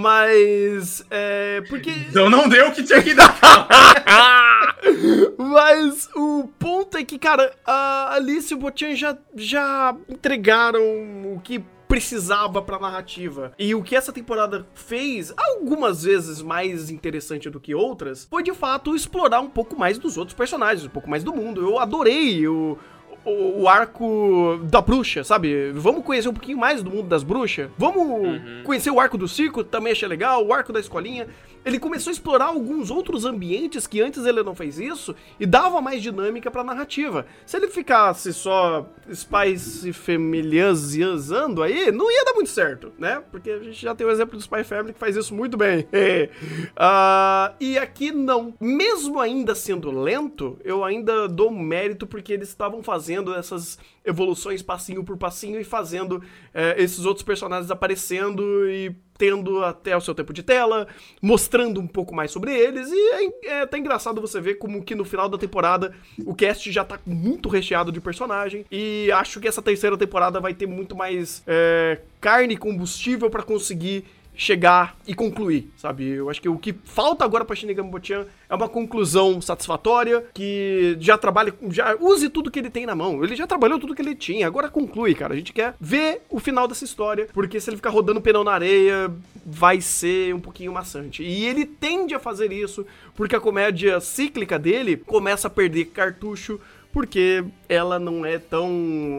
mas é porque... Então não deu o que tinha que dar. Mas o ponto é que, cara, a Alice e o Bochan já, já entregaram o que precisava pra narrativa. E o que essa temporada fez, algumas vezes mais interessante do que outras, foi de fato explorar um pouco mais dos outros personagens, um pouco mais do mundo. Eu adorei o... O, o arco da bruxa, sabe? Vamos conhecer um pouquinho mais do mundo das bruxas. Vamos uhum. conhecer o arco do circo, também achei legal. O arco da escolinha. Ele começou a explorar alguns outros ambientes que antes ele não fez isso e dava mais dinâmica pra narrativa. Se ele ficasse só Spice Family-ando aí, não ia dar muito certo, né? Porque a gente já tem o exemplo do Spy Family que faz isso muito bem. uh, e aqui não. Mesmo ainda sendo lento, eu ainda dou mérito porque eles estavam fazendo essas evoluções passinho por passinho e fazendo é, esses outros personagens aparecendo e tendo até o seu tempo de tela, mostrando um pouco mais sobre eles, e é, é até engraçado você ver como que no final da temporada o cast já tá muito recheado de personagem, e acho que essa terceira temporada vai ter muito mais é, carne e combustível pra conseguir chegar e concluir, sabe? Eu acho que o que falta agora pra Shinigami Botian é uma conclusão satisfatória, que já trabalhe, já use tudo que ele tem na mão. Ele já trabalhou tudo que ele tinha, agora conclui, cara. A gente quer ver o final dessa história, porque se ele ficar rodando pneu na areia, vai ser um pouquinho maçante. E ele tende a fazer isso, porque a comédia cíclica dele começa a perder cartucho, porque ela não é tão...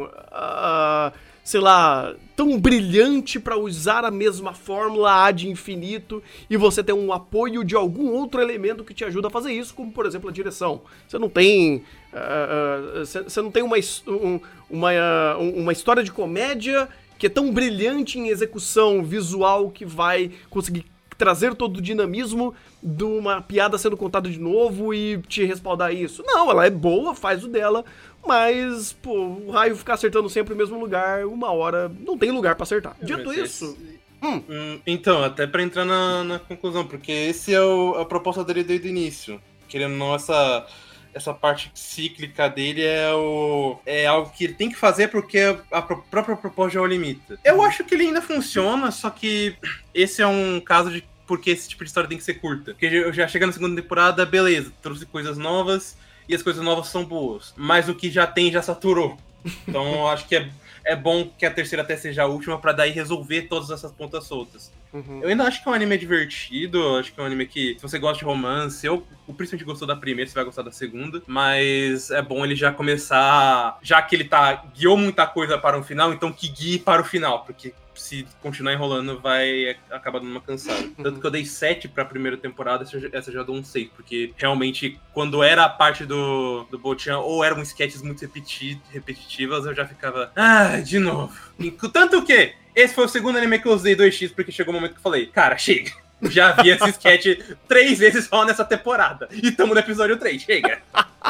Uh, sei lá, tão brilhante pra usar a mesma fórmula ad infinito e você ter um apoio de algum outro elemento que te ajuda a fazer isso, como por exemplo a direção. Você não tem uh, uh, você não tem uma, um, uma, uh, uma história de comédia que é tão brilhante em execução visual que vai conseguir trazer todo o dinamismo de uma piada sendo contada de novo e te respaldar isso. Não, ela é boa, faz o dela, mas, pô, o raio ficar acertando sempre o mesmo lugar, uma hora, não tem lugar pra acertar. Dito isso... Hum. Hum, então, até pra entrar na, na conclusão, porque esse é o, a proposta dele desde o início. Querendo ou não, essa... essa parte cíclica dele é, o, é algo que ele tem que fazer porque a pro, própria proposta já o limita. Eu acho que ele ainda funciona, só que esse é um caso de porque esse tipo de história tem que ser curta. Porque já chega na segunda temporada, beleza, trouxe coisas novas e as coisas novas são boas. Mas o que já tem já saturou. Então eu acho que é, é bom que a terceira até seja a última pra daí resolver todas essas pontas soltas. Uhum. Eu ainda acho que é um anime divertido, acho que é um anime que, se você gosta de romance, eu, o principalmente gostou da primeira, você vai gostar da segunda, mas é bom ele já começar, já que ele tá, guiou muita coisa para um final, então que guie para o final, porque se continuar enrolando vai acabar dando uma cansada. Uhum. Tanto que eu dei sete pra primeira temporada, essa já dou um seis, porque realmente, quando era a parte do, do Botian, ou eram sketches muito repeti- repetitivas, eu já ficava, ah, de novo. Tanto que esse foi o segundo anime que eu usei dois x, porque chegou um momento que eu falei, cara, chega. Já vi esse sketch três vezes só nessa temporada. E tamo no episódio três, chega.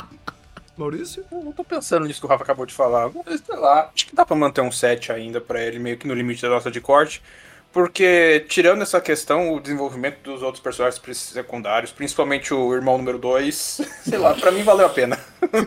Maurício? Eu não tô pensando nisso que o Rafa acabou de falar. Mas, sei lá, acho que dá pra manter um sete ainda pra ele, meio que no limite da nossa de corte. Porque, tirando essa questão, o desenvolvimento dos outros personagens secundários, principalmente o irmão número dois, sei lá, pra mim valeu a pena.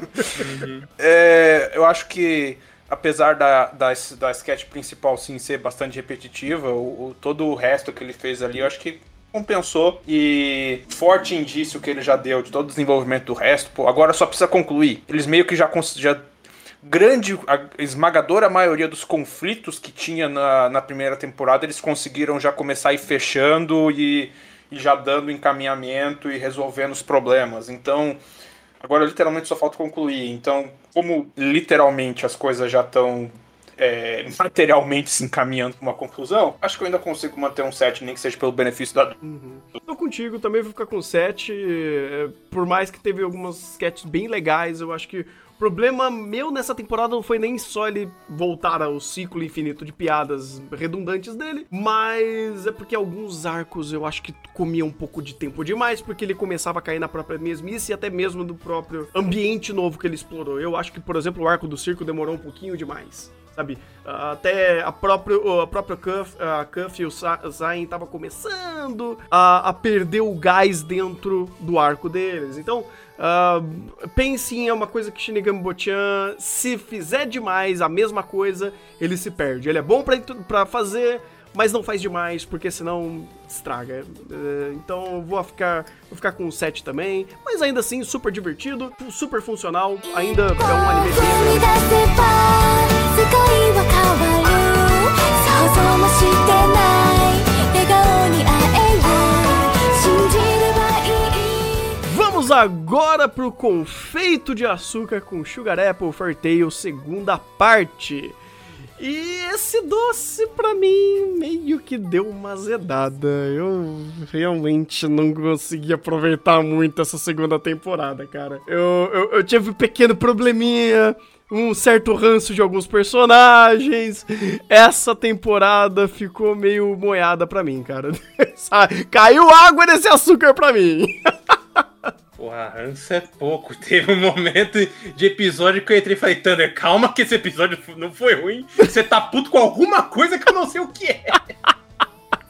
Uhum. É, eu acho que, apesar da, da, da sketch principal sim ser bastante repetitiva, o, o, todo o resto que ele fez ali, eu acho que compensou, e forte indício que ele já deu de todo o desenvolvimento do resto, pô, agora só precisa concluir. Eles meio que já, já grande, a esmagadora maioria dos conflitos que tinha na, na primeira temporada, eles conseguiram já começar a ir fechando e, e já dando encaminhamento e resolvendo os problemas. Então, agora literalmente só falta concluir. Então, como literalmente as coisas já estão É, materialmente se encaminhando para uma conclusão, acho que eu ainda consigo manter um sete, nem que seja pelo benefício da... Uhum. Tô contigo, também vou ficar com sete, é, por mais que teve algumas sketches bem legais, eu acho que o problema meu nessa temporada não foi nem só ele voltar ao ciclo infinito de piadas redundantes dele, mas é porque alguns arcos eu acho que comia um pouco de tempo demais, porque ele começava a cair na própria mesmice e até mesmo do próprio ambiente novo que ele explorou. Eu acho que, por exemplo, o arco do circo demorou um pouquinho demais. Sabe, até a própria, a própria Cuff, a Cuff e o Zayn estavam começando a, a perder o gás dentro do arco deles. Então, uh, pense em uma coisa que Shinigami Botian, se fizer demais a mesma coisa, ele se perde. Ele é bom pra, pra fazer, mas não faz demais, porque senão estraga. Uh, então eu vou ficar, vou ficar com um sete também, mas ainda assim super divertido, super funcional, ainda é um anime bem legal. Vamos agora pro Confeito de Açúcar com Sugar Apple Fairy Tail, segunda parte. E esse doce, pra mim, meio que deu uma azedada. Eu realmente não consegui aproveitar muito essa segunda temporada, cara. Eu, eu, eu tive um pequeno probleminha, um certo ranço de alguns personagens. Essa temporada ficou meio moiada pra mim, cara. Caiu água nesse açúcar pra mim. Porra, ranço é pouco. Teve um momento de episódio que eu entrei e falei, Thunder, calma que esse episódio não foi ruim. Você tá puto com alguma coisa que eu não sei o que é.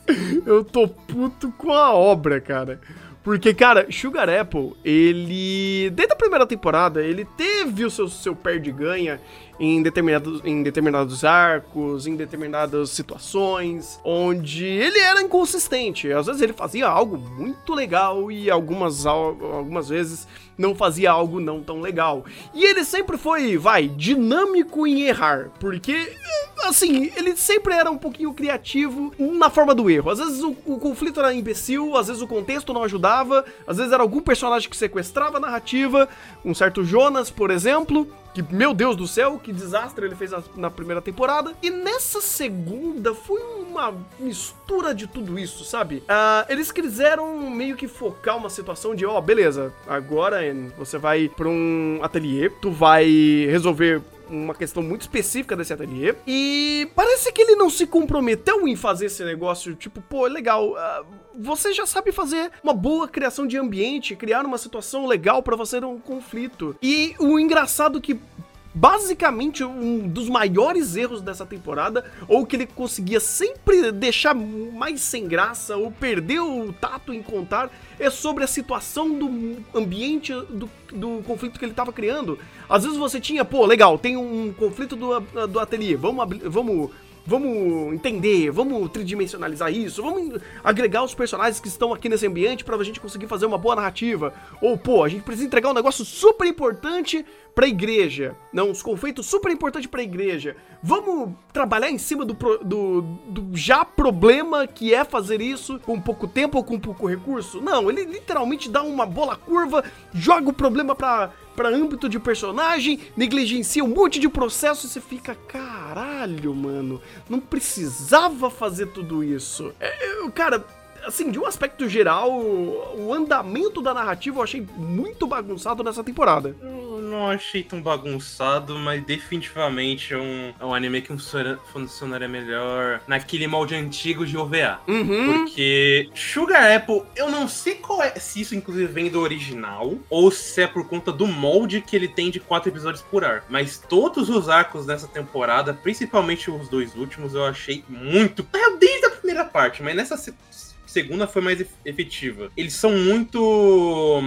Eu tô puto com a obra, cara. Porque, cara, Sugar Apple, ele... Desde a primeira temporada, ele teve o seu, seu perde-ganha em determinados, em determinados arcos, em determinadas situações, onde ele era inconsistente. Às vezes ele fazia algo muito legal e algumas, algumas vezes não fazia algo não tão legal. E ele sempre foi, vai, dinâmico em errar, porque, assim, ele sempre era um pouquinho criativo na forma do erro. Às vezes o, o conflito era imbecil, às vezes o contexto não ajudava, às vezes era algum personagem que sequestrava a narrativa, um certo Jonas, por exemplo, que, meu Deus do céu, que desastre ele fez na, na primeira temporada. E nessa segunda foi uma mistura de tudo isso, sabe? Uh, eles quiseram meio que focar uma situação de, ó, oh, beleza, agora você vai pra um ateliê, tu vai resolver uma questão muito específica desse ateliê, e parece que ele não se comprometeu em fazer esse negócio, tipo, pô, legal, uh, você já sabe fazer uma boa criação de ambiente, criar uma situação legal pra você ter um conflito. E o engraçado é que basicamente um dos maiores erros dessa temporada, ou que ele conseguia sempre deixar mais sem graça, ou perder o tato em contar, é sobre a situação do ambiente do, do conflito que ele estava criando. Às vezes você tinha, pô, legal, tem um conflito do, do ateliê, vamos, vamos, vamos entender, vamos tridimensionalizar isso, vamos agregar os personagens que estão aqui nesse ambiente pra gente conseguir fazer uma boa narrativa. Ou, pô, a gente precisa entregar um negócio super importante pra igreja. Não, os conflitos super importantes pra igreja. Vamos trabalhar em cima do, do, do já problema que é fazer isso com pouco tempo ou com pouco recurso? Não, ele literalmente dá uma bola curva, joga o problema pra, pra âmbito de personagem, negligencia um monte de processo e você fica, caralho, mano, não precisava fazer tudo isso. É, eu, cara... Assim, de um aspecto geral, o andamento da narrativa eu achei muito bagunçado nessa temporada. Eu não achei tão bagunçado, mas definitivamente é um, é um anime que funcionaria melhor naquele molde antigo de O V A. Uhum. Porque Sugar Apple, eu não sei qual é, se isso inclusive vem do original, ou se é por conta do molde que ele tem de quatro episódios por arco. Mas todos os arcos dessa temporada, principalmente os dois últimos, eu achei muito... Desde a primeira parte, mas nessa... segunda foi mais efetiva. Eles são muito...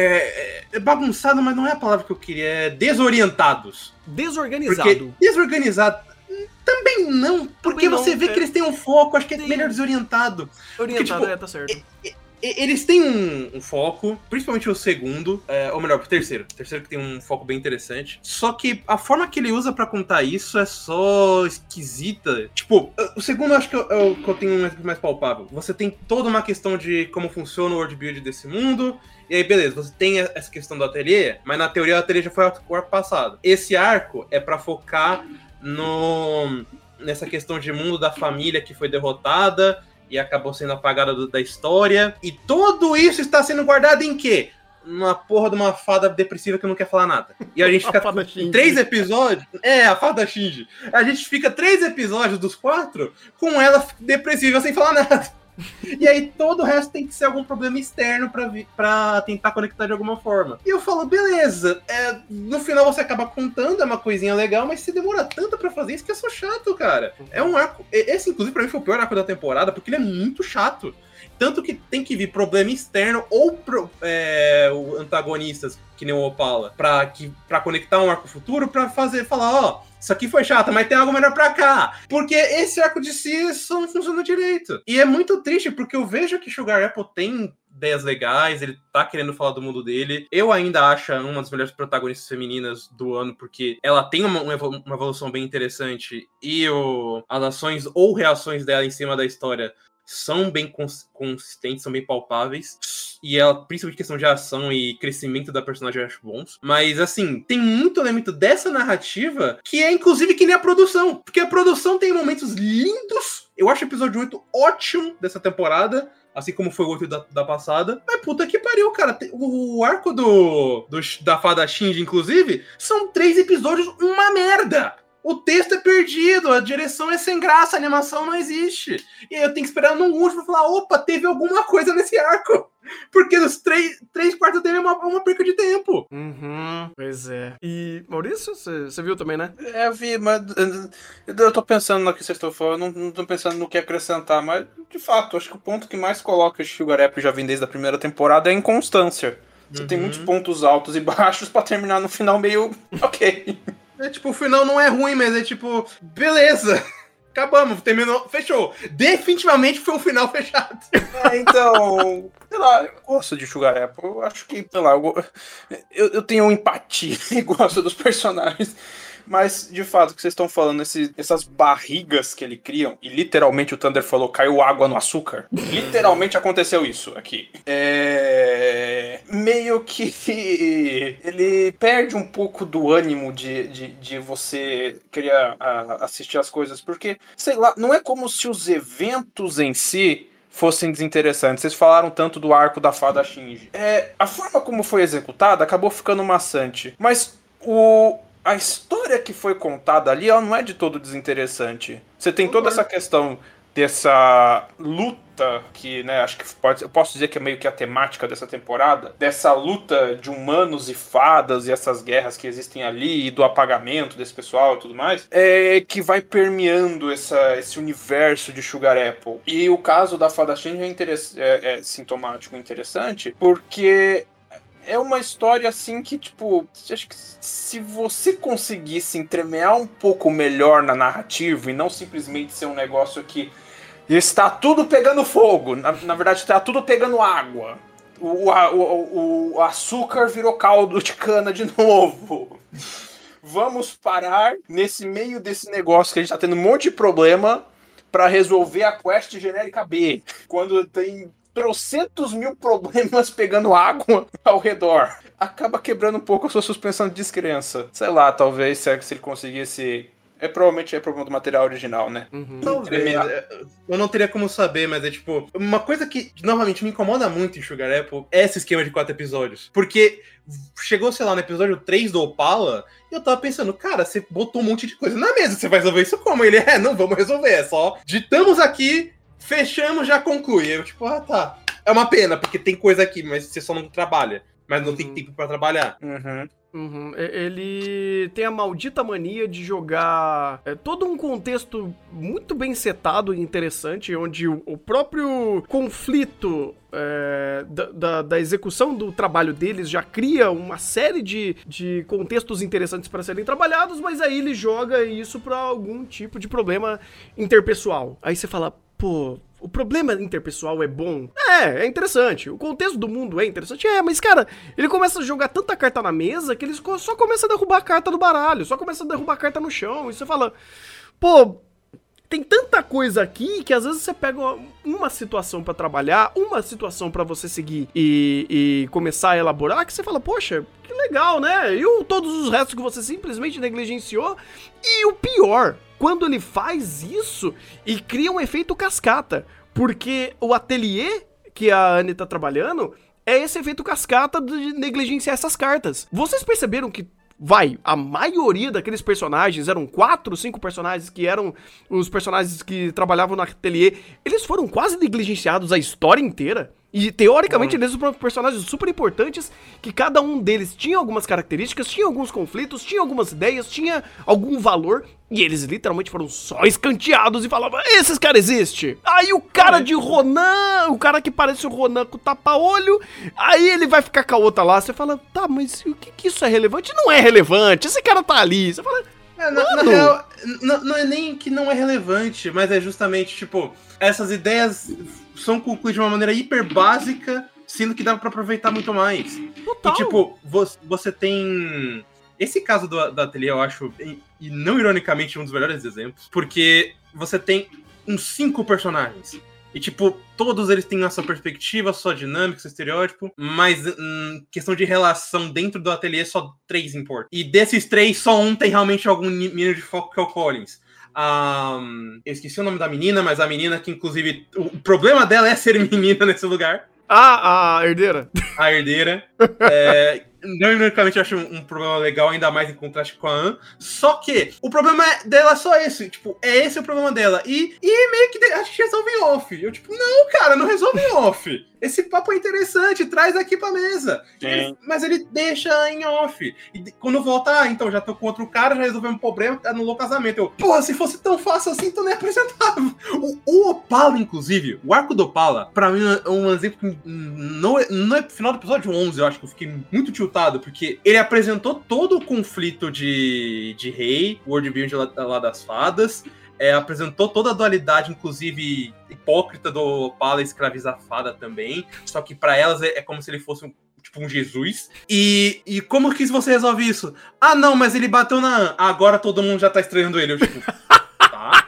É, é bagunçado, mas não é a palavra que eu queria. É desorientados. Desorganizado. Porque desorganizado também não. Porque também você não, vê é... que eles têm um foco. Acho que é Sim. melhor desorientado. Orientado, porque, tipo, é, tá certo. É, é, eles têm um, um foco, principalmente o segundo, é, ou melhor, o terceiro. O terceiro que tem um foco bem interessante. Só que a forma que ele usa pra contar isso é só esquisita. Tipo, o segundo eu acho que eu, eu, que eu tenho um mais palpável. Você tem toda uma questão de como funciona o world build desse mundo. E aí, beleza, você tem essa questão do ateliê, mas na teoria o ateliê já foi o arco passado. Esse arco é pra focar no, nessa questão de mundo da família que foi derrotada e acabou sendo apagada do, da história. E tudo isso está sendo guardado em quê? Uma porra de uma fada depressiva que não quer falar nada. E a gente fica em três episódios... É, a fada Shinji. A gente fica três episódios dos quatro com ela depressiva sem falar nada. E aí todo o resto tem que ser algum problema externo pra, vi, pra tentar conectar de alguma forma. E eu falo, beleza, é, no final você acaba contando, é uma coisinha legal, mas se demora tanto pra fazer isso que é só chato, cara. É um arco... Esse, inclusive, pra mim foi o pior arco da temporada, porque ele é muito chato. Tanto que tem que vir problema externo ou pro, é, o antagonistas, que nem o Opala, pra, que, pra conectar um arco futuro, pra fazer, falar, ó, isso aqui foi chato, mas tem algo melhor pra cá. Porque esse arco de si só não funciona direito. E é muito triste, porque eu vejo que Sugar Apple tem ideias legais, ele tá querendo falar do mundo dele. Eu ainda acho uma das melhores protagonistas femininas do ano, porque ela tem uma, uma evolução bem interessante e o, as ações ou reações dela em cima da história são bem cons- consistentes, são bem palpáveis. E ela, principalmente questão de ação e crescimento da personagem, eu acho bons. Mas, assim, tem muito elemento dessa narrativa que é, inclusive, que nem a produção. Porque a produção tem momentos lindos. Eu acho o episódio oito ótimo dessa temporada. Assim como foi o oito da, da passada. Mas puta que pariu, cara. O, o arco do, do, da fada Shinji, inclusive, são três episódios uma merda. o texto é perdido, a direção é sem graça, a animação não existe. E aí eu tenho que esperar no último pra falar, opa, teve alguma coisa nesse arco. Porque os três, três quartos dele é uma, uma perca de tempo. Uhum, pois é. E, Maurício, você viu também, né? É, eu vi, mas eu tô pensando no que vocês estão falando, não, não tô pensando no que acrescentar, mas de fato, acho que o ponto que mais coloca Sugar Apple já vem desde a primeira temporada é a inconstância. Você uhum. tem muitos pontos altos e baixos pra terminar no final meio ok. É tipo, o final não é ruim, mas é tipo, beleza. Acabamos, terminou, fechou. Definitivamente foi um final fechado. É, então, sei lá, eu gosto de Sugar Apple. Eu acho que, sei lá, eu, eu, eu tenho empatia e gosto dos personagens. Mas, de fato, o que vocês estão falando, esse, essas barrigas que ele criam, e literalmente o Thunder falou, caiu água no açúcar. Literalmente aconteceu isso aqui. É... Meio que ele perde um pouco do ânimo de, de, de você querer a, assistir as coisas, porque, sei lá, não é como se os eventos em si fossem desinteressantes. Vocês falaram tanto do arco da fada Shinji. É, a forma como foi executada acabou ficando maçante, mas o... a história que foi contada ali, ela não é de todo desinteressante. Você tem toda essa questão dessa luta, que, né, acho que pode, eu posso dizer que é meio que a temática dessa temporada, dessa luta de humanos e fadas e essas guerras que existem ali, e do apagamento desse pessoal e tudo mais, é, que vai permeando essa, esse universo de Sugar Apple. E o caso da fada Shinji é, interess- é, é sintomático e interessante, porque é uma história assim que, tipo, acho que se você conseguisse entremear um pouco melhor na narrativa e não simplesmente ser um negócio que está tudo pegando fogo, na, na verdade está tudo pegando água, o, o, o açúcar virou caldo de cana de novo. Vamos parar nesse meio desse negócio que a gente está tendo um monte de problema para resolver a quest genérica B, quando tem trocentos mil problemas pegando água ao redor. Acaba quebrando um pouco a sua suspensão de descrença. Sei lá, talvez se ele conseguisse... É, provavelmente é problema do material original, né? Uhum. Talvez. Eu não teria como saber, mas é tipo... Uma coisa que, novamente, me incomoda muito em Sugar Apple é esse esquema de quatro episódios. Porque chegou, sei lá, no episódio três do Opala, e eu tava pensando, cara, você botou um monte de coisa na mesa, você vai resolver isso como? Ele, é, não, vamos resolver, é só... Ditamos aqui... Fechamos, já conclui. Eu, tipo, ah, tá. É uma pena, porque tem coisa aqui, mas você só não trabalha. Mas não uhum. tem tempo pra trabalhar. Uhum. Uhum. Ele tem a maldita mania de jogar é, todo um contexto muito bem setado e interessante, onde o, o próprio conflito é, da, da, da execução do trabalho deles já cria uma série de, de contextos interessantes para serem trabalhados, mas aí ele joga isso pra algum tipo de problema interpessoal. Aí você fala, pô, o problema interpessoal é bom? É, é interessante. O contexto do mundo é interessante? É, mas, cara, ele começa a jogar tanta carta na mesa que ele só começa a derrubar a carta do baralho, só começa a derrubar a carta no chão, e você fala, pô, tem tanta coisa aqui que às vezes você pega uma situação pra trabalhar, uma situação pra você seguir e, e começar a elaborar, que você fala, poxa, que legal, né? E o, todos os restos que você simplesmente negligenciou. E o pior, quando ele faz isso e cria um efeito cascata, porque o ateliê que a Anne tá trabalhando é esse efeito cascata de negligenciar essas cartas. Vocês perceberam que vai, a maioria daqueles personagens, eram quatro, cinco personagens que eram os personagens que trabalhavam no ateliê, eles foram quase negligenciados a história inteira. E, teoricamente, uhum. eles são personagens super importantes, que cada um deles tinha algumas características, tinha alguns conflitos, tinha algumas ideias, tinha algum valor, e eles literalmente foram só escanteados e falavam, esses caras existem. Aí o cara de Ronan, o cara que parece o Ronan com tapa-olho, aí ele vai ficar com a outra lá, você fala, tá, mas o que que isso é relevante? Não é relevante, esse cara tá ali, você fala... É, na, na real, não, não é nem que não é relevante, mas é justamente, tipo, essas ideias são concluídas de uma maneira hiper básica, sendo que dá pra aproveitar muito mais. Total. E, tipo, você, você tem... Esse caso do, do ateliê, eu acho, e não ironicamente, um dos melhores exemplos, porque você tem uns cinco personagens. E, tipo, todos eles têm a sua perspectiva, a sua dinâmica, seu estereótipo, mas hum, questão de relação dentro do ateliê, só três importam. E desses três, só um tem realmente algum mínimo de foco, que é o Collins. Um, eu esqueci o nome da menina, mas a menina que, inclusive, o problema dela é ser menina nesse lugar. Ah, a herdeira. A herdeira. É, não ironicamente eu acho um, um problema legal, ainda mais em contraste com a Anne. Só que o problema dela é só esse. Tipo, é esse o problema dela. E, e meio que de, acho que resolve em off. Eu, tipo, não, cara, não resolve em off. Esse papo é interessante, traz aqui pra mesa. Ele, mas ele deixa em off. E de, quando volta, ah, então já tô com outro cara, já resolveu um problema, anulou o casamento. Eu, porra, se fosse tão fácil assim, então nem apresentava. O, o Opala, inclusive, o arco do Opala, pra mim é um exemplo que no, no final do episódio onze, eu acho que eu fiquei muito tiltado, porque ele apresentou todo o conflito de, de rei, o worldbuilding lá, lá das fadas. É, apresentou toda a dualidade, inclusive hipócrita do Opala escravizar a fada também. Só que pra elas é, é como se ele fosse um, tipo um Jesus. E, e como que você resolve isso? Ah, não, mas ele bateu na Anne. Agora todo mundo já tá estranhando ele. Eu, tipo, tá.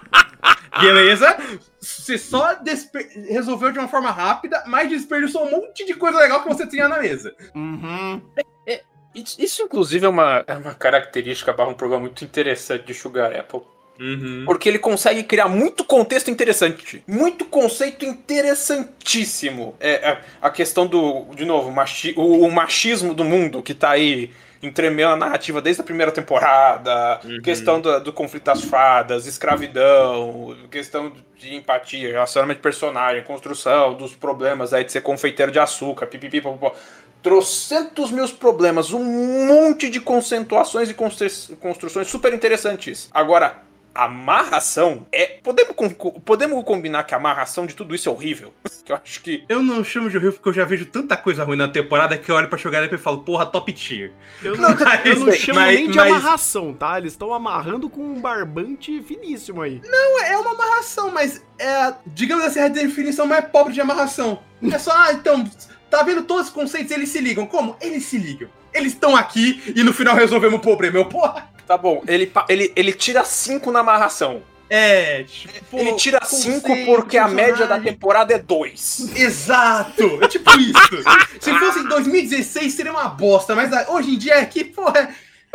Beleza. Você só desper... resolveu de uma forma rápida, mas desperdiçou um monte de coisa legal que você tinha na mesa. Uhum. É, é, isso, inclusive, é uma, é uma característica barra um programa muito interessante de Sugar Apple. Uhum. Porque ele consegue criar muito contexto interessante. Muito conceito interessantíssimo. É, é a questão do, de novo, machi, o, o machismo do mundo que tá aí entremeando a narrativa desde a primeira temporada. Uhum. Questão do, do conflito das fadas, escravidão, questão de empatia, relacionamento de personagem, construção dos problemas aí de ser confeiteiro de açúcar, pipipi, popopó. Trocentos mil problemas, um monte de conceituações e construções super interessantes. Agora, a amarração é... Podemos, podemos combinar que a amarração de tudo isso é horrível? Que eu acho que... Eu não chamo de horrível porque eu já vejo tanta coisa ruim na temporada que eu olho pra jogar e falo, porra, top tier. Eu não, mas, eu não chamo mas, nem de mas... amarração, tá? Eles estão amarrando com um barbante finíssimo aí. Não, é uma amarração, mas é, digamos assim, a definição mais pobre de amarração. É só, ah, então... Tá vendo todos os conceitos, eles se ligam. Como? Eles se ligam. Eles estão aqui e no final resolvemos o problema. Eu, porra. Tá bom, ele, ele, ele tira cinco na amarração. É, tipo... Ele tira cinco porque a média da temporada é dois. Exato! É tipo isso. Se fosse em dois mil e dezesseis seria uma bosta, mas hoje em dia é que, porra,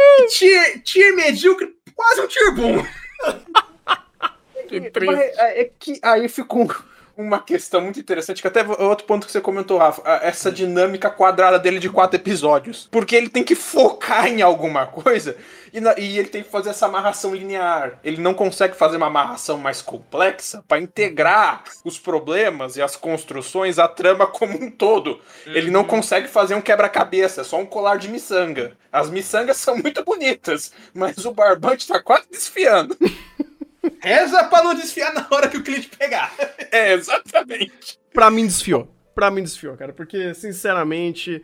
tier, tier medíocre, quase um tier bom. Mas é, é que aí ficou... Uma questão muito interessante, que até outro ponto que você comentou, Rafa, essa dinâmica quadrada dele de quatro episódios. Porque ele tem que focar em alguma coisa e, na, e ele tem que fazer essa amarração linear. Ele não consegue fazer uma amarração mais complexa para integrar os problemas e as construções, a trama como um todo. Uhum. Ele não consegue fazer um quebra-cabeça, só um colar de miçanga. As miçangas são muito bonitas, mas o barbante tá quase desfiando. Reza pra não desfiar na hora que o cliente pegar. É, exatamente. Pra mim desfiou. Pra mim desfiou, cara. Porque, sinceramente,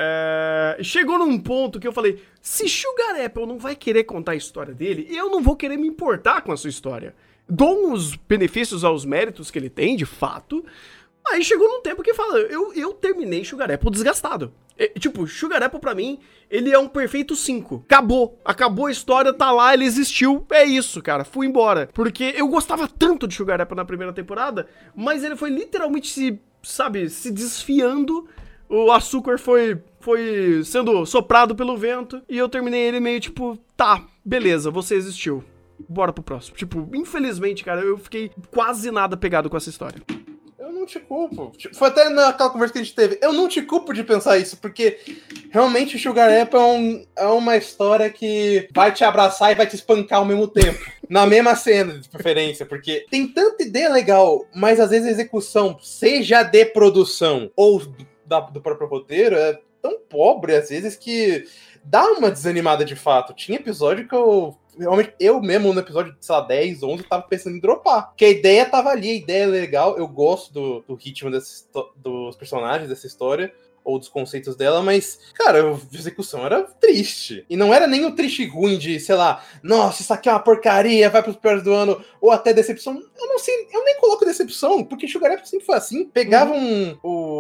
é... chegou num ponto que eu falei, se Sugar Apple não vai querer contar a história dele, eu não vou querer me importar com a sua história. Dou os benefícios aos méritos que ele tem, de fato. Aí chegou num tempo que fala, eu, eu terminei Sugar Apple desgastado. É, tipo, Sugar Apple pra mim, ele é um perfeito cinco. Acabou. Acabou a história, tá lá, ele existiu. É isso, cara. Fui embora. Porque eu gostava tanto de Sugar Apple na primeira temporada, mas ele foi literalmente se, sabe, se desfiando. O açúcar foi, foi sendo soprado pelo vento. E eu terminei ele meio tipo, tá, beleza, você existiu. Bora pro próximo. Tipo, infelizmente, cara, eu fiquei quase nada pegado com essa história. Eu não te culpo. Foi até naquela conversa que a gente teve. Eu não te culpo de pensar isso, porque realmente o Sugar Apple é, um, é uma história que vai te abraçar e vai te espancar ao mesmo tempo. Na mesma cena, de preferência, porque tem tanta ideia legal, mas às vezes a execução, seja de produção ou da, do próprio roteiro, é tão pobre às vezes que dá uma desanimada de fato. Tinha episódio que eu... Realmente, eu mesmo no episódio, sei lá, dez, onze, tava pensando em dropar. Porque a ideia tava ali, a ideia é legal. Eu gosto do, do ritmo desse, dos personagens dessa história, ou dos conceitos dela, mas, cara, a execução era triste. E não era nem o triste ruim de, sei lá, nossa, isso aqui é uma porcaria, vai pros piores do ano, ou até decepção. Eu não sei, eu nem coloco decepção, porque Sugar Apple sempre foi assim. Pegava um,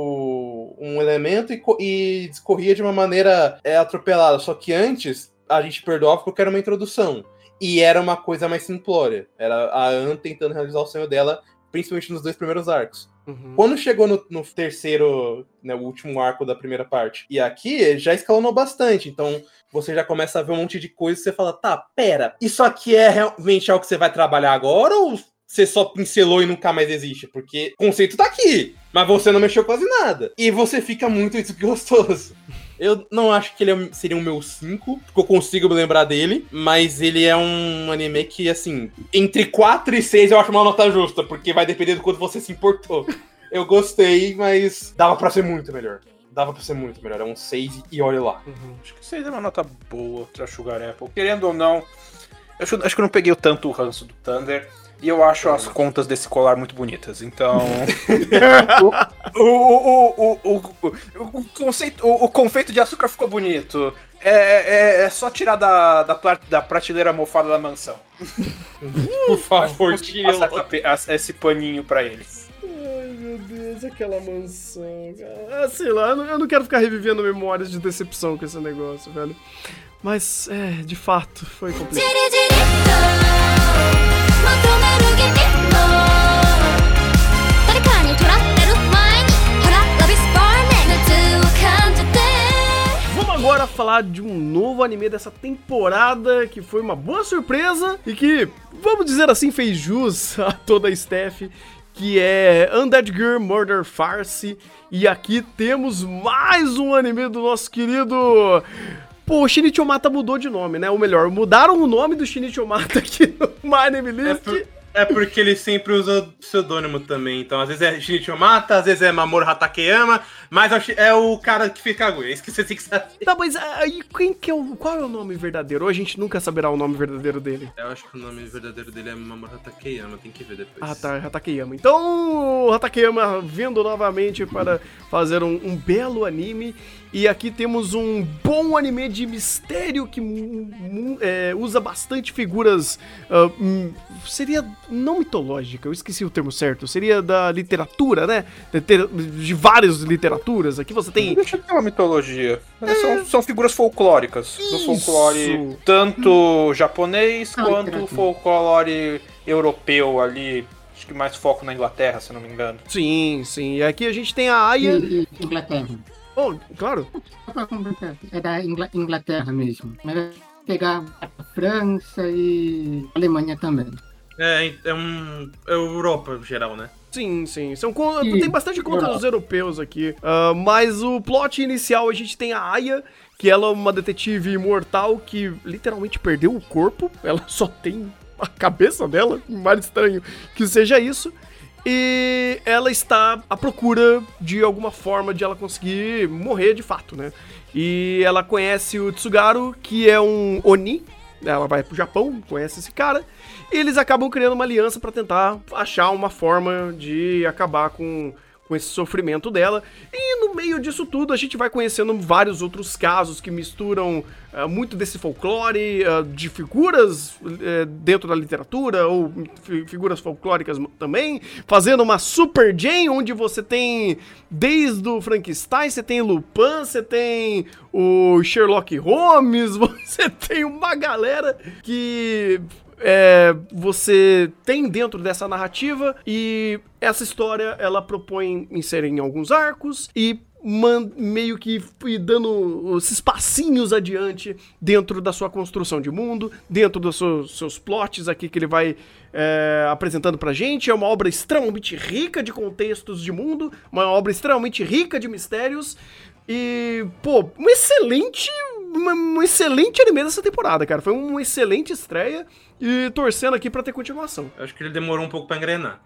um, um elemento e, e discorria de uma maneira é, atropelada. Só que antes... a gente perdoava porque era uma introdução. E era uma coisa mais simplória. Era a Anne tentando realizar o sonho dela, principalmente nos dois primeiros arcos. Uhum. Quando chegou no, no terceiro, né, o último arco da primeira parte, e aqui já escalonou bastante. Então você já começa a ver um monte de coisa e você fala, tá, pera, isso aqui é realmente algo que você vai trabalhar agora ou você só pincelou e nunca mais existe? Porque o conceito tá aqui, mas você não mexeu quase nada. E você fica muito desgostoso. Eu não acho que ele é- seria o meu cinco, porque eu consigo me lembrar dele, mas ele é um anime que, assim, entre quatro e seis eu acho uma nota justa, porque vai depender do quanto você se importou. Eu gostei, mas dava pra ser muito melhor. Dava pra ser muito melhor. É um seis e olha lá. Uhum. Acho que seis é uma nota boa pra Sugar Apple. Querendo ou não, eu acho, acho que eu não peguei tanto o ranço do Thunder. E eu acho as contas desse colar muito bonitas. Então. o, o, o, o, o, o, conceito, o, o confeito de açúcar ficou bonito. É, é, é só tirar da, da, pla- da prateleira mofada da mansão. Por favor, Consegui tira. passar tape- as- esse paninho pra eles. Ai, meu Deus, aquela mansão, cara. Ah, sei lá, eu não, eu não quero ficar revivendo memórias de decepção com esse negócio, velho. Mas, é, de fato, foi じ complicado. りじりとまとめる君も誰かに取られる前にほらラビスバーネ熱を感じて Vamos agora falar de um novo anime dessa temporada que foi uma boa surpresa e que, vamos dizer assim, fez jus a toda a staff, que é Undead Girl Murder Farce. E aqui temos mais um anime do nosso querido... Pô, o Shinichi Omata mudou de nome, né? Ou melhor, mudaram o nome do Shinichi Omata aqui no My Anime É, List. por- é porque ele sempre usa pseudônimo também. Então, às vezes é Shinichi Omata, às vezes é Mamoru Hatakeyama, mas é o Shi- é o cara que fica agudo. É isso que você tem que saber. Tá, mas aí quem que é o... Qual é o nome verdadeiro? Ou a gente nunca saberá o nome verdadeiro dele? Eu acho que o nome verdadeiro dele é Mamoru Hatakeyama, tem que ver depois. Ah, tá, Hatakeyama. Então, Hatakeyama vindo novamente para fazer um, um belo anime. E aqui temos um bom anime de mistério que mu- mu- é, usa bastante figuras. ah, hum, seria não mitológica, eu esqueci o termo certo. Seria da literatura, né? De, ter- de várias literaturas. Aqui você tem. Deixa eu ter uma mitologia. Mas São, são figuras folclóricas. Do Isso. folclore tanto japonês quanto folclore europeu ali. Acho que mais foco na Inglaterra, se eu não me engano. Sim, sim. E aqui a gente tem a Aya. E, e Inglaterra. Oh, claro. Só pra completar, é da Ingla- Inglaterra mesmo. Mas vai pegar a França e a Alemanha também. É, é um. É Europa em geral, né? Sim, sim. São con- Sim. tem bastante conta dos europeus aqui. Ah, mas o plot inicial a gente tem a Aya, que ela é uma detetive imortal que literalmente perdeu o corpo. Ela só tem a cabeça dela. Mais estranho que seja isso. E ela está à procura de alguma forma de ela conseguir morrer de fato, né? E ela conhece o Tsugaru, que é um Oni. Ela vai pro Japão, conhece esse cara. E eles acabam criando uma aliança pra tentar achar uma forma de acabar com, com esse sofrimento dela. E no meio disso tudo, a gente vai conhecendo vários outros casos que misturam ah, muito desse folclore, ah, de figuras eh, dentro da literatura, ou fi- figuras folclóricas m- também, fazendo uma Super Jane, onde você tem desde o Frankenstein, você tem Lupin, você tem o Sherlock Holmes, você tem uma galera que é, você tem dentro dessa narrativa, e essa história ela propõe inserir em alguns arcos e man- meio que ir dando esses passinhos adiante dentro da sua construção de mundo, dentro dos seus, seus plots aqui que ele vai é, apresentando pra gente. É uma obra extremamente rica de contextos de mundo, uma obra extremamente rica de mistérios. E, pô, um excelente, uma- um excelente anime dessa temporada, cara. Foi uma excelente estreia e torcendo aqui pra ter continuação. Eu acho que ele demorou um pouco pra engrenar.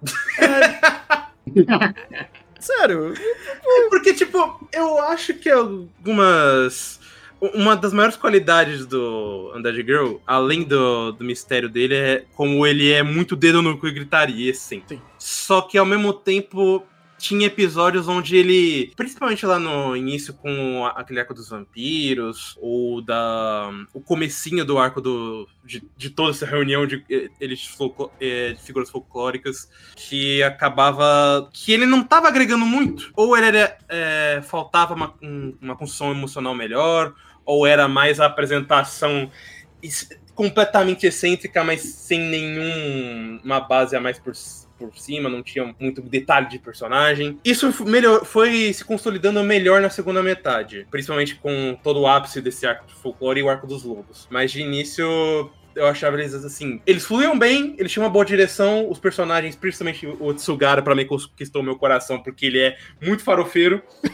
Sério, É porque, tipo, eu acho que algumas. Uma das maiores qualidades do Undead Girl, além do, do mistério dele, é como ele é muito dedo no cu e gritaria, assim. Sim. Só que ao mesmo tempo. Tinha episódios onde ele, principalmente lá no início com a- aquele arco dos vampiros, ou da o comecinho do arco do, de, de toda essa reunião de, eh, eles folclo- eh, de figuras folclóricas, que acabava que ele não tava agregando muito. Ou ele era, eh, faltava uma, um- uma construção emocional melhor, ou era mais a apresentação es- completamente excêntrica, mas sem nenhuma base a mais por por cima, não tinha muito detalhe de personagem. Isso f- melhor, foi se consolidando melhor na segunda metade, principalmente com todo o ápice desse arco de folclore e o arco dos lobos. Mas de início, eu achava eles assim, eles fluíam bem, eles tinham uma boa direção, os personagens, principalmente o Tsugara, pra mim conquistou meu coração, porque ele é muito farofeiro.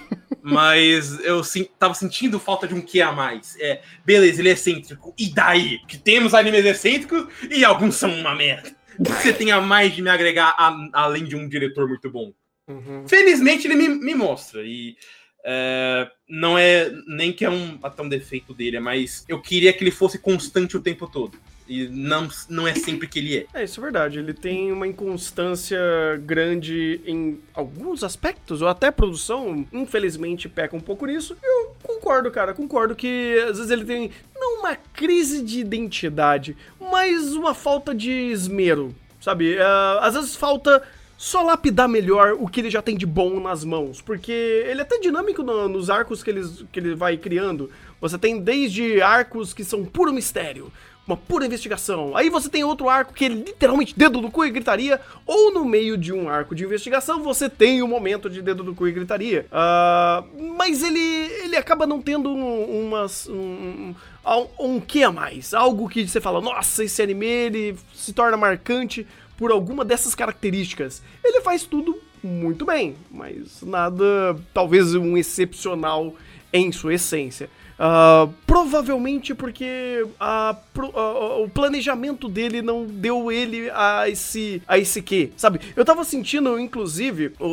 Mas eu sim, tava sentindo falta de um que a mais. É, beleza, ele é excêntrico. E daí? Que temos animes excêntricos e alguns são uma merda. O que você tem a mais de me agregar a, além de um diretor muito bom? Uhum. Felizmente ele me, me mostra. E é, não é nem que é um, até um defeito dele, é mais eu queria que ele fosse constante o tempo todo. E não, não é sempre que ele é. É, isso é verdade. Ele tem uma inconstância grande em alguns aspectos, ou até produção, infelizmente, peca um pouco nisso. Eu concordo, cara. Concordo que às vezes ele tem, não uma crise de identidade, mas uma falta de esmero, sabe? Uh, às vezes falta só lapidar melhor o que ele já tem de bom nas mãos, porque ele é até dinâmico no, nos arcos que, eles, que ele vai criando. Você tem desde arcos que são puro mistério, uma pura investigação. Aí você tem outro arco que é literalmente dedo do cu e gritaria, ou no meio de um arco de investigação você tem um momento de dedo do cu e gritaria. Uh, mas ele, ele acaba não tendo um, umas, um, um, um que a mais, algo que você fala, nossa, esse anime ele se torna marcante por alguma dessas características. Ele faz tudo muito bem, mas nada, talvez um excepcional em sua essência. Uh, provavelmente porque a, pro, uh, o planejamento dele não deu ele a esse, a esse quê, sabe? Eu tava sentindo, inclusive, o,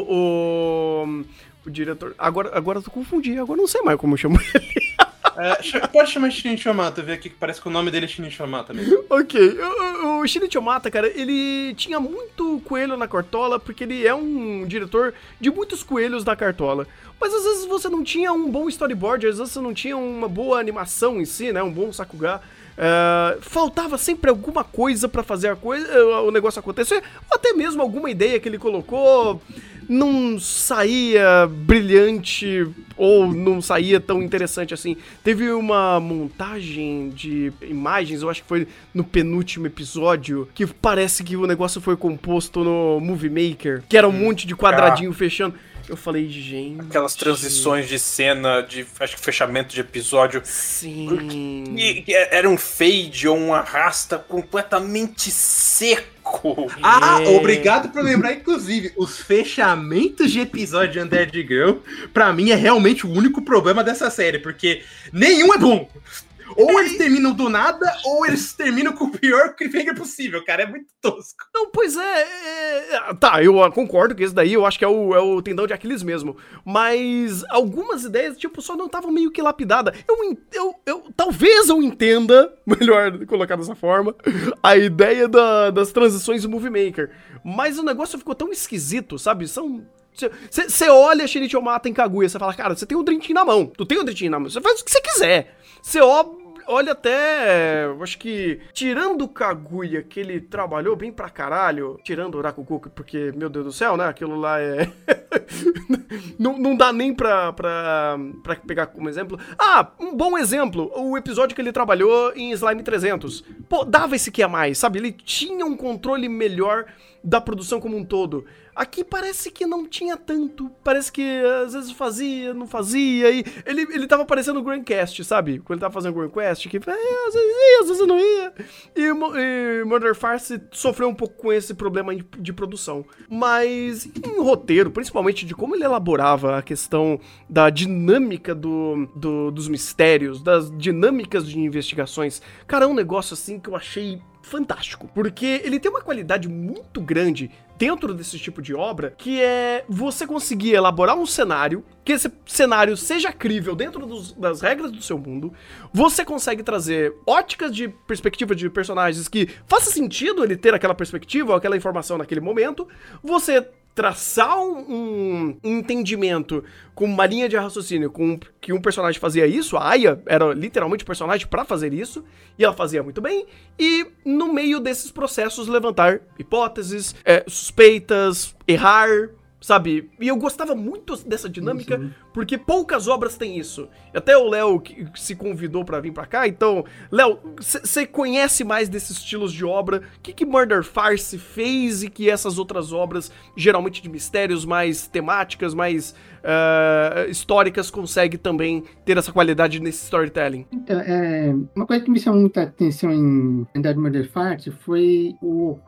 o, o diretor... Agora, agora eu tô confundindo, agora eu não sei mais como eu chamo ele. É, pode chamar Shinichi Yamata, ver aqui que parece que o nome dele é Shinichi Yamata mesmo. Ok, o, o Shinichi Yamata, cara, ele tinha muito coelho na cartola, porque ele é um diretor de muitos coelhos na cartola. Mas às vezes você não tinha um bom storyboard, às vezes você não tinha uma boa animação em si, né, um bom Sakuga. Uh, faltava sempre alguma coisa pra fazer a coisa, o negócio acontecer, ou até mesmo alguma ideia que ele colocou não saía brilhante ou não saía tão interessante assim. Teve uma montagem de imagens, eu acho que foi no penúltimo episódio, que parece que o negócio foi composto no Movie Maker, que era um monte de quadradinho ah. fechando. Eu falei, gente... Aquelas transições de cena, de acho que fechamento de episódio. Sim. Que, que era um fade ou um arrasta completamente seco. Ah, é. Obrigado por lembrar, inclusive, os fechamentos de episódio de Undead Girl, pra mim, é realmente o único problema dessa série, porque nenhum é bom. Ou eles terminam do nada, ou eles terminam com o pior cliffhanger possível, cara. É muito tosco. Não, pois é, é... Tá, eu concordo que esse daí eu acho que é o, é o tendão de Aquiles mesmo. Mas algumas ideias, tipo, só não estavam meio que lapidadas. Eu, eu, eu, talvez eu entenda, melhor colocar dessa forma, a ideia da, das transições do Movie Maker. Mas o negócio ficou tão esquisito, sabe? São... Você olha Shinichi Yamata em Kaguya, você fala, cara, você tem o Drentin na mão, tu tem o Drentin na mão, você faz o que você quiser. Você olha até, eu acho que, tirando o Kaguya, que ele trabalhou bem pra caralho, tirando o Rakugoku, porque, meu Deus do céu, né, aquilo lá é... não, não dá nem pra, pra, pra pegar como exemplo. Ah, um bom exemplo, o episódio que ele trabalhou em Slime trezentos. Pô, dava esse que a mais, sabe? Ele tinha um controle melhor da produção como um todo. Aqui parece que não tinha tanto, parece que às vezes fazia, não fazia, e ele, ele tava parecendo o Grandcast, sabe? Quando ele tava fazendo o Grandcast, que é, às vezes ia, às vezes não ia. E, e Murder Farce sofreu um pouco com esse problema de, de produção. Mas em roteiro, principalmente de como ele elaborava a questão da dinâmica do, do, dos mistérios, das dinâmicas de investigações, cara, é um negócio assim que eu achei fantástico, porque ele tem uma qualidade muito grande dentro desse tipo de obra, que é você conseguir elaborar um cenário, que esse cenário seja crível dentro dos, das regras do seu mundo, você consegue trazer óticas de perspectiva de personagens que faça sentido ele ter aquela perspectiva ou aquela informação naquele momento, você traçar um, um entendimento com uma linha de raciocínio com que um personagem fazia isso, a Aya era literalmente o personagem pra fazer isso, e ela fazia muito bem, e no meio desses processos levantar hipóteses, é, suspeitas, errar, sabe? E eu gostava muito dessa dinâmica, uhum. porque poucas obras têm isso. Até o Léo que se convidou pra vir pra cá, então, Léo, você conhece mais desses estilos de obra? O que que Murder Farce fez e que essas outras obras, geralmente de mistérios, mais temáticas, mais uh, históricas, conseguem também ter essa qualidade nesse storytelling? Então, é, uma coisa que me chamou muita atenção em Undead Murder Farce foi o roteiro,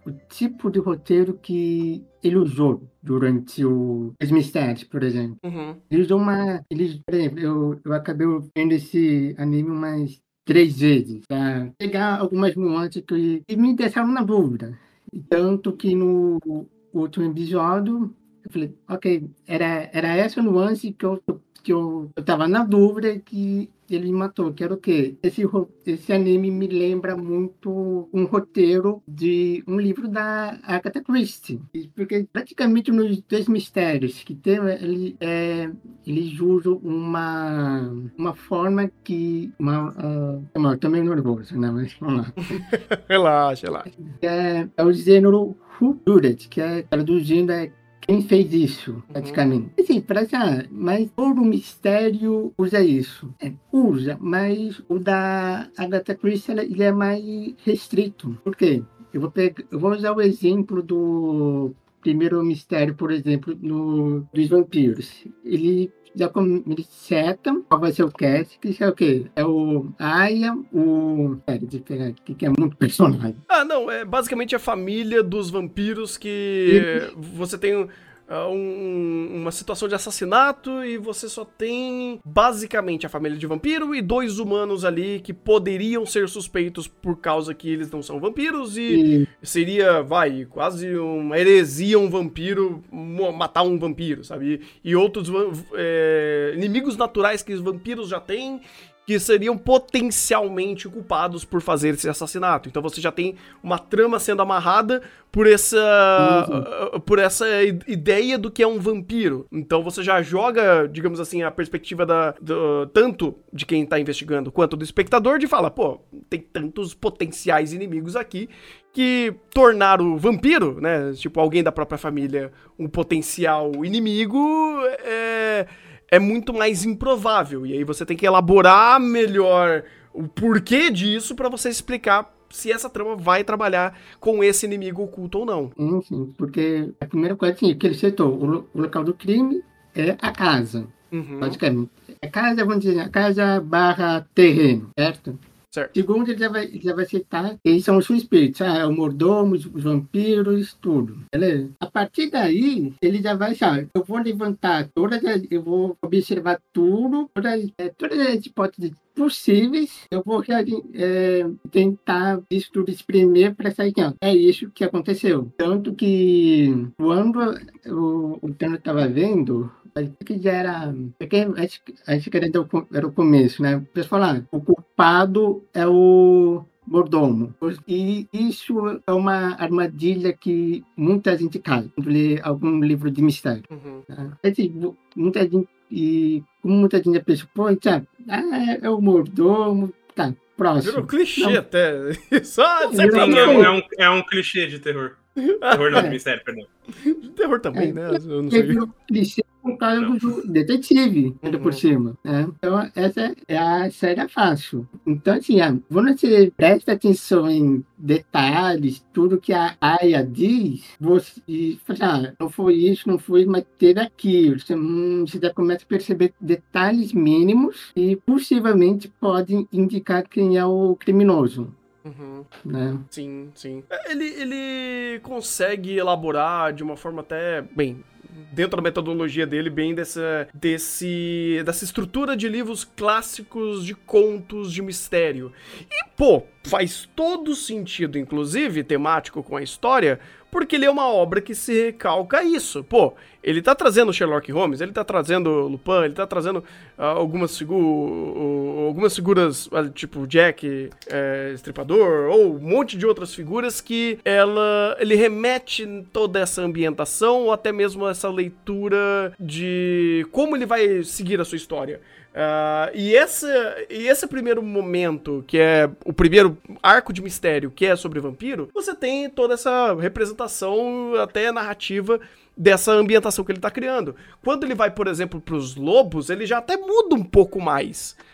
o tipo de roteiro que ele usou durante o, os mistérios, por exemplo. Uhum. Ele usou uma... Ele, por exemplo, eu, eu acabei vendo esse anime umas três vezes, pra pegar algumas nuances que, que me deixaram na dúvida. E tanto que no último episódio, eu falei, ok, era, era essa nuance que eu, que eu, eu tava na dúvida que ele matou, que era o quê? Esse, ro- esse anime me lembra muito um roteiro de um livro da Agatha Christie. E porque praticamente nos dois mistérios que tem, ele, é, eles usam uma, uma forma que... Uma, uh, eu tô meio nervoso, né? Mas vamos lá. Relaxa, relaxa. É, é o gênero Who Did It, que é traduzindo é quem fez isso, praticamente. Assim, parece, ah, mas todo mistério usa isso. É, usa, mas o da Agatha Christie, ela- ele é mais restrito. Por quê? Eu vou, pegar, eu vou usar o exemplo do primeiro mistério, por exemplo, no, dos vampiros. Ele já com, eles setam qual vai ser o cast, que é o quê? É o Aya, o... Pera, deixa eu pegar aqui, que é muito personagem. Ah, não, é basicamente a família dos vampiros que você tem ah, um- uma situação de assassinato e você só tem basicamente a família de vampiro e dois humanos ali que poderiam ser suspeitos por causa que eles não são vampiros e E seria, vai, quase uma heresia um vampiro mo- matar um vampiro, sabe? E, e outros va- é, inimigos naturais que os vampiros já têm que seriam potencialmente culpados por fazer esse assassinato. Então você já tem uma trama sendo amarrada por essa, uh, por essa i- ideia do que é um vampiro. Então você já joga, digamos assim, a perspectiva da, do- tanto de quem tá investigando quanto do espectador de falar, pô, tem tantos potenciais inimigos aqui que tornar o vampiro, né, tipo alguém da própria família, um potencial inimigo é é muito mais improvável. E aí você tem que elaborar melhor o porquê disso pra você explicar se essa trama vai trabalhar com esse inimigo oculto ou não. Enfim, porque a primeira coisa assim, que ele citou, o, lo- o local do crime é a casa, Uhum, basicamente. A casa, vamos dizer, a casa barra terreno, certo? certo. Segundo, ele já vai, ele já vai citar quem são os suspeitos, ah, é o mordomo, os, os vampiros, tudo, beleza? A partir daí, ele já vai, sabe, eu vou levantar todas as, eu vou observar tudo, todas, é, todas as hipóteses possíveis, eu vou reagi- é, tentar isso tudo exprimir para sair, não, é isso que aconteceu. Tanto que quando o, o Tano estava vendo, acho que já era. Porque acho, que- acho que era, do co- era o começo, né? O pessoal lá, o culpado é o mordomo. E isso é uma armadilha que muita gente cai quando lê algum livro de mistério. Uhum. Tá? Assim, muita gente. E como muita gente pensa, pô, tá, ah, é, é o mordomo, tá, Virou próximo. clichê Não. até. Só Sim, sem Sim, é problema. um, é um- é um clichê de terror. Terror não, É. de mistério, perdão. Terror também, É. né? Eu não Porque sei. virou clichê por causa do ju- detetive, ainda Uhum. por cima. Né? Então, essa é a saída fácil. Então, assim, ah, quando você presta atenção em detalhes, tudo que a Aya diz, você e fala, ah, não foi isso, não foi, mas teve aquilo. Você, hum, você já começa a perceber detalhes mínimos e possivelmente podem indicar quem é o criminoso. Uhum. Né? Sim, sim. É, Ele, ele consegue elaborar de uma forma até, bem, dentro da metodologia dele, bem dessa, desse, dessa estrutura de livros clássicos de contos de mistério. E, pô, faz todo sentido, inclusive, temático com a história, porque ele é uma obra que se recalca a isso. Pô, ele tá trazendo Sherlock Holmes, ele tá trazendo Lupin, ele tá trazendo ah, algumas, figu algumas figuras, ah, tipo Jack é, Estripador, ou um monte de outras figuras que ela, ele remete toda essa ambientação, ou até mesmo essa leitura de como ele vai seguir a sua história. Uh, e, essa, e esse primeiro momento, que é o primeiro arco de mistério, que é sobre vampiro, você tem toda essa representação, até narrativa, dessa ambientação que ele tá criando. Quando ele vai, por exemplo, pros lobos, ele já até muda um pouco mais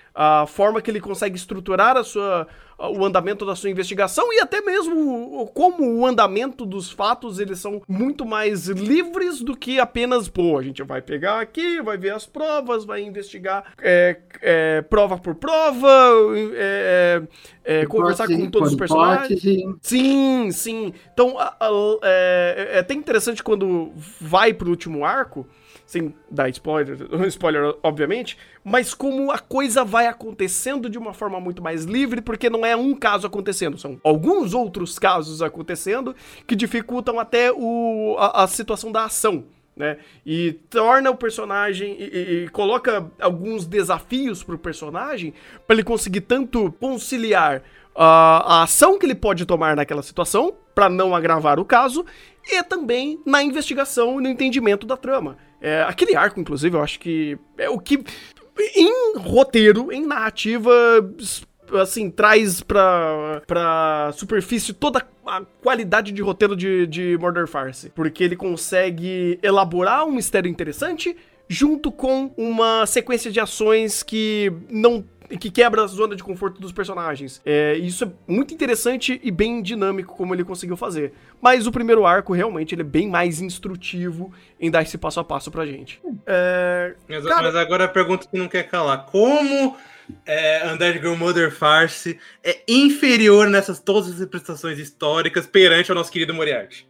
a forma que ele consegue estruturar a sua, o andamento da sua investigação e até mesmo como o andamento dos fatos, eles são muito mais livres do que apenas, pô, a gente vai pegar aqui, vai ver as provas, vai investigar é, é, prova por prova, é, é, conversar com todos os personagens. Sim, sim. Então, a, a, é, é até interessante quando vai pro último arco, sem dar spoiler, spoiler, obviamente, mas como a coisa vai acontecendo de uma forma muito mais livre, porque não é um caso acontecendo, são alguns outros casos acontecendo que dificultam até o, a, a situação da ação, né? E torna o personagem e, e, e coloca alguns desafios pro personagem para ele conseguir tanto conciliar a, a ação que ele pode tomar naquela situação para não agravar o caso e também na investigação e no entendimento da trama. É, aquele arco, inclusive, eu acho que é o que, em roteiro, em narrativa, assim, traz pra, pra superfície toda a qualidade de roteiro de, de Murder Farce. Porque ele consegue elaborar um mistério interessante junto com uma sequência de ações que não... que quebra a zona de conforto dos personagens. É, isso é muito interessante e bem dinâmico como ele conseguiu fazer. Mas o primeiro arco, realmente, ele é bem mais instrutivo em dar esse passo a passo pra gente. É, mas, cara... mas agora a pergunta que não quer calar. Como é, Undead Girl Murder Farce é inferior nessas todas as representações históricas perante o nosso querido Moriarty?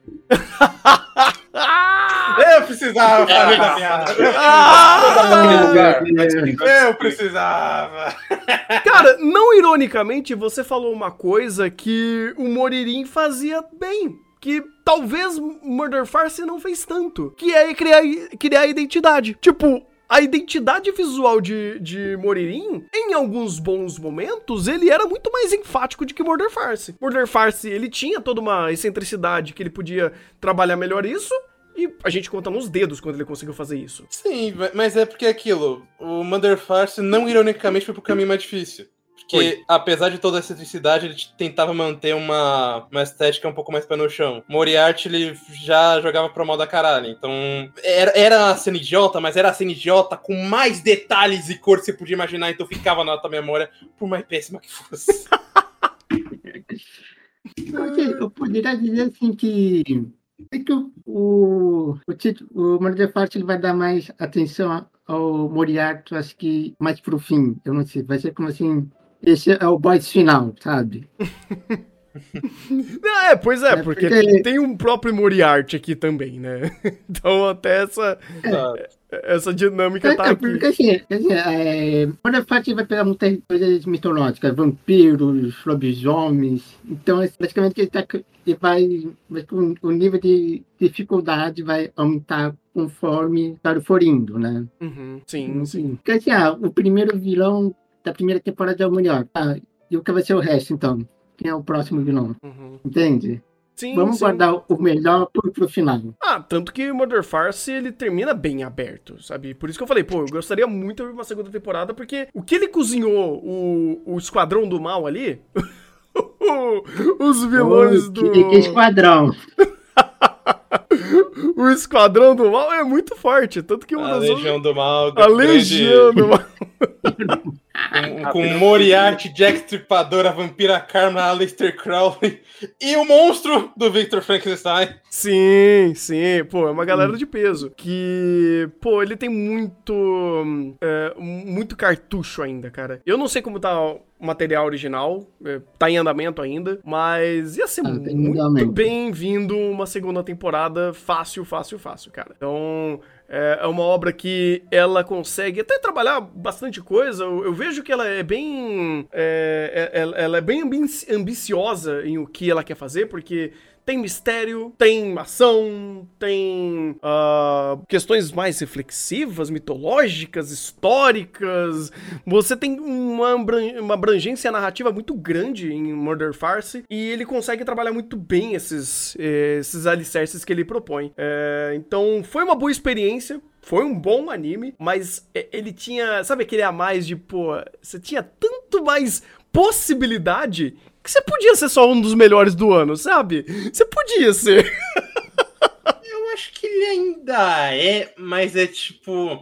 Eu precisava fazer da piada. Eu precisava. Cara, não ironicamente, você falou uma coisa que o Moririn fazia bem. Que talvez Murder Farce não fez tanto. Que é criar, criar identidade. Tipo... A identidade visual de, de Moririn, em alguns bons momentos, ele era muito mais enfático do que Murder Farce. Murder Farce, ele tinha toda uma excentricidade que ele podia trabalhar melhor isso, e a gente conta nos dedos quando ele conseguiu fazer isso. Sim, mas é porque é aquilo, o Murder Farce, não ironicamente, foi pro caminho mais difícil. Porque, Oi. apesar de toda essa excentricidade, ele tentava manter uma, uma estética um pouco mais pé no chão. Moriarty, ele já jogava pro mal da caralho. Então, era, era a cena idiota, mas era a cena idiota com mais detalhes e cor que você podia imaginar. Então, ficava na tua memória, por mais péssima que fosse. Eu poderia dizer assim que... É que o, o, o, título, o Murder Farce ele vai dar mais atenção ao Moriarty, acho que mais pro fim. Eu não sei, vai ser como assim... Esse é o boss final, sabe? É, pois é, é porque, porque tem um próprio Moriarty aqui também, né? Então até essa, é. essa dinâmica é, tá é, aqui. Porque assim, assim é, Murder Farce vai pegar muitas coisas mitológicas, vampiros, lobisomens. Então, basicamente, ele, tá, ele vai. O nível de dificuldade vai aumentar conforme o for indo, né? Uhum, sim, sim. Porque assim, ah, o primeiro vilão da primeira temporada é o melhor. Ah, e o que vai ser o resto, então? Quem é o próximo vilão? Uhum. Entende? Sim, Vamos sim. guardar o melhor pro, pro final. Ah, tanto que o Murder Farce, ele termina bem aberto, sabe? Por isso que eu falei, pô, eu gostaria muito de uma segunda temporada, porque o que ele cozinhou, o, o Esquadrão do Mal ali, os vilões Oi, do... Que, que esquadrão? O Esquadrão do Mal é muito forte, tanto que... A Legião do Mal... A Legião do Mal... Com, com Moriarty, Jack Stripador, a Vampira Karma, Aleister Crowley e o monstro do Victor Frankenstein. Sim, sim. Pô, é uma galera de peso. Que, pô, ele tem muito... É, muito cartucho ainda, cara. Eu não sei como tá o material original. É, tá em andamento ainda. Mas ia ser ah, muito bem-vindo uma segunda temporada fácil, fácil, fácil, cara. Então... É uma obra que ela consegue até trabalhar bastante coisa. Eu, eu vejo que ela é bem... É, é, ela é bem ambici- ambiciosa em o que ela quer fazer, porque... Tem mistério, tem ação, tem uh, questões mais reflexivas, mitológicas, históricas. Você tem uma, uma abrangência narrativa muito grande em Murder Farce e ele consegue trabalhar muito bem esses, esses alicerces que ele propõe. É, então foi uma boa experiência. Foi um bom anime, mas ele tinha, sabe aquele a mais de, pô, você tinha tanto mais possibilidade que você podia ser só um dos melhores do ano, sabe? Você podia ser. Eu acho que ele ainda é, mas é tipo...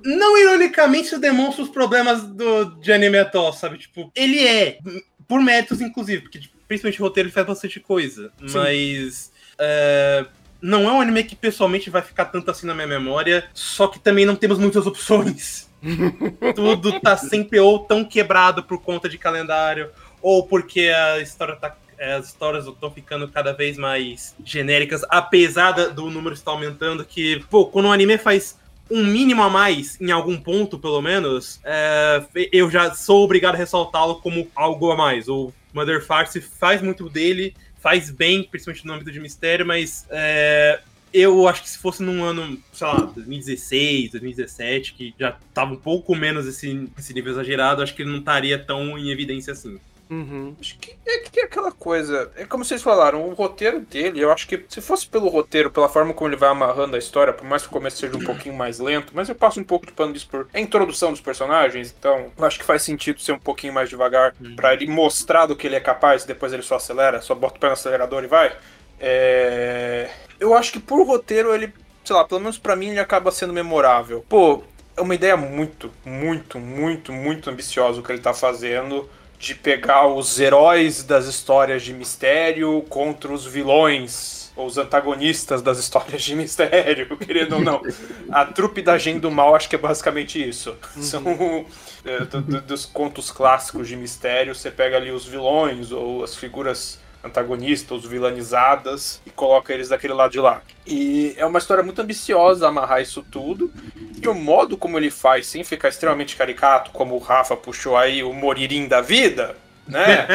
não ironicamente isso demonstra os problemas do, de anime atual, sabe? Tipo, ele é, por méritos inclusive, porque tipo, principalmente o roteiro ele faz bastante coisa, Sim. mas é, não é um anime que pessoalmente vai ficar tanto assim na minha memória, só que também não temos muitas opções. Tudo tá sempre ou tão quebrado por conta de calendário, ou porque a história tá, as histórias estão ficando cada vez mais genéricas, apesar do número estar aumentando, que, pô, quando um anime faz um mínimo a mais, em algum ponto, pelo menos, é, eu já sou obrigado a ressaltá-lo como algo a mais. O Mother Farce faz muito dele, faz bem, principalmente no âmbito de mistério, mas é, eu acho que se fosse num ano, sei lá, dois mil e dezesseis, dois mil e dezessete, que já tava um pouco menos esse, esse nível exagerado, acho que ele não estaria tão em evidência assim. Uhum. Acho que é, que é aquela coisa, é como vocês falaram, o roteiro dele, eu acho que se fosse pelo roteiro, pela forma como ele vai amarrando a história, por mais que o começo seja um pouquinho mais lento, mas eu passo um pouco de pano disso por a introdução dos personagens, então eu acho que faz sentido ser um pouquinho mais devagar, uhum. pra ele mostrar do que ele é capaz, depois ele só acelera, só bota o pé no acelerador e vai. É... Eu acho que por roteiro ele, sei lá, pelo menos pra mim ele acaba sendo memorável. Pô, é uma ideia muito, muito, muito, muito ambiciosa o que ele tá fazendo, de pegar os heróis das histórias de mistério contra os vilões, ou os antagonistas das histórias de mistério, querendo ou não. A trupe da Gen do Mal acho que é basicamente isso. Uhum. São é, do, do, dos contos clássicos de mistério, você pega ali os vilões, ou as figuras antagonistas, os vilanizadas, e coloca eles daquele lado de lá. E é uma história muito ambiciosa amarrar isso tudo, e o modo como ele faz, sem ficar extremamente caricato, como o Rafa puxou aí, o Moririm da vida, né?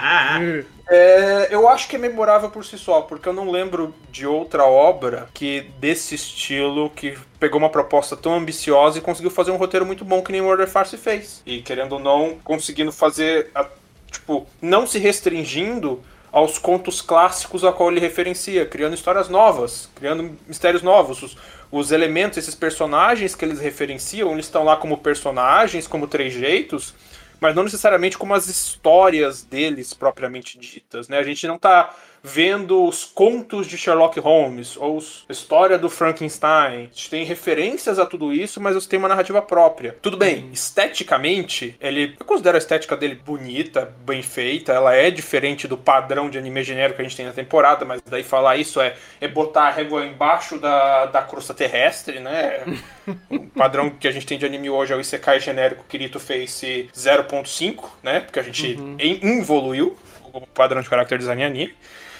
é, eu acho que é memorável por si só, porque eu não lembro de outra obra que desse estilo, que pegou uma proposta tão ambiciosa e conseguiu fazer um roteiro muito bom que nem o Mother Farce fez. E querendo ou não, conseguindo fazer, a, tipo, não se restringindo aos contos clássicos a qual ele referencia, criando histórias novas, criando mistérios novos. Os, os elementos, esses personagens que eles referenciam, eles estão lá como personagens, como trejeitos, mas não necessariamente como as histórias deles propriamente ditas, né? A gente não está vendo os contos de Sherlock Holmes ou a história do Frankenstein. A gente tem referências a tudo isso, mas você tem uma narrativa própria. Tudo bem, esteticamente, ele, eu considero a estética dele bonita, bem feita, ela é diferente do padrão de anime genérico que a gente tem na temporada, mas daí falar isso é, é botar a régua embaixo da, da crosta terrestre, né? O padrão que a gente tem de anime hoje é o Isekai genérico Kirito Face zero ponto cinco, né? Porque a gente uhum. evoluiu o padrão de character design em anime.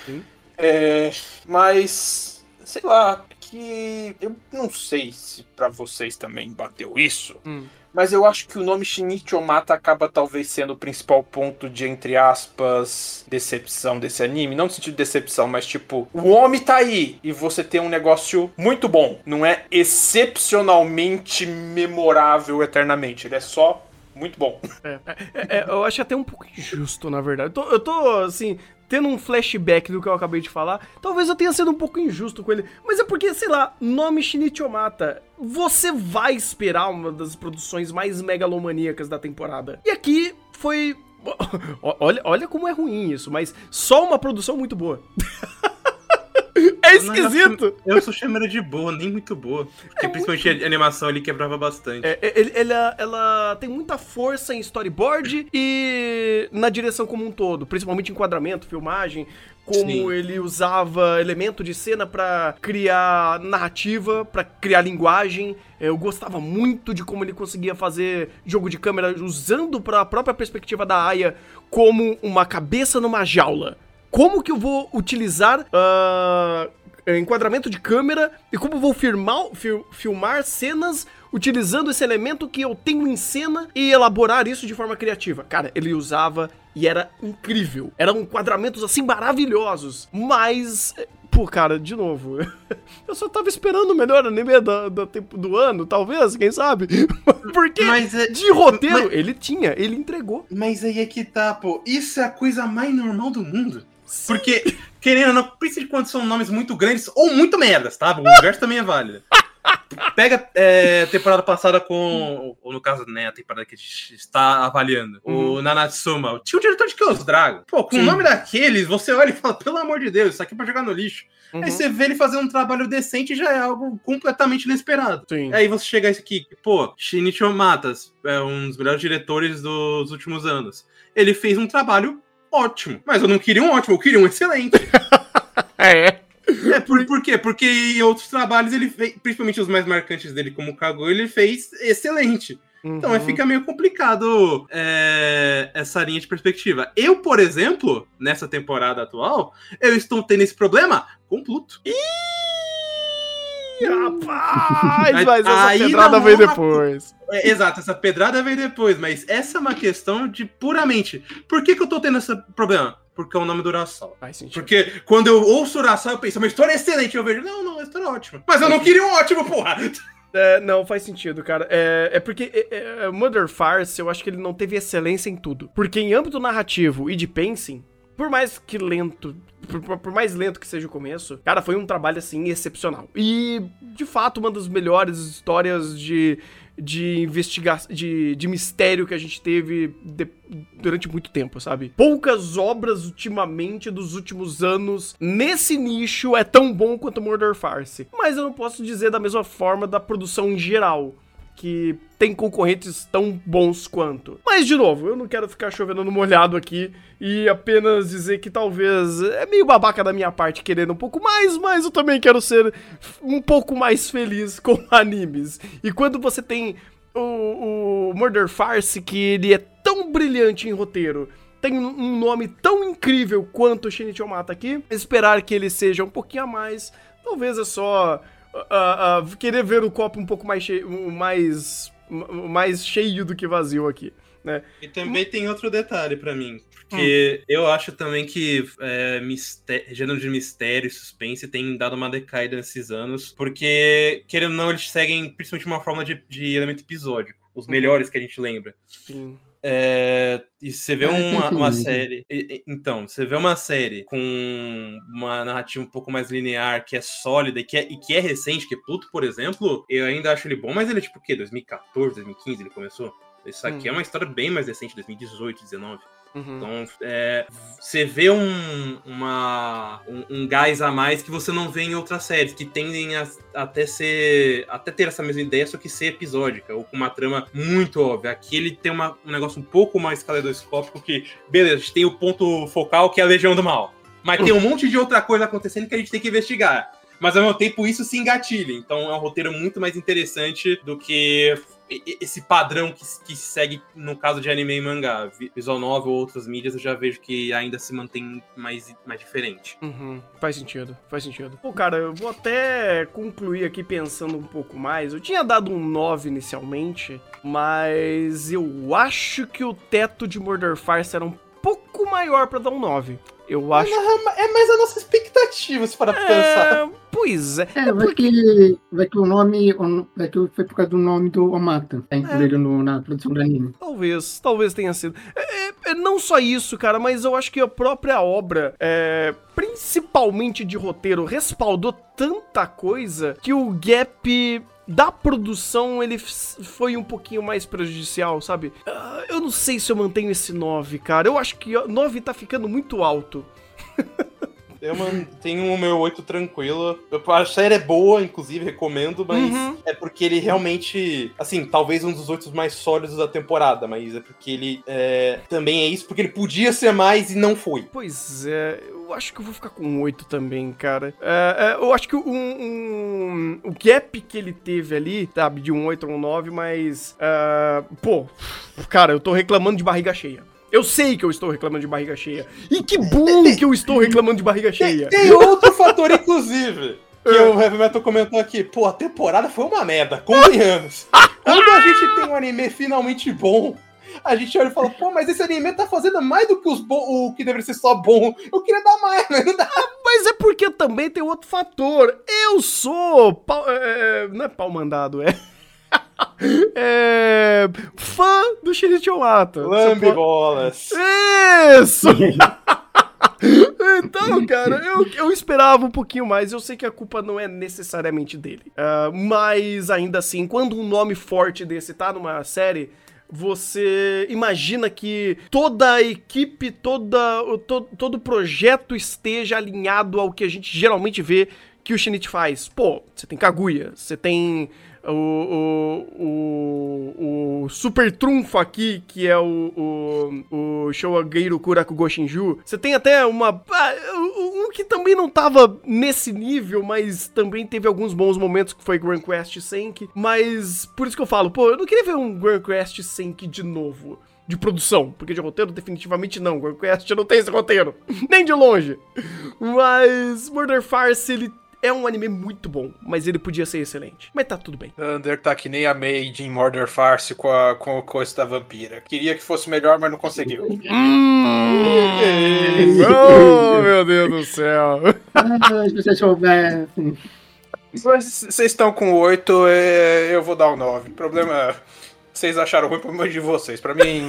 É, mas, sei lá, que eu não sei se pra vocês também bateu isso, hum. mas eu acho que o nome Shinichi Omata acaba talvez sendo o principal ponto de, entre aspas, decepção desse anime. Não no sentido de decepção, mas tipo, o homem tá aí e você tem um negócio muito bom. Não é excepcionalmente memorável eternamente, ele é só muito bom. É, é, é, eu acho até um pouco injusto, na verdade. Eu tô, eu tô assim... tendo um flashback do que eu acabei de falar, talvez eu tenha sido um pouco injusto com ele, mas é porque, sei lá, nome Shinichi Omata, você vai esperar uma das produções mais megalomaníacas da temporada. E aqui foi... Olha, olha como é ruim isso, mas só uma produção muito boa. É esquisito. Eu sou chamada de boa, nem muito boa. Porque é principalmente muito... a animação ali quebrava bastante. É, ele, ela, ela tem muita força em storyboard e na direção como um todo. Principalmente enquadramento, filmagem. Como Sim. ele usava elemento de cena pra criar narrativa, pra criar linguagem. Eu gostava muito de como ele conseguia fazer jogo de câmera usando pra própria perspectiva da Aya como uma cabeça numa jaula. Como que eu vou utilizar uh, enquadramento de câmera e como eu vou filmar, fil, filmar cenas utilizando esse elemento que eu tenho em cena e elaborar isso de forma criativa. Cara, ele usava e era incrível. Eram enquadramentos assim maravilhosos, mas... Pô, cara, de novo, eu só tava esperando o melhor anime do, do, do ano, talvez, quem sabe? Porque mas, de roteiro, mas, ele tinha, ele entregou. Mas aí é que tá, pô, isso é a coisa mais normal do mundo. Sim. Porque, querendo ou não, principalmente quando são nomes muito grandes ou muito merdas, tá? O universo também é válido. Pega é, temporada passada com, ou no caso, né, a temporada que a gente está avaliando, uhum. o Nanatsuma. Tinha o diretor de Chaos Dragon. Pô, com Sim. o nome daqueles, você olha e fala, pelo amor de Deus, isso aqui é pra jogar no lixo. Uhum. Aí você vê ele fazendo um trabalho decente e já é algo completamente inesperado. Sim. Aí você chega a isso aqui, pô, Shinichi Omata é um dos melhores diretores dos últimos anos. Ele fez um trabalho ótimo, mas eu não queria um ótimo, eu queria um excelente. é. É, por, por quê? Porque em outros trabalhos ele fez, principalmente os mais marcantes dele, como o Kaguya, ele fez excelente. Uhum. Então fica meio complicado é, essa linha de perspectiva. Eu, por exemplo, nessa temporada atual, eu estou tendo esse problema com Pluto. Ih, rapaz, mas essa aí pedrada veio depois. É, exato, essa pedrada veio depois, mas essa é uma questão de puramente... Por que que eu tô tendo esse problema? Porque é o nome do Urasawa. Porque quando eu ouço o Urasawa, eu penso, uma história excelente, eu vejo, não, não, a história é ótima. Mas eu não queria um ótimo, porra! É, não, faz sentido, cara. É, é porque é, é, Murder Farce, eu acho que ele não teve excelência em tudo. Porque em âmbito narrativo e de pacing, por mais que lento, por, por mais lento que seja o começo, cara, foi um trabalho, assim, excepcional. E, de fato, uma das melhores histórias de... de investigação, de, de mistério que a gente teve de, durante muito tempo, sabe? Poucas obras ultimamente dos últimos anos nesse nicho é tão bom quanto Murder Farce. Mas eu não posso dizer da mesma forma da produção em geral, que tem concorrentes tão bons quanto. Mas, de novo, eu não quero ficar chovendo no molhado aqui e apenas dizer que talvez é meio babaca da minha parte querendo um pouco mais, mas eu também quero ser um pouco mais feliz com animes. E quando você tem o, o Murder Farce, que ele é tão brilhante em roteiro, tem um nome tão incrível quanto o Shinichi Omata aqui, esperar que ele seja um pouquinho a mais, talvez é só... Uh, uh, querer ver o copo um pouco mais cheio, mais, mais cheio do que vazio aqui, né? E também tem outro detalhe pra mim, porque hum. eu acho também que é, mistério, gênero de mistério e suspense tem dado uma decaída nesses anos, porque, querendo ou não, eles seguem principalmente uma forma de, de elemento episódico, os melhores que a gente lembra. Sim. É, e você vê uma, uma série... Então, você vê uma série com uma narrativa um pouco mais linear, que é sólida e que é, e que é recente, que é Pluto, por exemplo, eu ainda acho ele bom, mas ele é tipo o quê? dois mil e quatorze, dois mil e quinze ele começou? Isso aqui hum. é uma história bem mais recente, dois mil e dezoito, dezenove. Uhum. Então, é, você vê um, uma, um, um gás a mais que você não vê em outras séries, que tendem a até ser, até ter essa mesma ideia, só que ser episódica, ou com uma trama muito óbvia. Aqui ele tem uma, um negócio um pouco mais caleidoscópico, que, beleza, a gente tem o ponto focal, que é a Legião do Mal. Mas tem um monte de outra coisa acontecendo que a gente tem que investigar. Mas, ao mesmo tempo, isso se engatilha. Então, é um roteiro muito mais interessante do que esse padrão que, que segue no caso de anime e mangá. Visual novel ou outras mídias, eu já vejo que ainda se mantém mais, mais diferente. Uhum, faz sentido, faz sentido. Pô, cara, eu vou até concluir aqui pensando um pouco mais. Eu tinha dado um nove inicialmente, mas eu acho que o teto de Murder Farce era um pouco maior pra dar um nove. Eu acho... É mais a nossa expectativa, se para é... pensar. Pois é. É, vai que, vai que o nome... Vai que foi por causa do nome do Omata. Tá incluído é. no, na produção do anime. Talvez, talvez tenha sido. É, é, não só isso, cara, mas eu acho que a própria obra, é, principalmente de roteiro, respaldou tanta coisa que o gap... da produção, ele foi um pouquinho mais prejudicial, sabe? Uh, eu não sei se eu mantenho esse nove, cara. Eu acho que nove tá ficando muito alto. Eu mantenho o meu oito tranquilo. A série é boa, inclusive, recomendo, mas uhum. é porque ele realmente... Assim, talvez um dos oito mais sólidos da temporada, mas é porque ele é, também é isso, porque ele podia ser mais e não foi. Pois é... Eu acho que eu vou ficar com oito também, cara. É, é, eu acho que um, um, o gap que ele teve ali, sabe, de um oito a um nove, mas... Uh, pô, cara, eu tô reclamando de barriga cheia. Eu sei que eu estou reclamando de barriga cheia. E que bom que eu estou reclamando de barriga cheia. Tem, tem outro fator, inclusive, que o Heavy Metal comentou aqui. Pô, a temporada foi uma merda, convenhamos. Quando a gente tem um anime finalmente bom... A gente olha e fala, pô, mas esse anime tá fazendo mais do que os bo- o que deveria ser só bom. Eu queria dar mais, mas não dá. Mas é porque também tem outro fator. Eu sou... Pau, é, não é pau mandado, é... é... fã do Shinichi Omata. Lambe bolas. Isso! Então, cara, eu, eu esperava um pouquinho mais. Eu sei que a culpa não é necessariamente dele. Uh, mas, ainda assim, quando um nome forte desse tá numa série, você imagina que toda a equipe, toda, todo, todo projeto esteja alinhado ao que a gente geralmente vê que o Shinichi faz. Pô, você tem Kaguya, você tem o, o, o, o super trunfo aqui, que é o, o, o Showageiro Kurakugo Shinju. Você tem até uma... Ah, um que também não tava nesse nível, mas também teve alguns bons momentos, que foi Grand Quest Senki. Mas por isso que eu falo, pô, eu não queria ver um Grand Quest Senki de novo. De produção, porque de roteiro definitivamente não. Grand Quest não tem esse roteiro, nem de longe. Mas Murder Farce, ele é um anime muito bom, mas ele podia ser excelente. Mas tá tudo bem. Thunder tá que nem a Maid em Murder Farce com, a, com o coice da vampira. Queria que fosse melhor, mas não conseguiu. Hum, oh, meu Deus do céu. Ah, se você souber. Vocês estão com oito, eu vou dar um nove. O problema é... Vocês acharam ruim, problema de vocês. Pra mim,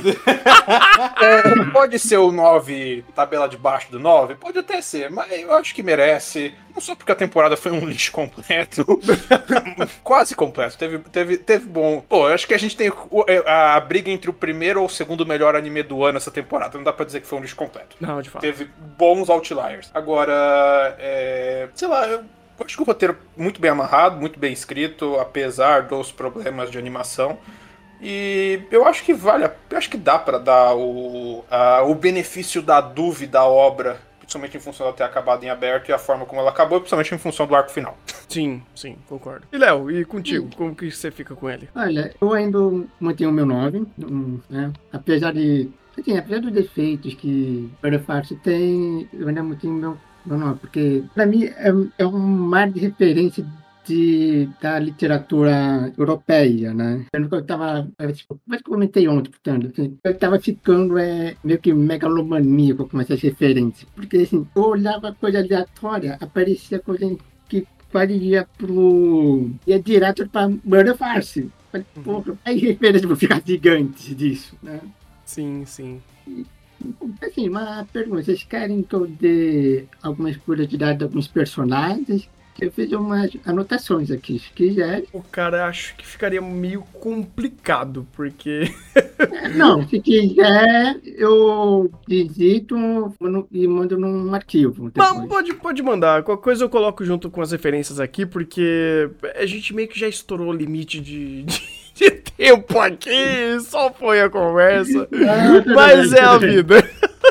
é, pode ser o nove, tabela de baixo do nove? Pode até ser, mas eu acho que merece. Não só porque a temporada foi um lixo completo. Quase completo. Teve, teve, teve bom. Pô, eu acho que a gente tem a, a briga entre o primeiro ou o segundo melhor anime do ano essa temporada. Não dá pra dizer que foi um lixo completo. Não, de fato. Teve bons outliers. Agora, é, sei lá, eu acho que o roteiro muito bem amarrado, muito bem escrito, apesar dos problemas de animação. E eu acho que vale, eu acho que dá pra dar o, a, o benefício da dúvida à obra, principalmente em função de ter acabado em aberto e a forma como ela acabou, principalmente em função do arco final. Sim, sim, concordo. E Léo, e contigo, como que você fica com ele? Olha, eu ainda mantenho o meu nove, um, né? Apesar de. Assim, apesar dos defeitos que Murder Farce tem, eu ainda mantenho o meu, meu nove, porque pra mim é, é um mar de referência de, da literatura europeia, né? Eu estava, tipo, mas comentei ontem, portanto, assim, eu estava ficando é, meio que megalomaníaco com essas referências, porque assim, eu olhava coisa aleatória, aparecia coisa que ia pro... ia direto para Murder Farce. Porra, aí referência vão ficar gigantes disso, né? Sim, sim. Assim, uma pergunta, vocês querem que eu dê algumas curiosidades de alguns personagens? Eu fiz umas anotações aqui, se quiser. O cara, acho que ficaria meio complicado, porque... Não, se quiser, eu digito e mando num arquivo. Não, pode, pode mandar. Qualquer coisa eu coloco junto com as referências aqui, porque a gente meio que já estourou o limite de... de... de tempo aqui, só foi a conversa. Ah, mas bem, é a bem. vida.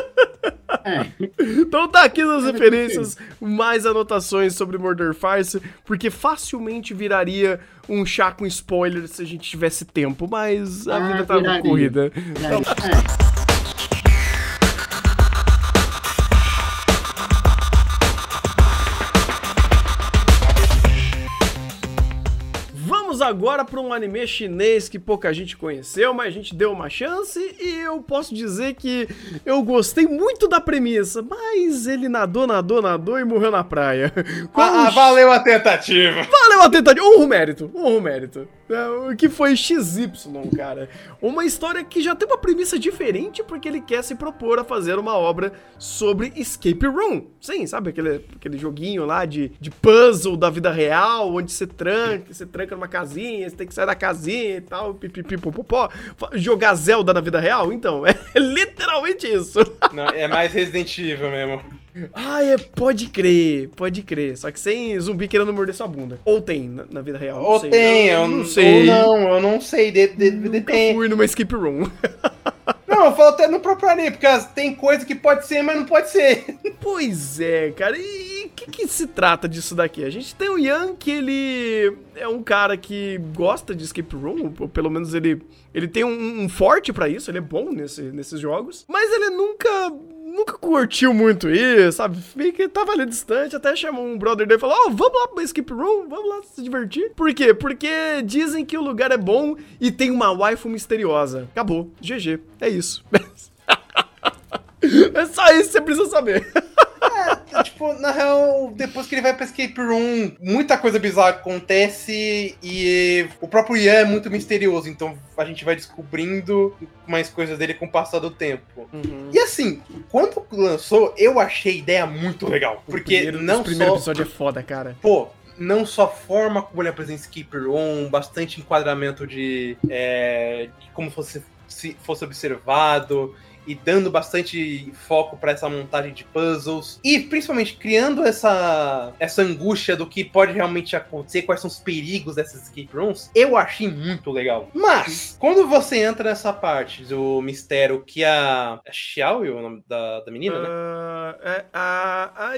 É. Então tá aqui nas referências, mais anotações sobre Murder Farce, porque facilmente viraria um chá com spoiler se a gente tivesse tempo, mas a ah, vida tá muito corrida. Então, é. Agora para um anime chinês que pouca gente conheceu, mas a gente deu uma chance e eu posso dizer que eu gostei muito da premissa, mas ele nadou, nadou, nadou e morreu na praia. Ah, valeu a tentativa. Valeu a tentativa, honro mérito, honro mérito. O que foi X Y, cara. Uma história que já tem uma premissa diferente porque ele quer se propor a fazer uma obra sobre Escape Room. Sim, sabe aquele, aquele joguinho lá de, de puzzle da vida real, onde você tranca, você tranca numa casinha, você tem que sair da casinha e tal, pipipipopopó. Jogar Zelda na vida real? Então, é literalmente isso. Não, é mais Resident Evil mesmo. Ah, é, pode crer, pode crer. Só que sem zumbi querendo morder sua bunda. Ou tem na, na vida real. Ou sei. tem, eu, eu não sei. Ou não, eu não sei. De, de, de, Nunca tem. fui numa escape room. Não, eu falo até no próprio anime, porque tem coisa que pode ser, mas não pode ser. Pois é, cara. E o que, que se trata disso daqui? A gente tem o Yan, que ele é um cara que gosta de escape room, ou pelo menos ele, ele tem um, um forte pra isso, ele é bom nesse, nesses jogos, mas ele nunca... nunca curtiu muito isso, sabe? Meio que tava ali distante, até chamou um brother dele e falou, ó, oh, vamos lá pro escape room, vamos lá se divertir. Por quê? Porque dizem que o lugar é bom e tem uma waifu misteriosa. Acabou. G G. É isso. É só isso que você precisa saber. tipo, na real, depois que ele vai pra Escape Room, muita coisa bizarra acontece e o próprio Ian é muito misterioso, então a gente vai descobrindo mais coisas dele com o passar do tempo. Uhum. E assim, quando lançou, eu achei a ideia muito legal, porque primeiro, não o primeiro só... episódio é foda, cara. Pô, não só a forma como ele apresenta Escape Room, bastante enquadramento de, é, de como fosse, se fosse observado, e dando bastante foco pra essa montagem de puzzles, e principalmente criando essa, essa angústia do que pode realmente acontecer, quais são os perigos dessas escape rooms, eu achei muito legal. Mas, quando você entra nessa parte do mistério que a... É Xiao, o nome da, da menina, né? Uh, é a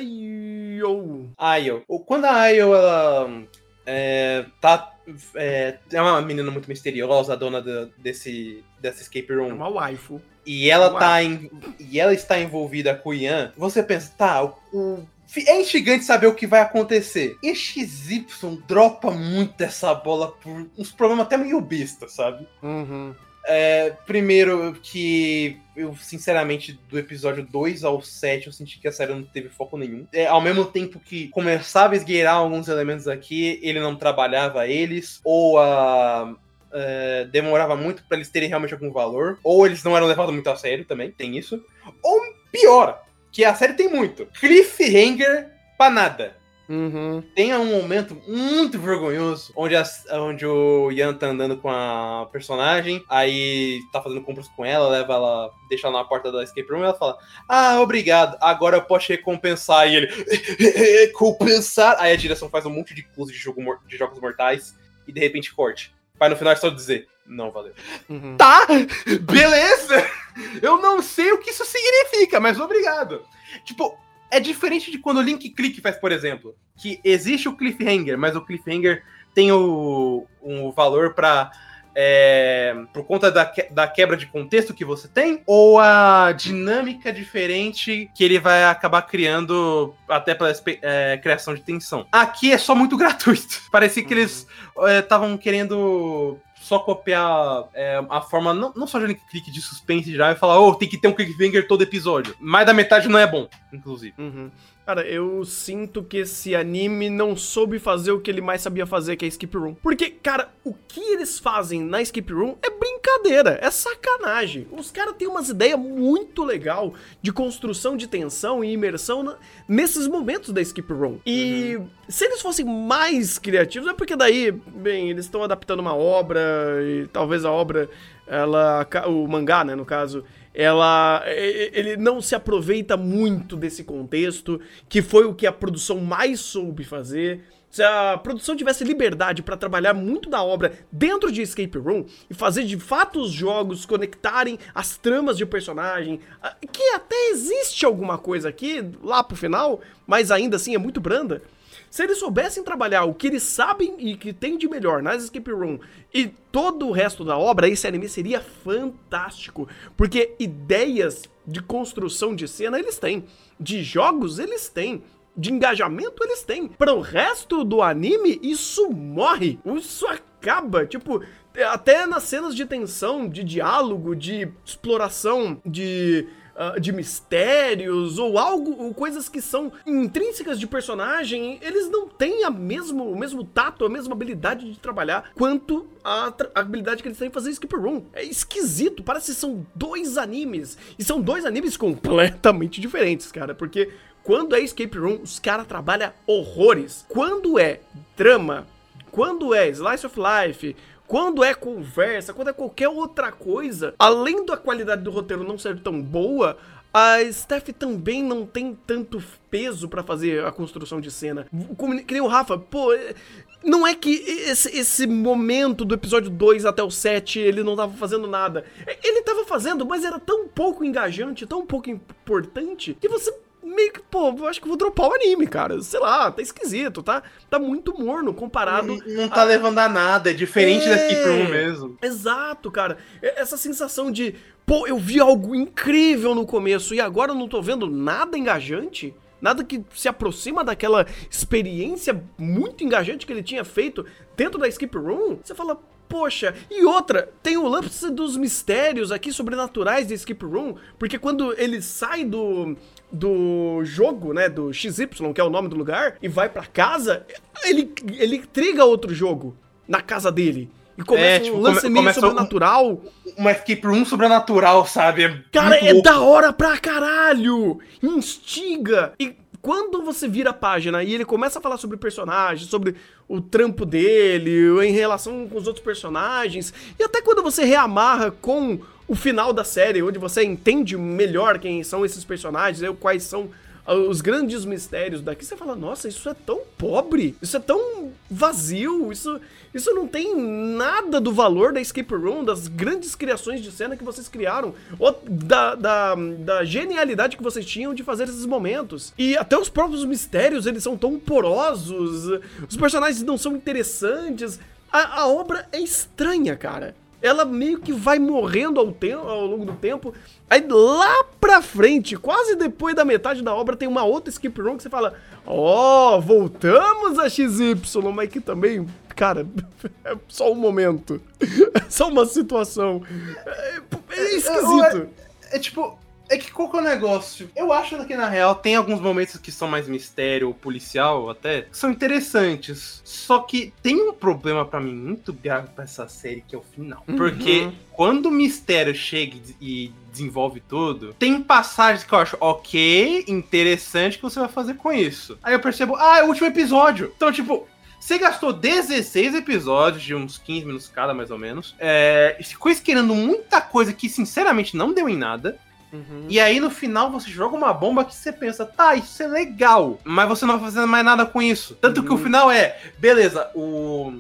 Ayo. Ayo. Quando a Ayo, ela é, tá, é, é uma menina muito misteriosa, a dona do, desse, dessa escape É room, uma waifu. e ela, Uau. tá em, e ela está envolvida com o Ian, você pensa, tá, o, o, é instigante saber o que vai acontecer. E X Y dropa muito essa bola por uns problemas até meio bestas, sabe? Uhum. É, primeiro que eu, sinceramente, do episódio dois ao sete, eu senti que a série não teve foco nenhum. É, ao mesmo tempo que começava a esgueirar alguns elementos aqui, ele não trabalhava eles, ou a... É, demorava muito pra eles terem realmente algum valor, ou eles não eram levados muito a sério também, tem isso. Ou pior, que a série tem muito, cliffhanger pra nada. Uhum. Tem um momento muito vergonhoso, onde, as, onde o Ian tá andando com a personagem, aí tá fazendo compras com ela, leva ela, deixa ela na porta da escape room, e ela fala, ah, obrigado, agora eu posso recompensar. E ele, compensar? Aí a direção faz um monte de close de, jogo, de jogos mortais, e de repente corte. Vai no final é só dizer, não valeu. Uhum. Tá, beleza, eu não sei o que isso significa, mas obrigado. Tipo, é diferente de quando o Link Click faz, por exemplo, que existe o cliffhanger, mas o cliffhanger tem o, o valor pra... É, por conta da, que, da quebra de contexto que você tem, ou a dinâmica diferente que ele vai acabar criando até pela é, criação de tensão. Aqui é só muito gratuito. Parecia que eles estavam é, querendo só copiar é, a forma, não, não só de link click de suspense já, e falar, oh, tem que ter um cliffhanger todo episódio. Mais da metade não é bom, inclusive. Uhum. Cara, eu sinto que esse anime não soube fazer o que ele mais sabia fazer, que é Escape Room. Porque, cara, o que eles fazem na Escape Room é brincadeira, é sacanagem. Os caras têm umas ideias muito legal de construção de tensão e imersão na, nesses momentos da Escape Room. E uhum. se eles fossem mais criativos, é porque daí, bem, eles estão adaptando uma obra e talvez a obra, ela, o mangá, né, no caso... ela, ele não se aproveita muito desse contexto, que foi o que a produção mais soube fazer. Se a produção tivesse liberdade para trabalhar muito da obra dentro de Escape Room e fazer de fato os jogos conectarem as tramas de personagem, que até existe alguma coisa aqui lá pro final, mas ainda assim é muito branda. Se eles soubessem trabalhar o que eles sabem e que tem de melhor nas Escape Room e todo o resto da obra, esse anime seria fantástico. Porque ideias de construção de cena eles têm, de jogos eles têm, de engajamento eles têm. Para o resto do anime, isso morre, isso acaba. Tipo, até nas cenas de tensão, de diálogo, de exploração, de... Uh, de mistérios, ou algo, ou coisas que são intrínsecas de personagem, eles não têm a mesmo, o mesmo tato, a mesma habilidade de trabalhar quanto a, a habilidade que eles têm de fazer Escape Room. É esquisito, parece que são dois animes, e são dois animes completamente diferentes, cara, porque quando é Escape Room, os caras trabalham horrores. Quando é drama, quando é Slice of Life... quando é conversa, quando é qualquer outra coisa, além da qualidade do roteiro não ser tão boa, a Steph também não tem tanto peso pra fazer a construção de cena. Como, que nem o Rafa, pô, não é que esse, esse momento do episódio dois até o sete ele não tava fazendo nada. Ele tava fazendo, mas era tão pouco engajante, tão pouco importante, que você... meio que, pô, eu acho que vou dropar o anime, cara. Sei lá, tá esquisito, tá, tá muito morno comparado... Não, não tá a... levando a nada, é diferente é... da Escape Room mesmo. Exato, cara. Essa sensação de, pô, eu vi algo incrível no começo e agora eu não tô vendo nada engajante, nada que se aproxima daquela experiência muito engajante que ele tinha feito dentro da Escape Room. Você fala... poxa, e outra, tem o lance dos mistérios aqui sobrenaturais de Escape Room, porque quando ele sai do, do jogo, né, do X Y, que é o nome do lugar, e vai pra casa, ele, ele triga outro jogo na casa dele. E começa É, um tipo, lance come- meio começa sobrenatural. Uma Escape Room sobrenatural, sabe? É Cara, muito é louco. da hora pra caralho! Instiga! E quando você vira a página e ele começa a falar sobre personagens, sobre o trampo dele, em relação com os outros personagens, e até quando você reamarra com o final da série, onde você entende melhor quem são esses personagens, né, quais são os grandes mistérios daqui, você fala, nossa, isso é tão pobre, isso é tão vazio, isso, isso não tem nada do valor da Escape Room, das grandes criações de cena que vocês criaram, ou da, da, da genialidade que vocês tinham de fazer esses momentos. E até os próprios mistérios, eles são tão porosos, os personagens não são interessantes, a, a obra é estranha, cara. Ela meio que vai morrendo ao, tempo, ao longo do tempo. Aí lá pra frente, quase depois da metade da obra, tem uma outra Escape Room que você fala, ó, oh, voltamos a X Y, mas que também, cara, é só um momento. É só uma situação. É, é esquisito. É, é tipo... É que qual que é o negócio? Eu acho que na real tem alguns momentos que são mais mistério, policial até, que são interessantes. Só que tem um problema pra mim muito grave pra essa série, que é o final. Uhum. Porque quando o mistério chega e desenvolve tudo, tem passagens que eu acho, ok, interessante, que você vai fazer com isso. Aí eu percebo, ah, é o último episódio. Então, tipo... Você gastou dezesseis episódios, de uns quinze minutos cada, mais ou menos. É, ficou esquerando muita coisa que, sinceramente, não deu em nada. Uhum. E aí, no final, você joga uma bomba que você pensa, tá, isso é legal. Mas você não vai fazer mais nada com isso. Tanto Uhum. que o final é, beleza, o...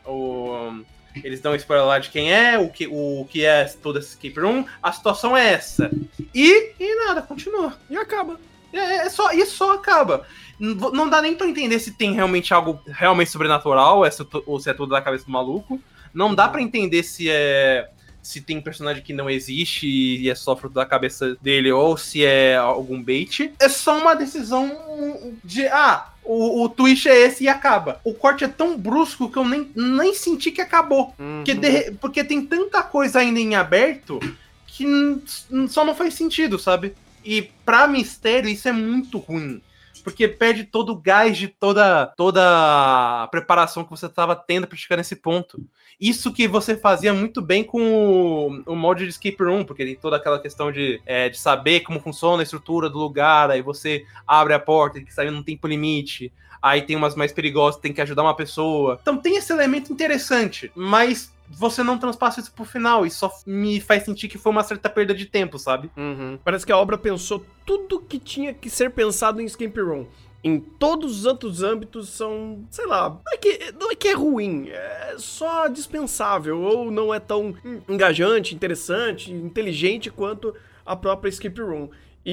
o eles dão um spoiler lá de quem é, o que, o que é toda essa escape room. A situação é essa. E, e nada, continua. E acaba. É, é só, e só acaba. Não, não dá nem pra entender se tem realmente algo realmente sobrenatural, ou se é tudo da cabeça do maluco. Não dá pra entender se é... se tem personagem que não existe e é só fruto da cabeça dele, ou se é algum bait. É só uma decisão de, ah, o, o twist é esse e acaba. O corte é tão brusco que eu nem, nem senti que acabou. Uhum. Porque, de, porque tem tanta coisa ainda em aberto que n- só não faz sentido, sabe? E pra mistério isso é muito ruim. Porque perde todo o gás de toda, toda a preparação que você estava tendo para chegar nesse ponto. Isso que você fazia muito bem com o, o molde de Escape Room, porque tem toda aquela questão de, é, de saber como funciona a estrutura do lugar, aí você abre a porta, tem que sair num tempo limite, aí tem umas mais perigosas, tem que ajudar uma pessoa. Então tem esse elemento interessante, mas... você não transpassa isso pro final, e só me faz sentir que foi uma certa perda de tempo, sabe? Uhum. Parece que a obra pensou tudo que tinha que ser pensado em Escape Room. Em todos os outros âmbitos são, sei lá, não é que, não é que é ruim, é só dispensável, ou não é tão engajante, interessante, inteligente quanto a própria Escape Room.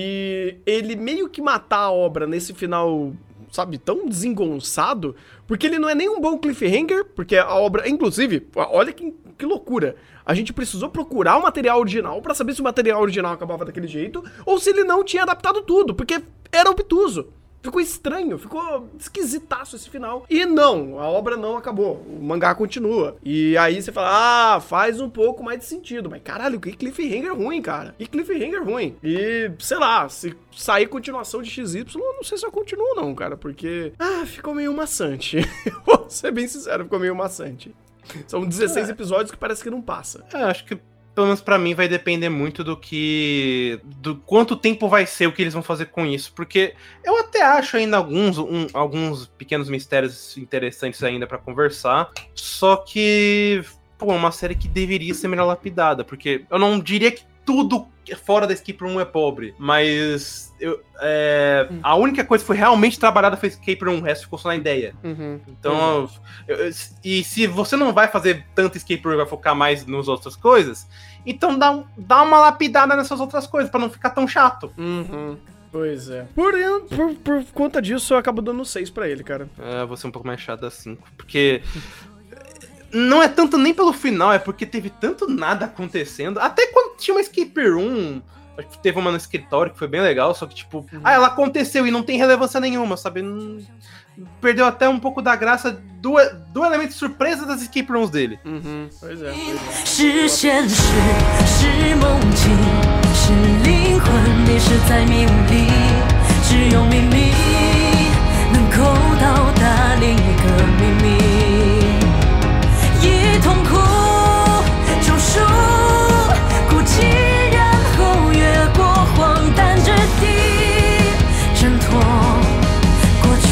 E ele meio que matar a obra nesse final, sabe, tão desengonçado, porque ele não é nem um bom cliffhanger, porque a obra, inclusive, olha que, que loucura, a gente precisou procurar o material original pra saber se o material original acabava daquele jeito, ou se ele não tinha adaptado tudo, porque era obtuso. Ficou estranho, ficou esquisitaço esse final. E não, a obra não acabou, o mangá continua. E aí você fala, ah, faz um pouco mais de sentido. Mas caralho, que cliffhanger ruim, cara. Que cliffhanger ruim. E, sei lá, se sair continuação de X Y, eu não sei se eu continuo não, cara. Porque, ah, ficou meio maçante. Vou ser bem sincero, ficou meio maçante. São dezesseis é. episódios que parece que não passa. É, acho que... pelo menos pra mim, vai depender muito do que... do quanto tempo vai ser o que eles vão fazer com isso. Porque eu até acho ainda alguns, um, alguns pequenos mistérios interessantes ainda pra conversar. Só que... pô, é uma série que deveria ser melhor lapidada. Porque eu não diria que tudo fora da Escape Room é pobre. Mas... eu, é, hum. a única coisa que foi realmente trabalhada foi Escape Room. O resto ficou só na ideia. Uhum. Então... eu, eu, e se você não vai fazer tanto Escape Room e vai focar mais nas outras coisas... então dá, dá uma lapidada nessas outras coisas, pra não ficar tão chato. Uhum. Pois é. Por, por, por conta disso, eu acabo dando seis pra ele, cara. É, vou ser um pouco mais chato da cinco. Porque... não é tanto nem pelo final, é porque teve tanto nada acontecendo. Até quando tinha uma Escape Room... acho que teve uma no escritório que foi bem legal, só que tipo... uhum. ah, ela aconteceu e não tem relevância nenhuma, sabe? Não, perdeu até um pouco da graça do, do elemento surpresa das escape rooms dele. Uhum, pois é, pois é. 是现实，是梦境，是灵魂，迷失在迷雾里，只有秘密能够到达另一个秘密，以痛苦救赎孤寂，然后越过荒诞之地，挣脱过去。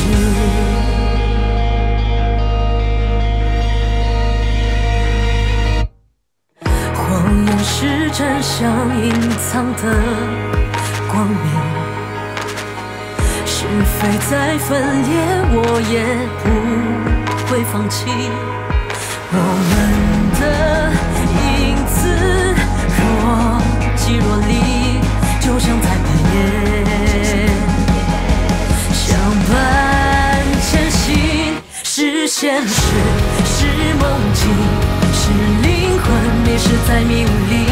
谎言是真相隐藏的光明，是非在分裂，我也不会放弃。我们的影子若即若离，就像在半夜相伴前行。是现实，是梦境，是灵魂迷失在迷雾里，